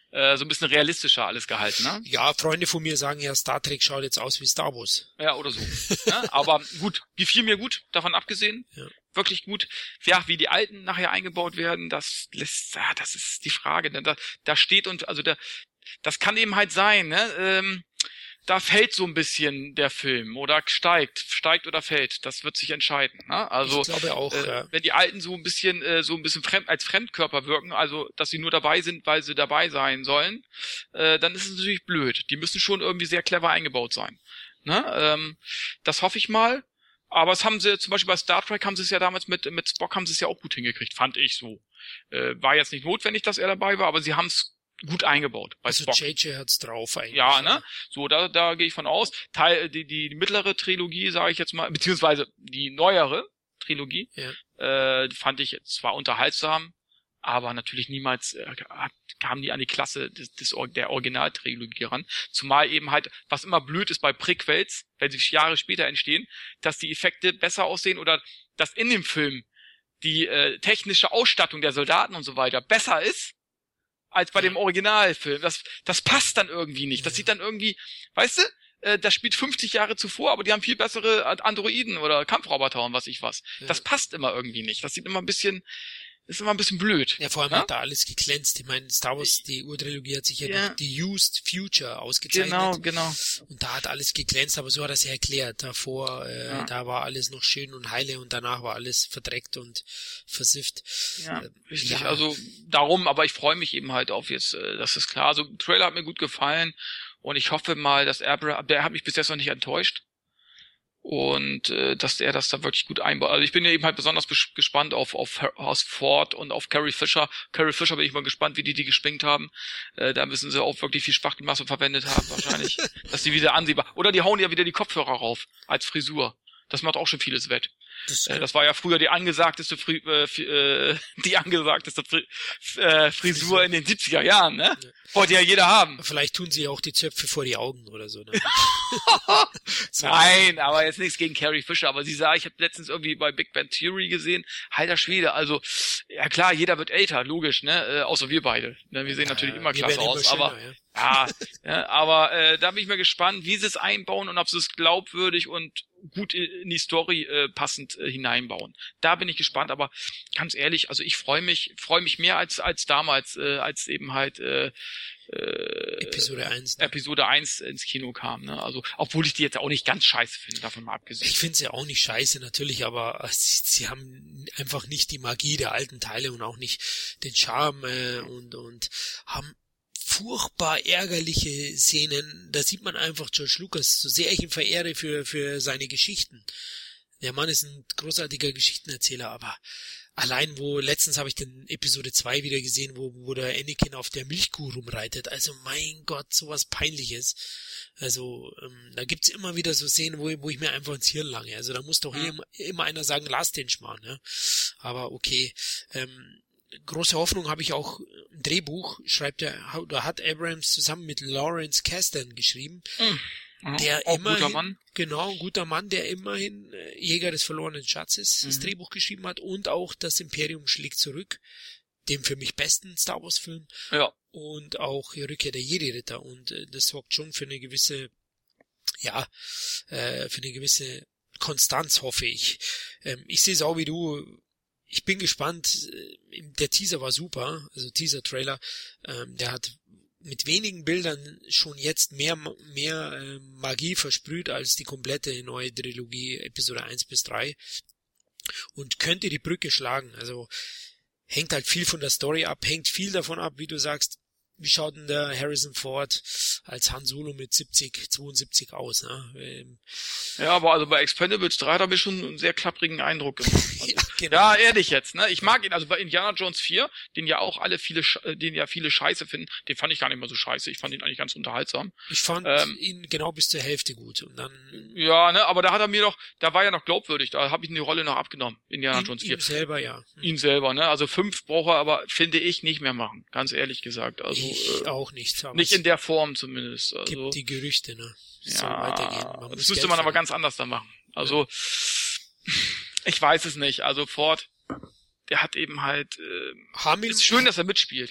äh, so ein bisschen realistischer alles gehalten, ne? Ja, Freunde von mir sagen ja, Star Trek schaut jetzt aus wie Star Wars. Ja, oder so. Ja, aber gut, gefiel mir gut, davon abgesehen. Ja. Wirklich gut. Ja, wie die Alten nachher eingebaut werden, das lässt, ja, das ist die Frage. Da, da steht und, also da, das kann eben halt sein, ne? Ähm, da fällt so ein bisschen der Film oder steigt, steigt oder fällt. Das wird sich entscheiden. Ne? Also ich glaube auch, äh, ja. wenn die Alten so ein bisschen, äh, so ein bisschen fremd, als Fremdkörper wirken, also dass sie nur dabei sind, weil sie dabei sein sollen, äh, dann ist es natürlich blöd. Die müssen schon irgendwie sehr clever eingebaut sein. Ne? Ähm, das hoffe ich mal. Aber es haben sie, zum Beispiel bei Star Trek haben sie es ja damals mit mit Spock haben sie es ja auch gut hingekriegt, fand ich so. Äh, war jetzt nicht notwendig, dass er dabei war, aber sie haben es gut eingebaut bei also Spock. J J hat's drauf eigentlich. Ja, ne? So, da, da gehe ich von aus. Teil, die, die mittlere Trilogie, sage ich jetzt mal, beziehungsweise die neuere Trilogie, ja. äh, fand ich zwar unterhaltsam, aber natürlich niemals äh, kamen die an die Klasse des, des, der Originaltrilogie ran. Zumal eben halt, was immer blöd ist bei Prequels, wenn sie Jahre später entstehen, dass die Effekte besser aussehen oder dass in dem Film die äh, technische Ausstattung der Soldaten und so weiter besser ist, als bei ja. dem Originalfilm. Das, das passt dann irgendwie nicht. Das ja. sieht dann irgendwie, weißt du, äh, das spielt fünfzig Jahre zuvor, aber die haben viel bessere Androiden oder Kampfroboter und was ich was. Ja. Das passt immer irgendwie nicht. Das sieht immer ein bisschen, ist immer ein bisschen blöd. Ja, vor allem ja? hat da alles geglänzt. Ich meine, Star Wars, die Urtrilogie hat sich ja, ja. durch die Used Future ausgezeichnet. Genau, genau. Und da hat alles geglänzt, aber so hat er es ja erklärt. Davor, äh, ja. da war alles noch schön und heile und danach war alles verdreckt und versifft. Ja, äh, richtig. Ja. Also darum, aber ich freue mich eben halt auf jetzt, äh, das ist klar. Also Trailer hat mir gut gefallen und ich hoffe mal, dass Abraham, der hat mich bis jetzt noch nicht enttäuscht. Und äh, dass er das da wirklich gut einbaut. Also ich bin ja eben halt besonders bes- gespannt auf auf House Ford und auf Carrie Fisher. Carrie Fisher bin ich mal gespannt, wie die die geschminkt haben. Äh, da müssen sie auch wirklich viel Spachtelmasse verwendet haben wahrscheinlich, dass die wieder ansehbar. Oder die hauen ja wieder die Kopfhörer rauf als Frisur. Das macht auch schon vieles wett. Das, äh, das war ja früher die angesagteste Fri- äh, die angesagteste Fri- äh, Frisur, Frisur in den siebziger Jahren, ne? Ja. Wollte ja jeder haben. Vielleicht tun sie auch die Zöpfe vor die Augen oder so. Ne? so. Nein, aber jetzt nichts gegen Carrie Fisher. Aber sie sah, ich habe letztens irgendwie bei Big Bang Theory gesehen, alter Schwede, also, ja klar, jeder wird älter, logisch, ne? Äh, außer wir beide. Ne? Wir sehen ja, natürlich immer klasse aus, immer schöner, aber ja, ja, ja aber äh, da bin ich mal gespannt, wie sie es einbauen und ob sie es glaubwürdig und gut in die Story äh, passend äh, hineinbauen. Da bin ich gespannt, aber ganz ehrlich, also ich freue mich, freue mich mehr als als damals, äh, als eben halt äh, äh, Episode eins, ne? Episode eins ins Kino kam, ne? Also, obwohl ich die jetzt auch nicht ganz scheiße finde, davon mal abgesehen. Ich finde sie auch nicht scheiße, natürlich, aber sie, sie haben einfach nicht die Magie der alten Teile und auch nicht den Charme äh, und und haben furchtbar ärgerliche Szenen. Da sieht man einfach George Lucas, so sehr ich ihn verehre für für seine Geschichten. Der Mann ist ein großartiger Geschichtenerzähler, aber allein wo, letztens habe ich den Episode zwei wieder gesehen, wo wo der Anakin auf der Milchkuh rumreitet. Also mein Gott, sowas Peinliches. Also ähm, da gibt's immer wieder so Szenen, wo, wo ich mir einfach ins Hirn lange. Also da muss doch ja. immer, immer einer sagen, lass den Schmarrn. Ja? Aber okay, ähm, große Hoffnung habe ich auch im Drehbuch, schreibt er, da hat Abrams zusammen mit Lawrence Kasdan geschrieben, mhm. der auch immerhin, guter Mann. Genau, ein guter Mann, der immerhin äh, Jäger des verlorenen Schatzes mhm. das Drehbuch geschrieben hat und auch das Imperium schlägt zurück, dem für mich besten Star Wars Film. Ja. Und auch die Rückkehr der Jedi-Ritter und äh, das sorgt schon für eine gewisse, ja, äh, für eine gewisse Konstanz, hoffe ich. Ähm, ich sehe es auch wie du. Ich bin gespannt. Der Teaser war super, also Teaser-Trailer. Ähm, der hat mit wenigen Bildern schon jetzt mehr mehr äh, Magie versprüht als die komplette neue Trilogie Episode eins bis drei und könnte die Brücke schlagen. Also hängt halt viel von der Story ab, hängt viel davon ab, wie du sagst, wie schaut denn der Harrison Ford als Han Solo mit siebzig, zweiundsiebzig aus, ne? Ähm, ja, aber also bei Expendables drei hat er mir schon einen sehr klapprigen Eindruck gemacht. Also, ja, genau. Ja, ehrlich jetzt, ne? Ich mag ihn, also bei Indiana Jones vier, den ja auch alle viele, den ja viele scheiße finden, den fand ich gar nicht mal so scheiße. Ich fand ihn eigentlich ganz unterhaltsam. Ich fand ähm, ihn genau bis zur Hälfte gut und dann. Ja, ne, aber da hat er mir doch, da war er noch glaubwürdig, da habe ich ihm die Rolle noch abgenommen, Indiana ihn, Jones vier. Ihn selber, ja. Ihn selber, ne? Also fünf braucht er aber, finde ich, nicht mehr machen, ganz ehrlich gesagt. Also ich äh, auch nicht. Aber nicht in der Form zumindest. Also, gibt die Gerüchte, ne? Ja, soll weitergehen. Man das müsste man aber ganz anders dann machen. Also ja. Ich weiß es nicht. Also Ford, der hat eben halt. Äh, Hamilton, ist schön, dass er mitspielt, ja.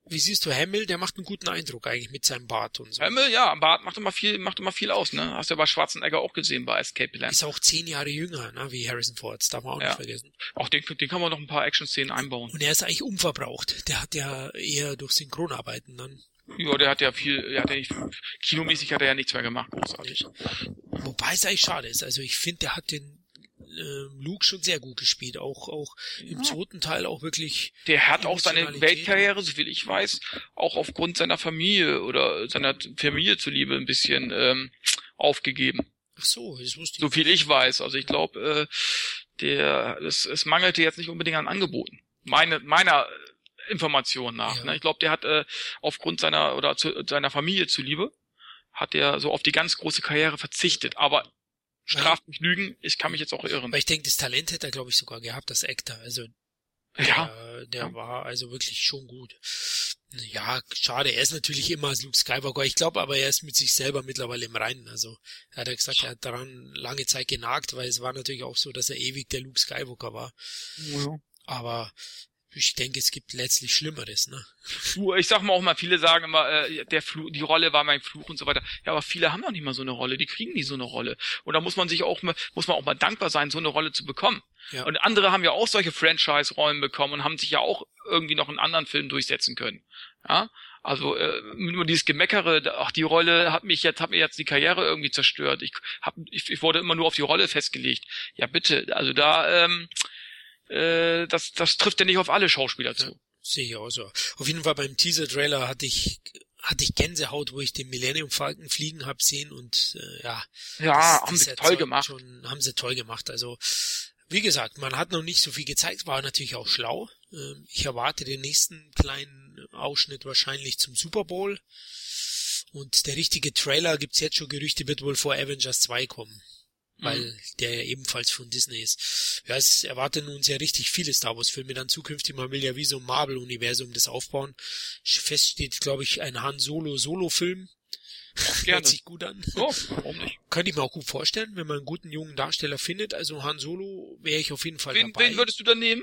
wie siehst du Hamill? Der macht einen guten Eindruck eigentlich mit seinem Bart und so. Hamill, ja, Bart macht immer viel, macht immer viel aus, ne? Hast du ja bei Schwarzenegger auch gesehen bei Escape Plan. Ist auch zehn Jahre jünger, ne, wie Harrison Ford, das darf man auch ja. nicht vergessen. Auch den, den kann man noch ein paar Action-Szenen einbauen. Und er ist eigentlich unverbraucht. Der hat ja eher durch Synchronarbeiten dann. Ja, der hat ja viel, der hat ja nicht, kinomäßig hat er ja nichts mehr gemacht, großartig. Wobei es eigentlich schade ist. Also ich finde, der hat den äh, Luke schon sehr gut gespielt. Auch auch im ja. zweiten Teil auch wirklich. Der hat auch seine Weltkarriere, soviel ich weiß, auch aufgrund seiner Familie oder seiner Familie zuliebe ein bisschen ähm, aufgegeben. Ach so, das wusste ich. So viel ich weiß. Also ich glaube, äh, der es, es mangelte jetzt nicht unbedingt an Angeboten. Meine meiner Information nach. Ja. Ne? Ich glaube, der hat äh, aufgrund seiner oder zu, seiner Familie zuliebe hat er so auf die ganz große Karriere verzichtet. Aber straft mich Lügen, ich kann mich jetzt auch irren. Weil ich denke, das Talent hätte er, glaube ich, sogar gehabt, das Actor. Also der, ja. der ja. war also wirklich schon gut. Ja, schade, er ist natürlich immer als Luke Skywalker. Ich glaube aber, er ist mit sich selber mittlerweile im Reinen. Also er hat ja gesagt, er hat daran lange Zeit genagt, weil es war natürlich auch so, dass er ewig der Luke Skywalker war. Ja. Aber ich denke, es gibt letztlich Schlimmeres, ne? Du, ich sag mal auch mal, viele sagen immer, äh, der Fluch, die Rolle war mein Fluch und so weiter. Ja, aber viele haben noch nicht mal so eine Rolle, die kriegen nie so eine Rolle. Und da muss man sich auch mal, muss man auch mal dankbar sein, so eine Rolle zu bekommen. Ja. Und andere haben ja auch solche Franchise-Rollen bekommen und haben sich ja auch irgendwie noch in anderen Filmen durchsetzen können. Ja? Also äh, nur dieses Gemeckere, ach, die Rolle hat mich jetzt, hat mir jetzt die Karriere irgendwie zerstört. Ich hab, ich, ich wurde immer nur auf die Rolle festgelegt. Ja, bitte, also da, ähm, äh, das, das trifft ja nicht auf alle Schauspieler zu. Ja, sehe ich auch so. Auf jeden Fall beim Teaser-Trailer hatte ich hatte ich Gänsehaut, wo ich den Millennium Falcon fliegen hab sehen und äh, ja. Ja, das, haben sie toll gemacht. Schon, haben sie toll gemacht. Also wie gesagt, man hat noch nicht so viel gezeigt, war natürlich auch schlau. Ähm, ich erwarte den nächsten kleinen Ausschnitt wahrscheinlich zum Super Bowl. Und der richtige Trailer, gibt's jetzt schon Gerüchte, wird wohl vor Avengers zwei kommen. Weil mhm. der ja ebenfalls von Disney ist. Ja, es erwarten uns ja richtig viele Star Wars Filme dann zukünftig. Man will ja wie so ein Marvel-Universum das aufbauen. Fest steht, glaube ich, ein Han Solo Solo-Film. Hört sich gut an. Oh, warum nicht? Könnte ich mir auch gut vorstellen, wenn man einen guten jungen Darsteller findet. Also Han Solo wäre ich auf jeden Fall wen, dabei. Wen würdest du da nehmen?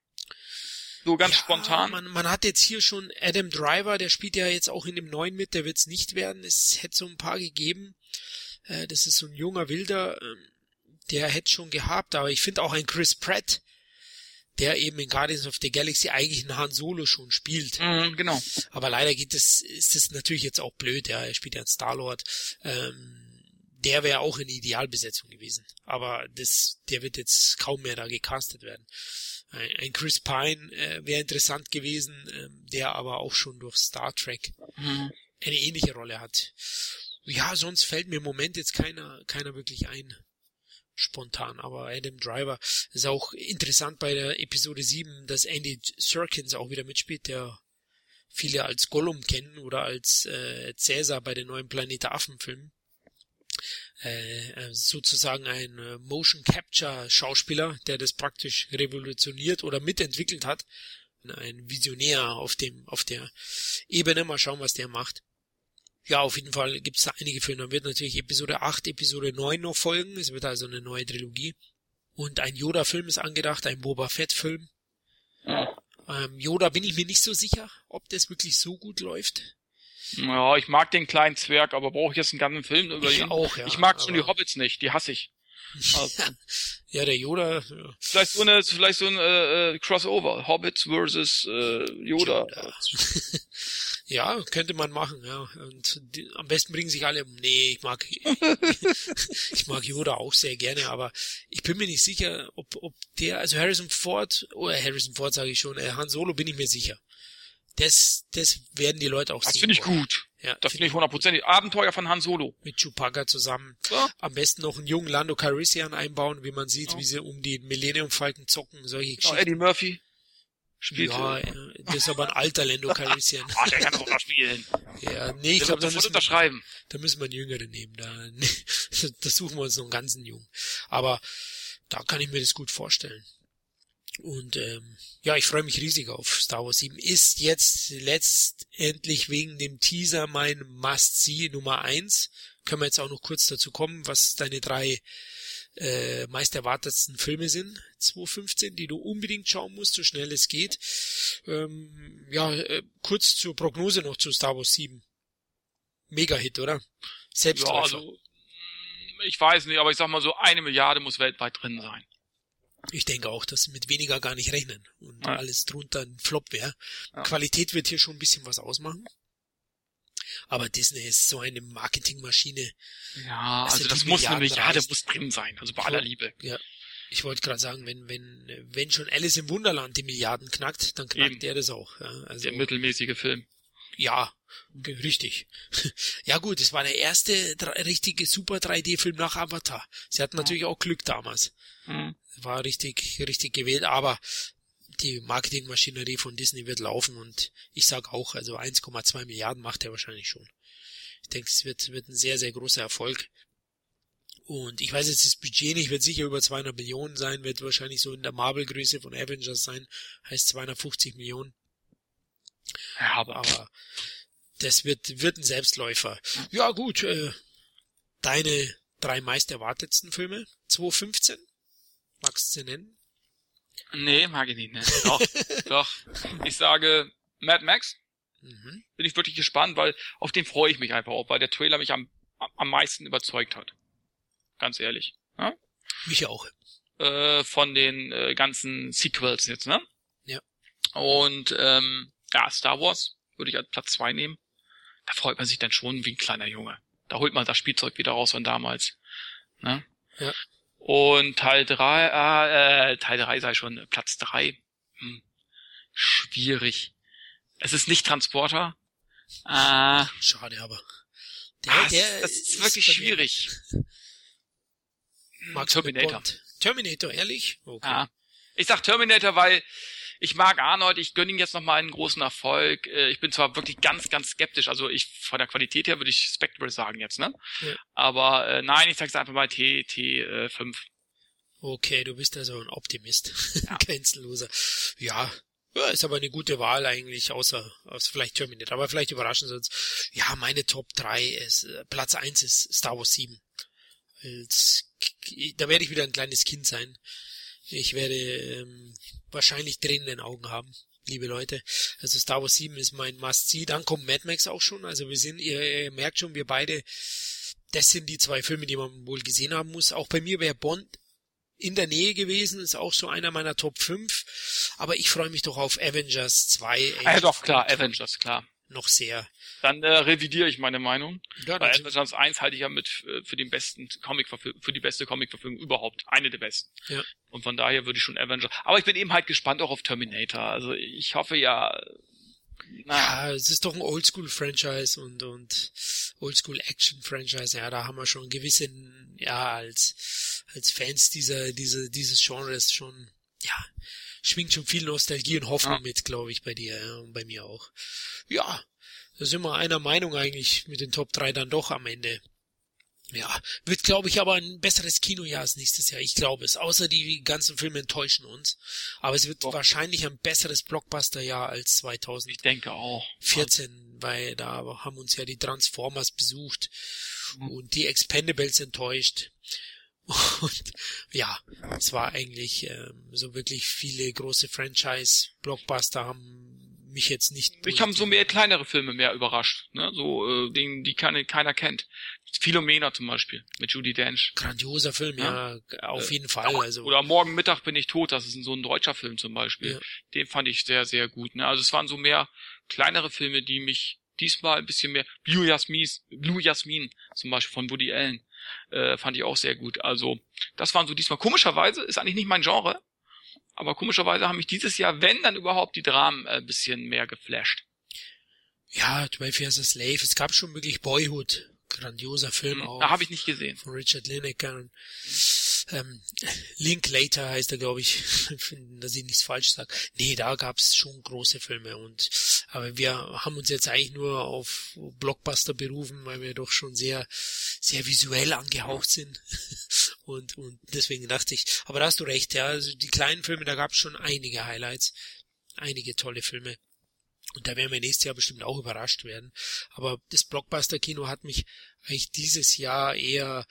So ganz ja, spontan. Man, man hat jetzt hier schon Adam Driver, der spielt ja jetzt auch in dem neuen mit, der wird's nicht werden. Es hätte so ein paar gegeben. Das ist so ein junger Wilder, der hätte schon gehabt, aber ich finde auch ein Chris Pratt, der eben in Guardians of the Galaxy eigentlich einen Han Solo schon spielt. Mhm, genau. Aber leider geht es, ist es natürlich jetzt auch blöd, ja, er spielt ja einen Star-Lord. Ähm, der wäre auch eine Idealbesetzung gewesen. Aber das, der wird jetzt kaum mehr da gecastet werden. Ein, ein Chris Pine äh, wäre interessant gewesen, ähm, der aber auch schon durch Star Trek mhm. eine ähnliche Rolle hat. Ja, sonst fällt mir im Moment jetzt keiner, keiner wirklich ein. Spontan. Aber Adam Driver ist auch interessant bei der Episode sieben, dass Andy Serkins auch wieder mitspielt, der viele als Gollum kennen oder als äh, Cäsar bei den neuen Planet der Affen Filmen. Äh, sozusagen ein äh, Motion Capture Schauspieler, der das praktisch revolutioniert oder mitentwickelt hat. Ein Visionär auf dem, auf der Ebene. Mal schauen, was der macht. Ja, auf jeden Fall gibt's da einige Filme. Dann wird natürlich Episode acht, Episode neun noch folgen. Es wird also eine neue Trilogie. Und ein Yoda-Film ist angedacht, ein Boba Fett-Film. Ja. Ähm, Yoda bin ich mir nicht so sicher, ob das wirklich so gut läuft. Ja, ich mag den kleinen Zwerg, aber brauche ich jetzt einen ganzen Film über ihn? Ich auch, ja. Ich mag schon die Hobbits nicht, die hasse ich. Also. Ja, der Yoda. Ja. Vielleicht so eine, vielleicht so ein äh, Crossover, Hobbits versus äh, Yoda. Yoda. Ja, könnte man machen, ja. Und die, am besten bringen sich alle um. Nee, ich mag ich mag Yoda auch sehr gerne, aber ich bin mir nicht sicher, ob ob der, also Harrison Ford, oder Harrison Ford sage ich schon, äh, Han Solo bin ich mir sicher. Das das werden die Leute auch das sehen. Das finde ich gut. Ja, das finde ich hundertprozentig. Abenteuer von Han Solo. Mit Chewbacca zusammen. Ja. Am besten noch einen jungen Lando Calrissian einbauen, wie man sieht, ja. wie sie um die Millennium Falcon zocken, solche Geschichten. Ja, Eddie Murphy. Spielt ja, ja, das ist aber ein alter Lando Calrissian. Ach, der kann doch noch spielen. Ja, nee, ich glaube, da müssen unterschreiben. Da müssen wir einen Jüngeren nehmen. Da, das suchen wir uns noch einen ganzen Jungen. Aber da kann ich mir das gut vorstellen. Und ähm, ja, ich freue mich riesig auf Star Wars sieben. Ist jetzt letztendlich wegen dem Teaser mein Must-See Nummer eins. Können wir jetzt auch noch kurz dazu kommen, was deine drei äh, meist erwartetsten Filme sind, zwanzig fünfzehn, die du unbedingt schauen musst, so schnell es geht. Ähm, ja, äh, kurz zur Prognose noch zu Star Wars sieben. Mega-Hit, oder? Selbstläufer. Ja, also, ich weiß nicht, aber ich sag mal so, eine Milliarde muss weltweit drin sein. Ich denke auch, dass sie mit weniger gar nicht rechnen und ja. alles drunter ein Flop wäre. Ja. Qualität wird hier schon ein bisschen was ausmachen. Aber Disney ist so eine Marketingmaschine. Ja, also, also das muss eine Milliarde muss drin sein, also bei aller Liebe. Ja, ich wollte gerade sagen, wenn wenn wenn schon Alice im Wunderland die Milliarden knackt, dann knackt Eben. der das auch. Ja, also, der mittelmäßige Film. Ja, richtig. Ja gut, es war der erste richtige Super drei D-Film nach Avatar. Sie hatten natürlich auch Glück damals. Mhm. War richtig, richtig gewählt, aber die Marketingmaschinerie von Disney wird laufen und ich sag auch, also eins Komma zwei Milliarden macht er wahrscheinlich schon. Ich denke, es wird, wird ein sehr, sehr großer Erfolg. Und ich weiß jetzt das Budget nicht, wird sicher über zweihundert Millionen sein, wird wahrscheinlich so in der Marvel-Größe von Avengers sein, heißt zweihundertfünfzig Millionen. Ja, aber, aber das wird, wird ein Selbstläufer. Ja gut, äh, deine drei meist erwartetsten Filme, zwanzig fünfzehn, magst du sie nennen? Nee, mag ich nicht, ne? Doch, doch. Ich sage Mad Max. Mhm. Bin ich wirklich gespannt, weil auf den freue ich mich einfach auch, weil der Trailer mich am, am meisten überzeugt hat. Ganz ehrlich. Ja? Mich auch. Äh, von den äh, ganzen Sequels jetzt, ne? Ja. Und ähm, ja, Star Wars würde ich als Platz zwei nehmen. Da freut man sich dann schon wie ein kleiner Junge. Da holt man das Spielzeug wieder raus von damals. Ne? Ja. Und Teil drei, äh, Teil drei sei schon Platz drei. Hm. Schwierig. Es ist nicht Transporter. Äh, Schade, aber. Der, ah, der das ist, ist wirklich schwierig. Magst Terminator. Terminator, ehrlich? Okay. Ja. Ich sag Terminator, weil ich mag Arnold, ich gönne ihm jetzt nochmal einen großen Erfolg. Ich bin zwar wirklich ganz, ganz skeptisch, also ich von der Qualität her würde ich Spectre sagen jetzt, ne? Ja. Aber äh, nein, ich sag's einfach mal T, T fünf. Okay, du bist also ein Optimist. Ja. Grenzenloser. Ja. Ja, ist aber eine gute Wahl eigentlich, außer, außer vielleicht Terminator. Aber vielleicht überraschen sie uns. Ja, meine Top drei ist, äh, Platz eins ist Star Wars sieben. Als, da werde ich wieder ein kleines Kind sein. Ich werde ähm, wahrscheinlich Tränen in den Augen haben, liebe Leute. Also Star Wars sieben ist mein Must-See. Dann kommt Mad Max auch schon. Also wir sind, ihr, ihr merkt schon, wir beide, das sind die zwei Filme, die man wohl gesehen haben muss. Auch bei mir wäre Bond in der Nähe gewesen, ist auch so einer meiner Top fünf. Aber ich freue mich doch auf Avengers zwei. Ja, doch, klar, Avengers, klar. Noch sehr. Dann äh, revidiere ich meine Meinung. Ja, Weil Avengers eins halte ich ja mit äh, für den besten Comic für die beste Comic-Verfilmung überhaupt. Eine der besten. Ja. Und von daher würde ich schon Avengers. Aber ich bin eben halt gespannt auch auf Terminator. Also ich hoffe ja. Na. Ja, es ist doch ein Oldschool-Franchise und und Oldschool-Action-Franchise. Ja, da haben wir schon gewisse, ja, als als Fans dieser dieser dieses Genres schon, ja, schwingt schon viel Nostalgie und Hoffnung ja. mit, glaube ich, bei dir, ja, und bei mir auch. Ja, da sind wir einer Meinung eigentlich mit den Top drei dann doch am Ende. Ja, wird, glaube ich, aber ein besseres Kinojahr als nächstes Jahr. Ich glaube es. Außer die ganzen Filme enttäuschen uns. Aber es wird doch wahrscheinlich ein besseres Blockbuster-Jahr als zweitausendvierzehn. Ich denke auch. Weil da haben uns ja die Transformers besucht mhm. und die Expendables enttäuscht. Und ja, es war eigentlich ähm, so wirklich viele große Franchise-Blockbuster haben mich jetzt nicht... Mich haben so mehr kleinere Filme mehr überrascht, ne? So, äh, den, die keine, keiner kennt. Philomena zum Beispiel, mit Judi Dench. Grandioser Film, ja, ja auf äh, jeden Fall. Also. Oder Morgen Mittag bin ich tot, das ist so ein deutscher Film zum Beispiel. Ja. Den fand ich sehr, sehr gut, ne? Also es waren so mehr kleinere Filme, die mich diesmal ein bisschen mehr... Blue Jasmin, Blue Jasmin zum Beispiel von Woody Allen, äh, fand ich auch sehr gut. Also das waren so diesmal... Komischerweise, ist eigentlich nicht mein Genre, aber komischerweise haben mich dieses Jahr, wenn dann überhaupt, die Dramen ein äh, bisschen mehr geflasht. Ja, zwölf Years a Slave, es gab schon wirklich Boyhood, grandioser Film hm, auch. Da habe ich nicht gesehen. Von Richard Lineker. Ähm, Linklater heißt er, glaube ich, dass ich nichts falsch sage. Nee, da gab es schon große Filme und aber wir haben uns jetzt eigentlich nur auf Blockbuster berufen, weil wir doch schon sehr, sehr visuell angehaucht sind. und und deswegen dachte ich, aber da hast du recht, ja, also die kleinen Filme, da gab es schon einige Highlights, einige tolle Filme. Und da werden wir nächstes Jahr bestimmt auch überrascht werden. Aber das Blockbuster-Kino hat mich eigentlich dieses Jahr eher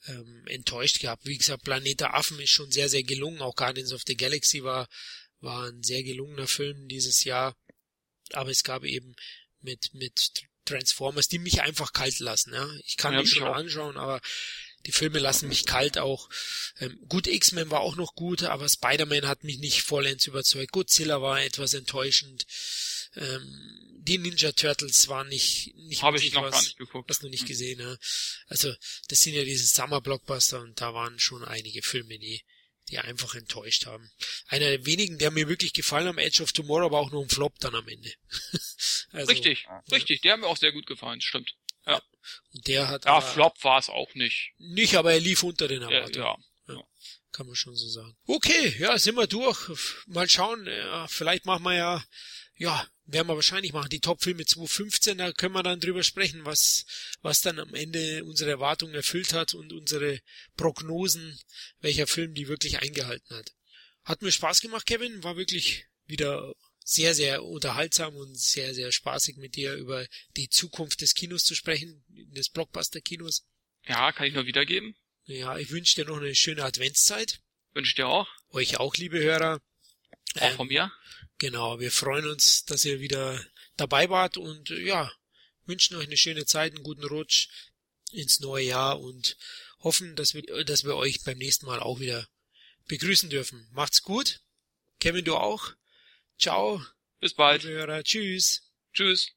ähm, enttäuscht gehabt. Wie gesagt, Planet der Affen ist schon sehr, sehr gelungen. Auch Guardians of the Galaxy war, war ein sehr gelungener Film dieses Jahr. Aber es gab eben mit, mit Transformers, die mich einfach kalt lassen. Ja. Ich kann ja, die schon auch. anschauen, aber die Filme lassen mich kalt auch. Ähm, gut, X-Men war auch noch gut, aber Spider-Man hat mich nicht vollends überzeugt. Godzilla war etwas enttäuschend. Ähm, die Ninja Turtles waren nicht, nicht Habe ich noch was, gar nicht geguckt. hast du nicht hm. gesehen, ja. Also, das sind ja diese Summer-Blockbuster und da waren schon einige Filme, die, die einfach enttäuscht haben. Einer der wenigen, der mir wirklich gefallen haben, Edge of Tomorrow, war auch nur ein Flop dann am Ende. Also, richtig, ja. richtig, der hat mir auch sehr gut gefallen, stimmt. Ja. Und der hat ja, aber, Flop war es auch nicht. Nicht, aber er lief unter den Erwartungen. Ja, ja. ja. Kann man schon so sagen. Okay, ja, sind wir durch. Mal schauen, ja, vielleicht machen wir ja, ja, werden wir wahrscheinlich machen, die Top-Filme zwanzig fünfzehn, da können wir dann drüber sprechen, was, was dann am Ende unsere Erwartungen erfüllt hat und unsere Prognosen, welcher Film die wirklich eingehalten hat. Hat mir Spaß gemacht, Kevin, war wirklich wieder sehr, sehr unterhaltsam und sehr, sehr spaßig mit dir über die Zukunft des Kinos zu sprechen, des Blockbuster-Kinos. Ja, kann ich nur wiedergeben. Ja, ich wünsche dir noch eine schöne Adventszeit. Wünsche ich dir auch. Euch auch, liebe Hörer. Auch ähm, von mir. Genau, wir freuen uns, dass ihr wieder dabei wart und ja, wünschen euch eine schöne Zeit, einen guten Rutsch ins neue Jahr und hoffen, dass wir, dass wir euch beim nächsten Mal auch wieder begrüßen dürfen. Macht's gut. Kevin, du auch. Ciao. Bis bald. Liebe Hörer. Tschüss. Tschüss.